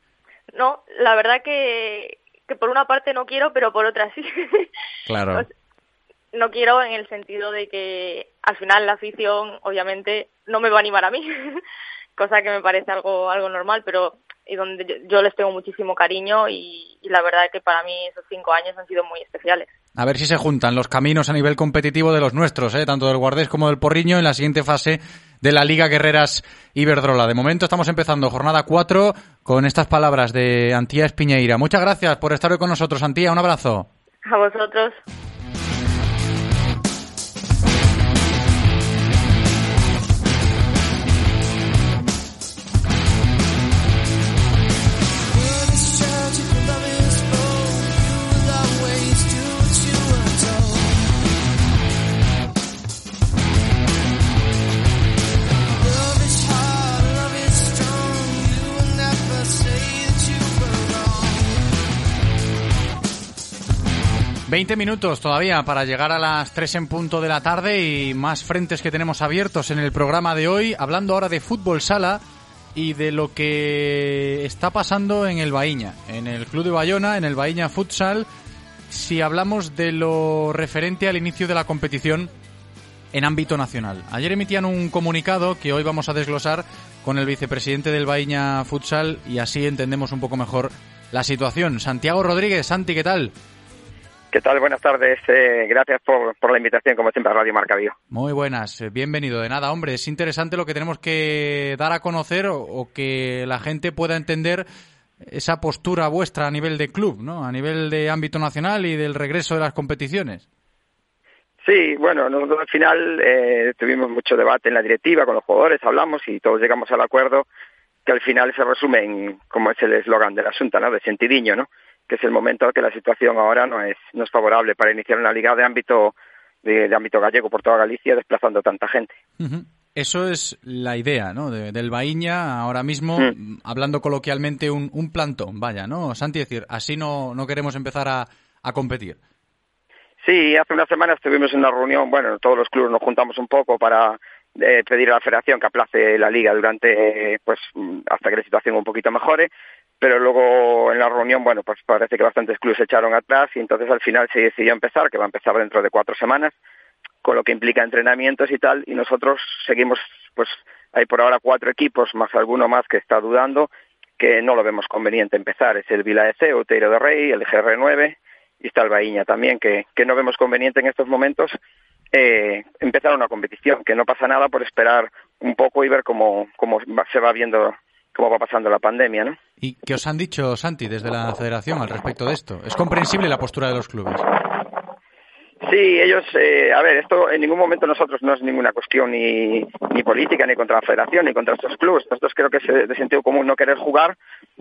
No, la verdad que que por una parte no quiero, pero por otra sí. Claro. No quiero en el sentido de que al final la afición obviamente no me va a animar a mí, cosa que me parece algo algo normal, pero y donde yo, yo les tengo muchísimo cariño y, y la verdad es que para mí esos cinco años han sido muy especiales. A ver si se juntan los caminos a nivel competitivo de los nuestros, ¿eh? Tanto del Guardés como del Porriño en la siguiente fase de la Liga Guerreras Iberdrola. De momento estamos empezando jornada cuatro con estas palabras de Antía Espiñeira. Muchas gracias por estar hoy con nosotros, Antía. Un abrazo. A vosotros. veinte minutos todavía para llegar a las tres en punto de la tarde y más frentes que tenemos abiertos en el programa de hoy, hablando ahora de fútbol sala y de lo que está pasando en el Baíña, en el Club de Bayona, en el Baíña Futsal, si hablamos de lo referente al inicio de la competición en ámbito nacional. Ayer emitían un comunicado que hoy vamos a desglosar con el vicepresidente del Baíña Futsal y así entendemos un poco mejor la situación. Santiago Rodríguez, Santi, ¿qué tal? ¿Qué tal? Buenas tardes. Eh, gracias por, por la invitación, como siempre, a Radio Marca Vigo. Muy buenas. Bienvenido. De nada, hombre. Es interesante lo que tenemos que dar a conocer o, o que la gente pueda entender esa postura vuestra a nivel de club, ¿no? A nivel de ámbito nacional y del regreso de las competiciones. Sí, bueno, nosotros al final eh, tuvimos mucho debate en la directiva con los jugadores, hablamos y todos llegamos al acuerdo que al final se resume en, como es el eslogan del asunto, ¿no? De sentidiño, ¿no? Que es el momento en que la situación ahora no es no es favorable para iniciar una liga de ámbito de, de ámbito gallego por toda Galicia, desplazando tanta gente. Uh-huh. Eso es la idea, ¿no? De, del Baíña ahora mismo, mm. hablando coloquialmente, un, un plantón, vaya, ¿no? Santi, decir, así no, no queremos empezar a, a competir. Sí, hace unas semanas tuvimos una reunión, bueno, todos los clubes nos juntamos un poco para eh, pedir a la federación que aplace la liga durante, eh, pues, hasta que la situación un poquito mejore. Pero luego en la reunión, bueno, pues parece que bastantes clubes se echaron atrás y entonces al final se decidió empezar, que va a empezar dentro de cuatro semanas, con lo que implica entrenamientos y tal, y nosotros seguimos, pues hay por ahora cuatro equipos, más alguno más que está dudando, que no lo vemos conveniente empezar. Es el Vila de Ceo, Outeiro de Rei, el G R nueve, y está el Baíña también, que, que no vemos conveniente en estos momentos eh, empezar una competición, que no pasa nada por esperar un poco y ver cómo, cómo va, se va viendo cómo va pasando la pandemia, ¿no? ¿Y qué os han dicho, Santi, desde la federación al respecto de esto? ¿Es comprensible la postura de los clubes? Sí, ellos, eh, a ver, esto en ningún momento nosotros no es ninguna cuestión ni, ni política, ni contra la federación, ni contra estos clubes. Nosotros creo que es de sentido común no querer jugar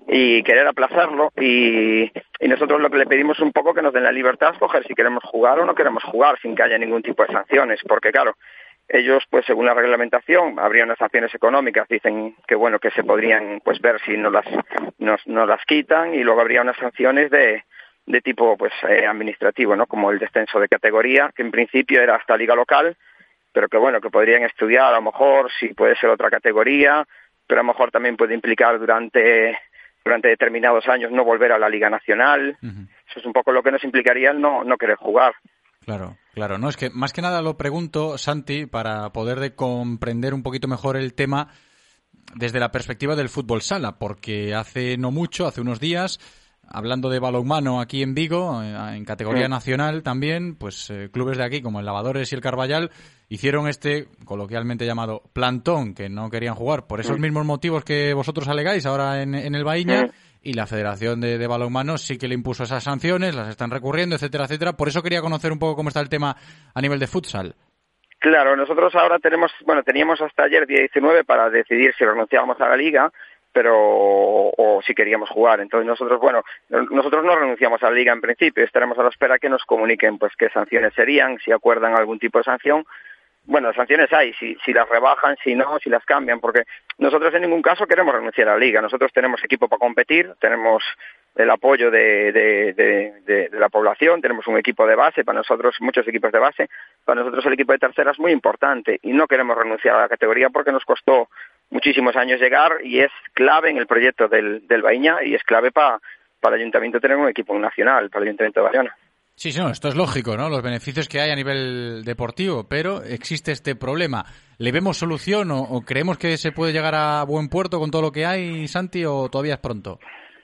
y querer aplazarlo y, y nosotros lo que le pedimos un poco que nos den la libertad de escoger si queremos jugar o no queremos jugar sin que haya ningún tipo de sanciones, porque claro, ellos, pues según la reglamentación, habría unas sanciones económicas, dicen que bueno, que se podrían pues ver si no las no, no las quitan, y luego habría unas sanciones de, de tipo pues eh, administrativo, ¿no? Como el descenso de categoría, que en principio era hasta liga local, pero que bueno, que podrían estudiar a lo mejor si puede ser otra categoría, pero a lo mejor también puede implicar durante durante determinados años no volver a la liga nacional. Uh-huh. Eso es un poco lo que nos implicaría el no no querer jugar. Claro, claro. No, es que más que nada lo pregunto, Santi, para poder de comprender un poquito mejor el tema desde la perspectiva del fútbol sala, porque hace no mucho, hace unos días, hablando de balonmano aquí en Vigo, en categoría sí. nacional también, pues eh, clubes de aquí como el Lavadores y el Carballal hicieron este, coloquialmente llamado, plantón, que no querían jugar por esos sí. mismos motivos que vosotros alegáis ahora en, en el Baíña. Sí. Y la Federación de, de Balonmano sí que le impuso esas sanciones, las están recurriendo, etcétera, etcétera. Por eso quería conocer un poco cómo está el tema a nivel de futsal. Claro, nosotros ahora tenemos, bueno, teníamos hasta ayer día diecinueve para decidir si renunciábamos a la liga, pero o, o si queríamos jugar. Entonces nosotros, bueno, nosotros no renunciamos a la liga en principio, estaremos a la espera que nos comuniquen pues qué sanciones serían, si acuerdan algún tipo de sanción. Bueno, sanciones hay, si, si las rebajan, si no, si las cambian, porque nosotros en ningún caso queremos renunciar a la liga. Nosotros tenemos equipo para competir, tenemos el apoyo de, de, de, de, de la población, tenemos un equipo de base, para nosotros muchos equipos de base, para nosotros el equipo de tercera es muy importante y no queremos renunciar a la categoría porque nos costó muchísimos años llegar y es clave en el proyecto del, del Baíña y es clave para para el Ayuntamiento tener un equipo nacional, para el Ayuntamiento de Bayona. Sí, sí, no, esto es lógico, ¿no? Los beneficios que hay a nivel deportivo, pero existe este problema. ¿Le vemos solución o, o creemos que se puede llegar a buen puerto con todo lo que hay, Santi, o todavía es pronto?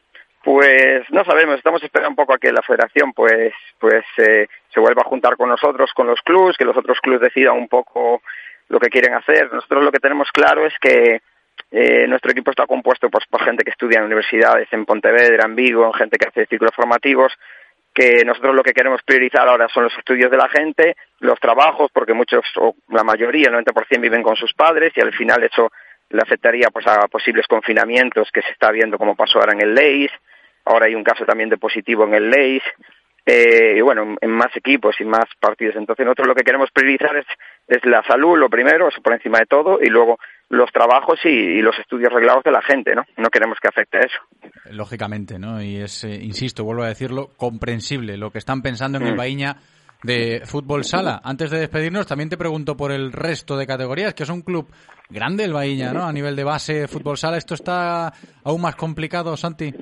Pues no sabemos, estamos esperando un poco a que la Federación pues pues eh, se vuelva a juntar con nosotros, con los clubes, que los otros clubes decidan un poco lo que quieren hacer. Nosotros lo que tenemos claro es que eh, nuestro equipo está compuesto pues, por gente que estudia en universidades en Pontevedra, en Vigo, en gente que hace ciclos formativos, que nosotros lo que queremos priorizar ahora son los estudios de la gente, los trabajos, porque muchos, o la mayoría, el noventa por ciento viven con sus padres y al final eso le afectaría pues a posibles confinamientos que se está viendo como pasó ahora en el Leis, ahora hay un caso también de positivo en el Leis, eh, y bueno, en más equipos y más partidos. Entonces nosotros lo que queremos priorizar es, es la salud, lo primero, eso por encima de todo, y luego los trabajos y, y los estudios reglados de la gente, ¿no? No queremos que afecte a eso. Lógicamente, ¿no? Y es, eh, insisto, vuelvo a decirlo, comprensible lo que están pensando en Mm. el Baíña de Fútbol Sala. Antes de despedirnos, también te pregunto por el resto de categorías, que es un club grande el Baíña, ¿no? A nivel de base, Fútbol Sala, ¿esto está aún más complicado, Santi?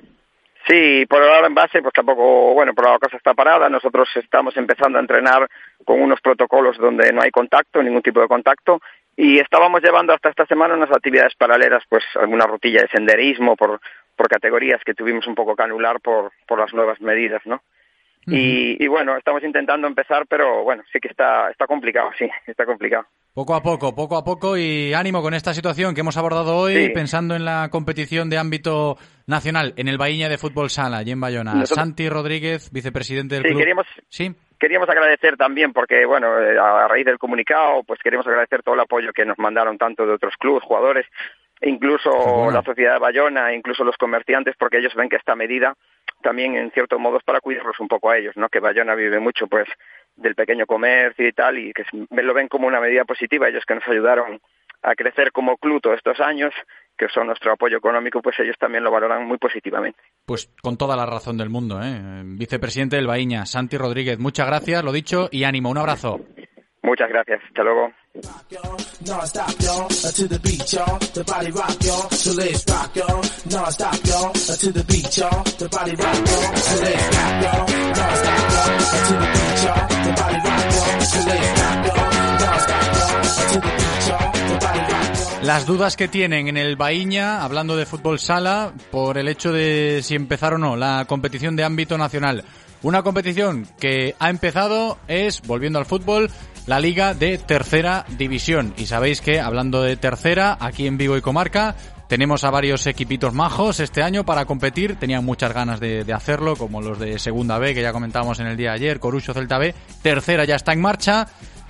Sí, por ahora en base, pues tampoco, bueno, por ahora la cosa está parada. Nosotros estamos empezando a entrenar con unos protocolos donde no hay contacto, ningún tipo de contacto, y estábamos llevando hasta esta semana unas actividades paralelas, pues alguna rutilla de senderismo por, por categorías que tuvimos un poco que anular por, por las nuevas medidas, ¿no? Uh-huh. Y, y bueno, estamos intentando empezar, pero bueno, sí que está, está complicado, sí, está complicado. Poco a poco, poco a poco y ánimo con esta situación que hemos abordado hoy, Sí. pensando en la competición de ámbito nacional en el Baíña de Fútbol Sala, allí en Bayona. Nosotros- Santi Rodríguez, vicepresidente del Sí, club. queríamos, Sí. queríamos agradecer también porque, bueno, eh, a raíz del comunicado, pues queremos agradecer todo el apoyo que nos mandaron tanto de otros clubes, jugadores, e incluso bueno. la sociedad de Bayona, e incluso los comerciantes, porque ellos ven que esta medida también, en cierto modo, es para cuidarlos un poco a ellos, ¿no? Que Bayona vive mucho, pues, del pequeño comercio y tal, y que lo ven como una medida positiva. Ellos que nos ayudaron a crecer como club todos estos años, que son nuestro apoyo económico, pues ellos también lo valoran muy positivamente. Pues con toda la razón del mundo, ¿eh? Vicepresidente del Baíña, Santi Rodríguez, muchas gracias, lo dicho, y ánimo, un abrazo. Muchas gracias, hasta luego. Non-stop, y'all, uh, to the beat, y'all, the body rock, y'all, so let's rock, y'all. Non-stop, y'all, uh, to the beat, y'all, the body rock, y'all, so let's rock, y'all. Non-stop, y'all, uh, to the beat, y'all, the body rock, y'all, so let's rock, y'all. Non-stop, y'all, uh, to the beat, y'all, the body rock, y'all. Las dudas que tienen en el Baíña, hablando de fútbol sala, por el hecho de si empezar o no la competición de ámbito nacional. Una competición que ha empezado es, volviendo al fútbol, la Liga de Tercera División. Y sabéis que, hablando de tercera, aquí en Vigo y Comarca, tenemos a varios equipitos majos este año para competir. Tenían muchas ganas de, de hacerlo, como los de Segunda B, que ya comentábamos en el día de ayer, Corucho, Celta B. Tercera ya está en marcha,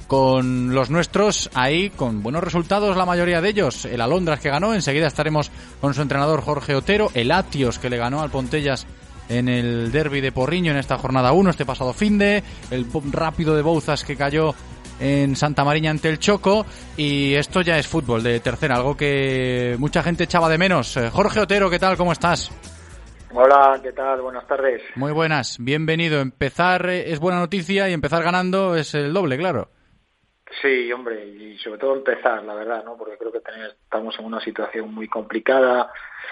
con los nuestros ahí, con buenos resultados la mayoría de ellos. El Alondras, que ganó, enseguida estaremos con su entrenador Jorge Otero. El Atios, que le ganó al Pontellas en el derbi de Porriño en esta jornada uno, este pasado finde. El Rápido de Bouzas, que cayó en Santa Mariña ante el Choco. Y esto ya es fútbol de tercera, algo que mucha gente echaba de menos. Eh, Jorge Otero, ¿qué tal? ¿Cómo estás? Hola, ¿qué tal? Buenas tardes. Muy buenas, bienvenido. Empezar eh, es buena noticia y empezar ganando es el doble, claro. Sí, hombre, y sobre todo empezar, la verdad, ¿no? Porque creo que tenemos, estamos en una situación muy complicada.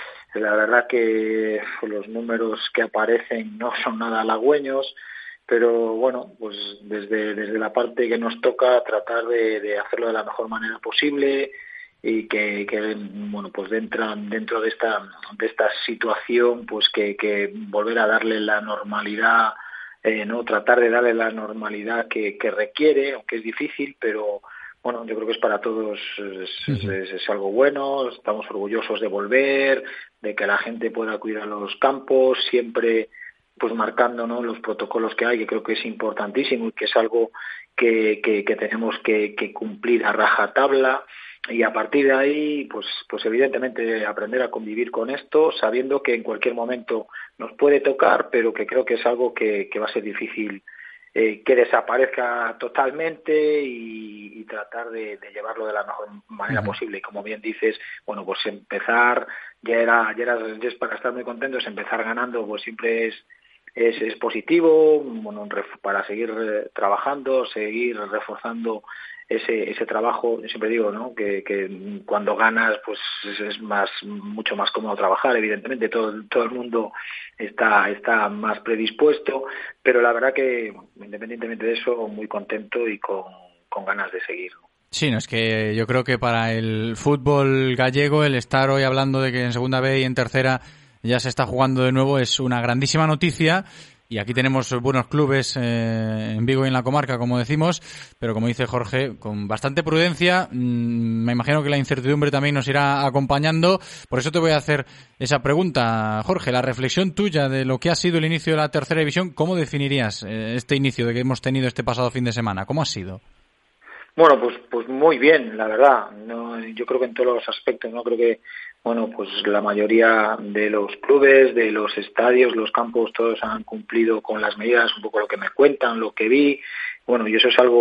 La verdad que los números que aparecen no son nada halagüeños, pero bueno, pues desde, desde la parte que nos toca tratar de, de hacerlo de la mejor manera posible y que, que bueno, pues dentro, dentro de esta de esta situación, pues que, que volver a darle la normalidad, eh, no tratar de darle la normalidad que, que requiere, aunque es difícil, pero bueno, yo creo que es para todos, es, es, es, es algo bueno. Estamos orgullosos de volver, de que la gente pueda acudir a los campos, siempre pues marcando, ¿no?, los protocolos que hay, que creo que es importantísimo y que es algo que, que, que tenemos que, que cumplir a rajatabla. Y a partir de ahí, pues, pues evidentemente aprender a convivir con esto, sabiendo que en cualquier momento nos puede tocar, pero que creo que es algo que, que va a ser difícil eh, que desaparezca totalmente y, y tratar de, de llevarlo de la mejor manera uh-huh. posible. Y como bien dices, bueno, pues empezar, ya era, ya era, ya es para estar muy contentos, empezar ganando, pues siempre es Es, es positivo, bueno, para seguir eh, trabajando, seguir reforzando ese ese trabajo. Yo siempre digo, ¿no?, que, que cuando ganas, pues es, es más mucho más cómodo trabajar. Evidentemente, todo todo el mundo está está más predispuesto, pero la verdad que, independientemente de eso, muy contento y con, con ganas de seguir. Sí, no, es que yo creo que para el fútbol gallego el estar hoy hablando de que en Segunda B y en Tercera ya se está jugando de nuevo es una grandísima noticia. Y aquí tenemos buenos clubes eh, en Vigo y en la comarca, como decimos, pero como dice Jorge, con bastante prudencia. Mmm, me imagino que la incertidumbre también nos irá acompañando. Por eso te voy a hacer esa pregunta, Jorge. La reflexión tuya de lo que ha sido el inicio de la Tercera División, ¿cómo definirías eh, este inicio de que hemos tenido este pasado fin de semana? ¿Cómo ha sido? Bueno, pues pues muy bien, la verdad. No, yo creo que en todos los aspectos, no creo que bueno, pues la mayoría de los clubes, de los estadios, los campos, todos han cumplido con las medidas, un poco lo que me cuentan, lo que vi. Bueno, y eso es algo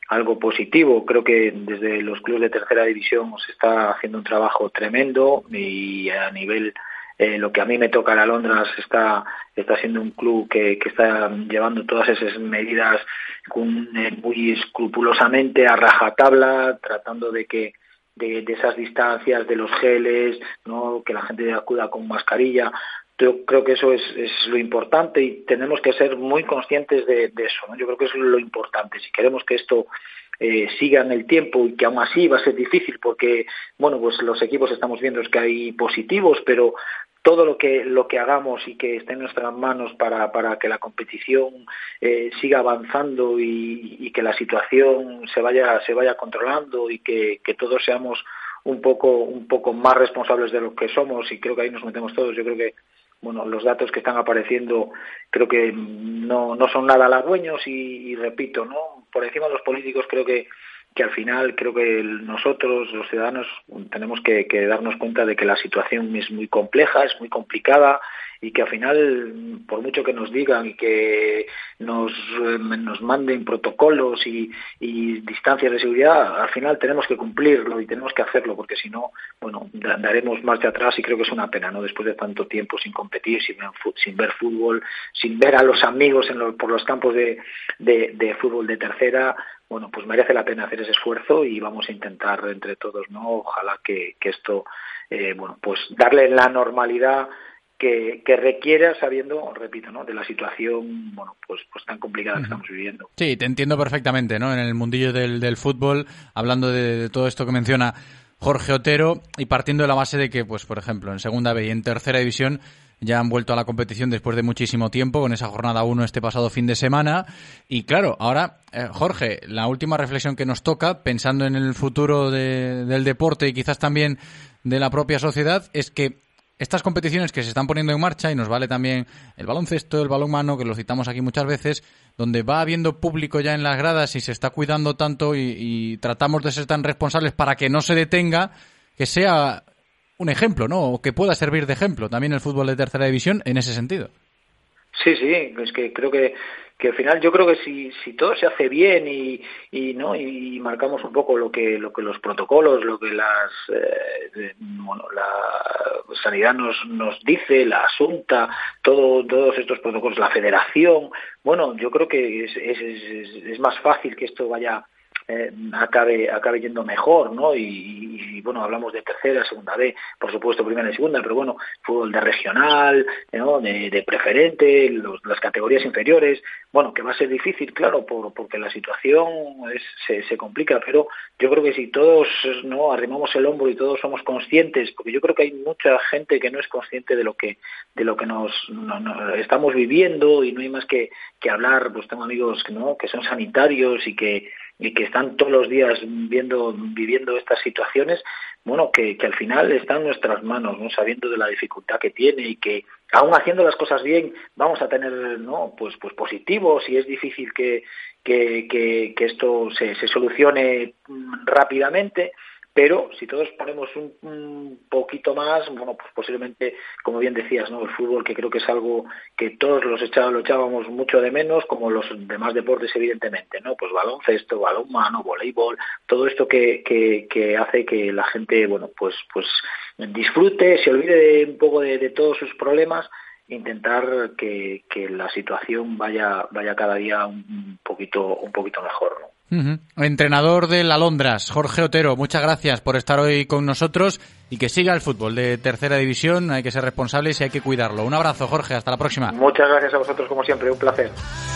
algo positivo. Creo que desde los clubes de tercera división se está haciendo un trabajo tremendo y a nivel Eh, lo que a mí me toca el Alondras está está siendo un club que, que está llevando todas esas medidas con, eh, muy escrupulosamente a rajatabla, tratando de que de, de esas distancias, de los geles, no que la gente acuda con mascarilla. Yo creo que eso es, es lo importante y tenemos que ser muy conscientes de, de eso, ¿no? Yo creo que eso es lo importante. Si queremos que esto eh, siga en el tiempo y que aún así va a ser difícil porque, bueno, pues los equipos estamos viendo es que hay positivos, pero todo lo que lo que hagamos y que esté en nuestras manos para para que la competición eh, siga avanzando y, y que la situación se vaya se vaya controlando y que, que todos seamos un poco un poco más responsables de lo que somos, y creo que ahí nos metemos todos. Yo creo que bueno, los datos que están apareciendo creo que no no son nada halagüeños y, y repito, no por encima de los políticos creo que que al final creo que nosotros, los ciudadanos, tenemos que, que darnos cuenta de que la situación es muy compleja, es muy complicada y que al final, por mucho que nos digan y que nos, nos manden protocolos y, y distancias de seguridad, al final tenemos que cumplirlo y tenemos que hacerlo, porque si no, bueno, daremos marcha atrás y creo que es una pena, ¿no? Después de tanto tiempo sin competir, sin, sin ver fútbol, sin ver a los amigos en los, por los campos de, de, de fútbol de tercera, bueno, pues merece la pena hacer ese esfuerzo y vamos a intentar entre todos, ¿no? Ojalá que, que esto, eh, bueno, pues darle la normalidad que, que requiera, sabiendo, repito, ¿no? De la situación, bueno, pues, pues tan complicada que estamos viviendo. Sí, te entiendo perfectamente, ¿no? En el mundillo del, del fútbol, hablando de, de todo esto que menciona Jorge Otero y partiendo de la base de que, pues, por ejemplo, en Segunda B y en Tercera División ya han vuelto a la competición después de muchísimo tiempo, con esa jornada uno este pasado fin de semana. Y claro, ahora, eh, Jorge, la última reflexión que nos toca, pensando en el futuro de, del deporte y quizás también de la propia sociedad, es que estas competiciones que se están poniendo en marcha, y nos vale también el baloncesto, el balonmano, que lo citamos aquí muchas veces, donde va habiendo público ya en las gradas y se está cuidando tanto y, y tratamos de ser tan responsables para que no se detenga, que sea un ejemplo, ¿no? O que pueda servir de ejemplo también el fútbol de tercera división en ese sentido. Sí, sí, es que creo que, que al final yo creo que si, si todo se hace bien y, y no y marcamos un poco lo que lo que los protocolos, lo que las eh, bueno, la sanidad nos nos dice, la Asunta, todo todos estos protocolos, la Federación, bueno, yo creo que es es, es, es más fácil que esto vaya Eh, acabe acabe yendo mejor, ¿no? Y, y, y bueno, hablamos de tercera, segunda B, por supuesto primera y segunda, pero bueno, fútbol de regional, ¿no? de, de preferente, los, las categorías inferiores, bueno, que va a ser difícil, claro, por, porque la situación es, se, se complica, pero yo creo que si todos no arrimamos el hombro y todos somos conscientes, porque yo creo que hay mucha gente que no es consciente de lo que de lo que nos no, no, estamos viviendo, y no hay más que, que hablar, pues tengo amigos ¿no? que son sanitarios y que y que están todos los días viendo, viviendo estas situaciones, bueno, que, que al final está en nuestras manos, ¿no? Sabiendo de la dificultad que tiene y que aún haciendo las cosas bien vamos a tener, ¿no? Pues, pues positivos, y es difícil que, que, que, que esto se, se solucione rápidamente. Pero si todos ponemos un, un poquito más, bueno, pues posiblemente, como bien decías, ¿no? El fútbol, que creo que es algo que todos los echábamos, lo echábamos mucho de menos, como los demás deportes, evidentemente, ¿no? Pues baloncesto, balonmano, voleibol, todo esto que, que, que hace que la gente, bueno, pues, pues disfrute, se olvide de, un poco de, de todos sus problemas, intentar que, que la situación vaya, vaya cada día un poquito, un poquito mejor, ¿no? Uh-huh. Entrenador del Alondras, Jorge Otero, muchas gracias por estar hoy con nosotros y que siga el fútbol de tercera división. Hay que ser responsables y hay que cuidarlo. Un abrazo, Jorge, hasta la próxima. Muchas gracias a vosotros, como siempre, un placer.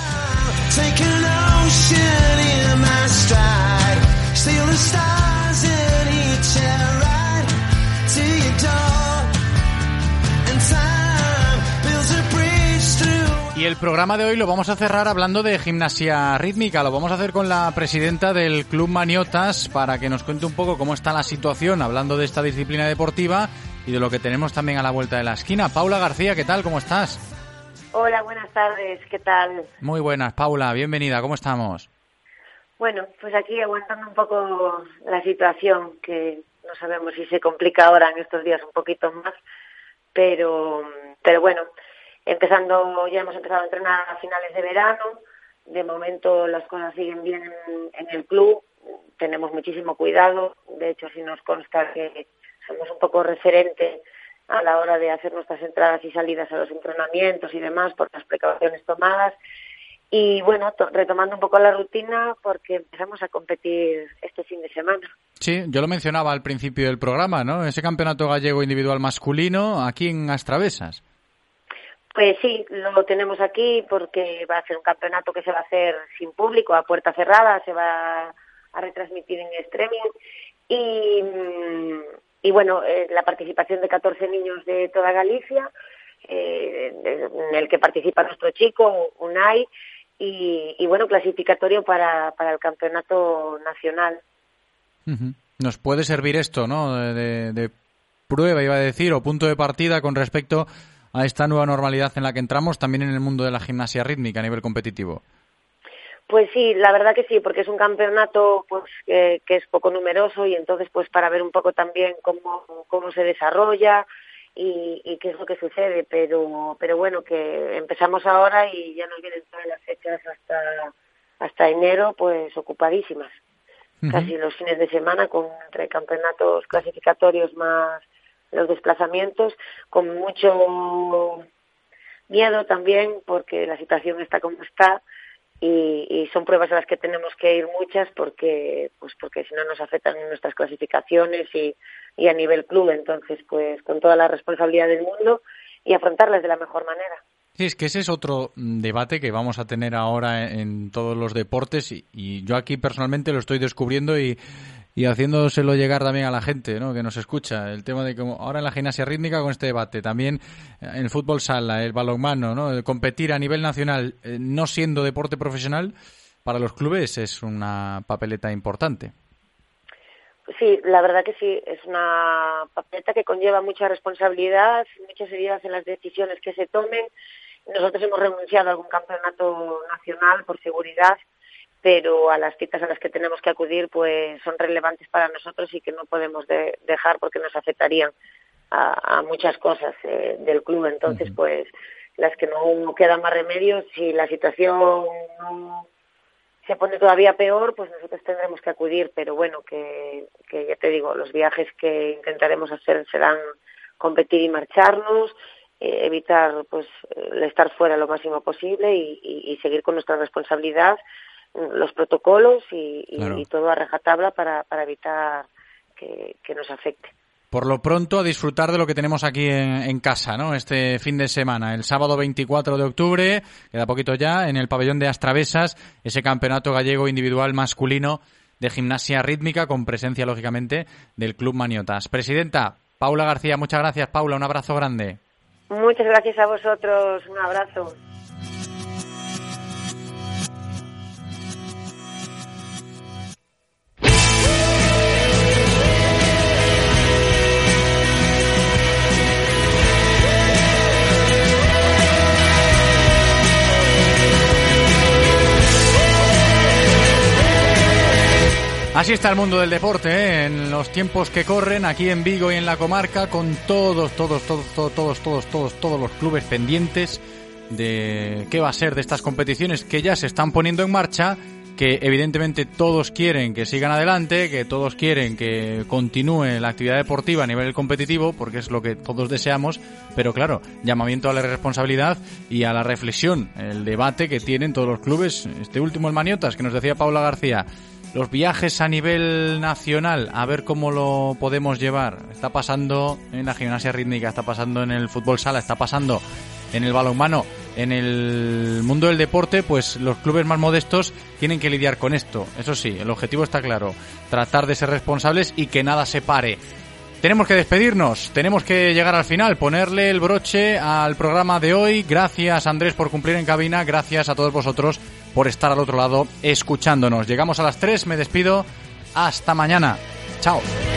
Y el programa de hoy lo vamos a cerrar hablando de gimnasia rítmica. Lo vamos a hacer con la presidenta del Club Maniotas para que nos cuente un poco cómo está la situación, hablando de esta disciplina deportiva y de lo que tenemos también a la vuelta de la esquina. Paula García, ¿qué tal? ¿Cómo estás? Hola, buenas tardes. ¿Qué tal? Muy buenas, Paula. Bienvenida. ¿Cómo estamos? Bueno, pues aquí aguantando un poco la situación, que no sabemos si se complica ahora en estos días un poquito más, pero, pero bueno, empezando, ya hemos empezado a entrenar a finales de verano, de momento las cosas siguen bien en, en el club, tenemos muchísimo cuidado, de hecho sí nos consta que somos un poco referente a la hora de hacer nuestras entradas y salidas a los entrenamientos y demás por las precauciones tomadas. Y bueno, to- retomando un poco la rutina porque empezamos a competir este fin de semana. Sí, yo lo mencionaba al principio del programa, ¿no? Ese campeonato gallego individual masculino aquí en Astravesas. Pues sí, lo tenemos aquí porque va a ser un campeonato que se va a hacer sin público, a puerta cerrada, se va a retransmitir en streaming y, y bueno, eh, la participación de catorce niños de toda Galicia, eh, en el que participa nuestro chico, Unai, y, y bueno, clasificatorio para, para el campeonato nacional. Uh-huh. Nos puede servir esto, ¿no? De, de, de prueba, iba a decir, o punto de partida con respecto a esta nueva normalidad en la que entramos también en el mundo de la gimnasia rítmica a nivel competitivo. Pues sí, la verdad que sí, porque es un campeonato pues que, que es poco numeroso y entonces pues para ver un poco también cómo, cómo se desarrolla y, y qué es lo que sucede, pero pero bueno, que empezamos ahora y ya nos vienen todas las fechas hasta hasta enero pues ocupadísimas. Uh-huh. Casi los fines de semana con entre campeonatos clasificatorios más los desplazamientos, con mucho miedo también porque la situación está como está y, y son pruebas a las que tenemos que ir muchas porque pues porque si no nos afectan nuestras clasificaciones y, y a nivel club, entonces pues con toda la responsabilidad del mundo y afrontarlas de la mejor manera. Sí, es que ese es otro debate que vamos a tener ahora en todos los deportes y, y yo aquí personalmente lo estoy descubriendo y, y haciéndoselo llegar también a la gente, ¿no?, que nos escucha. El tema de cómo ahora en la gimnasia rítmica con este debate, también en el fútbol sala, el balonmano, ¿no?, el competir a nivel nacional, eh, no siendo deporte profesional, para los clubes es una papeleta importante. Sí, la verdad que sí, es una papeleta que conlleva mucha responsabilidad, mucha seriedad en las decisiones que se tomen. Nosotros hemos renunciado a algún campeonato nacional por seguridad, pero a las citas a las que tenemos que acudir pues son relevantes para nosotros y que no podemos de, dejar porque nos afectarían a, a muchas cosas eh, del club. Entonces, uh-huh. pues las que no quedan más remedios, si la situación no se pone todavía peor, pues nosotros tendremos que acudir, pero bueno, que, que ya te digo, los viajes que intentaremos hacer serán competir y marcharnos, eh, evitar pues el estar fuera lo máximo posible y, y, y seguir con nuestra responsabilidad, los protocolos y, y, claro. y todo a rajatabla para, para evitar que, que nos afecte. Por lo pronto, a disfrutar de lo que tenemos aquí en, en casa, ¿no? Este fin de semana, el sábado veinticuatro de octubre, queda poquito ya, en el pabellón de Astravesas, ese campeonato gallego individual masculino de gimnasia rítmica, con presencia, lógicamente, del Club Maniotas. Presidenta, Paula García, muchas gracias, Paula, un abrazo grande. Muchas gracias a vosotros, un abrazo. Así está el mundo del deporte, ¿eh? En los tiempos que corren aquí en Vigo y en la comarca, con todos, todos, todos, todos, todos, todos, todos, todos los clubes pendientes de qué va a ser de estas competiciones que ya se están poniendo en marcha, que evidentemente todos quieren que sigan adelante, que todos quieren que continúe la actividad deportiva a nivel competitivo, porque es lo que todos deseamos, pero claro, llamamiento a la responsabilidad y a la reflexión, el debate que tienen todos los clubes, este último el Maniotas, que nos decía Paula García. Los viajes a nivel nacional, a ver cómo lo podemos llevar. Está pasando en la gimnasia rítmica, está pasando en el fútbol sala, está pasando en el balonmano. En el mundo del deporte, pues los clubes más modestos tienen que lidiar con esto. Eso sí, el objetivo está claro, tratar de ser responsables y que nada se pare. Tenemos que despedirnos, tenemos que llegar al final, ponerle el broche al programa de hoy. Gracias, Andrés, por cumplir en cabina. Gracias a todos vosotros por estar al otro lado escuchándonos. Llegamos a las tres, me despido. Hasta mañana. Chao.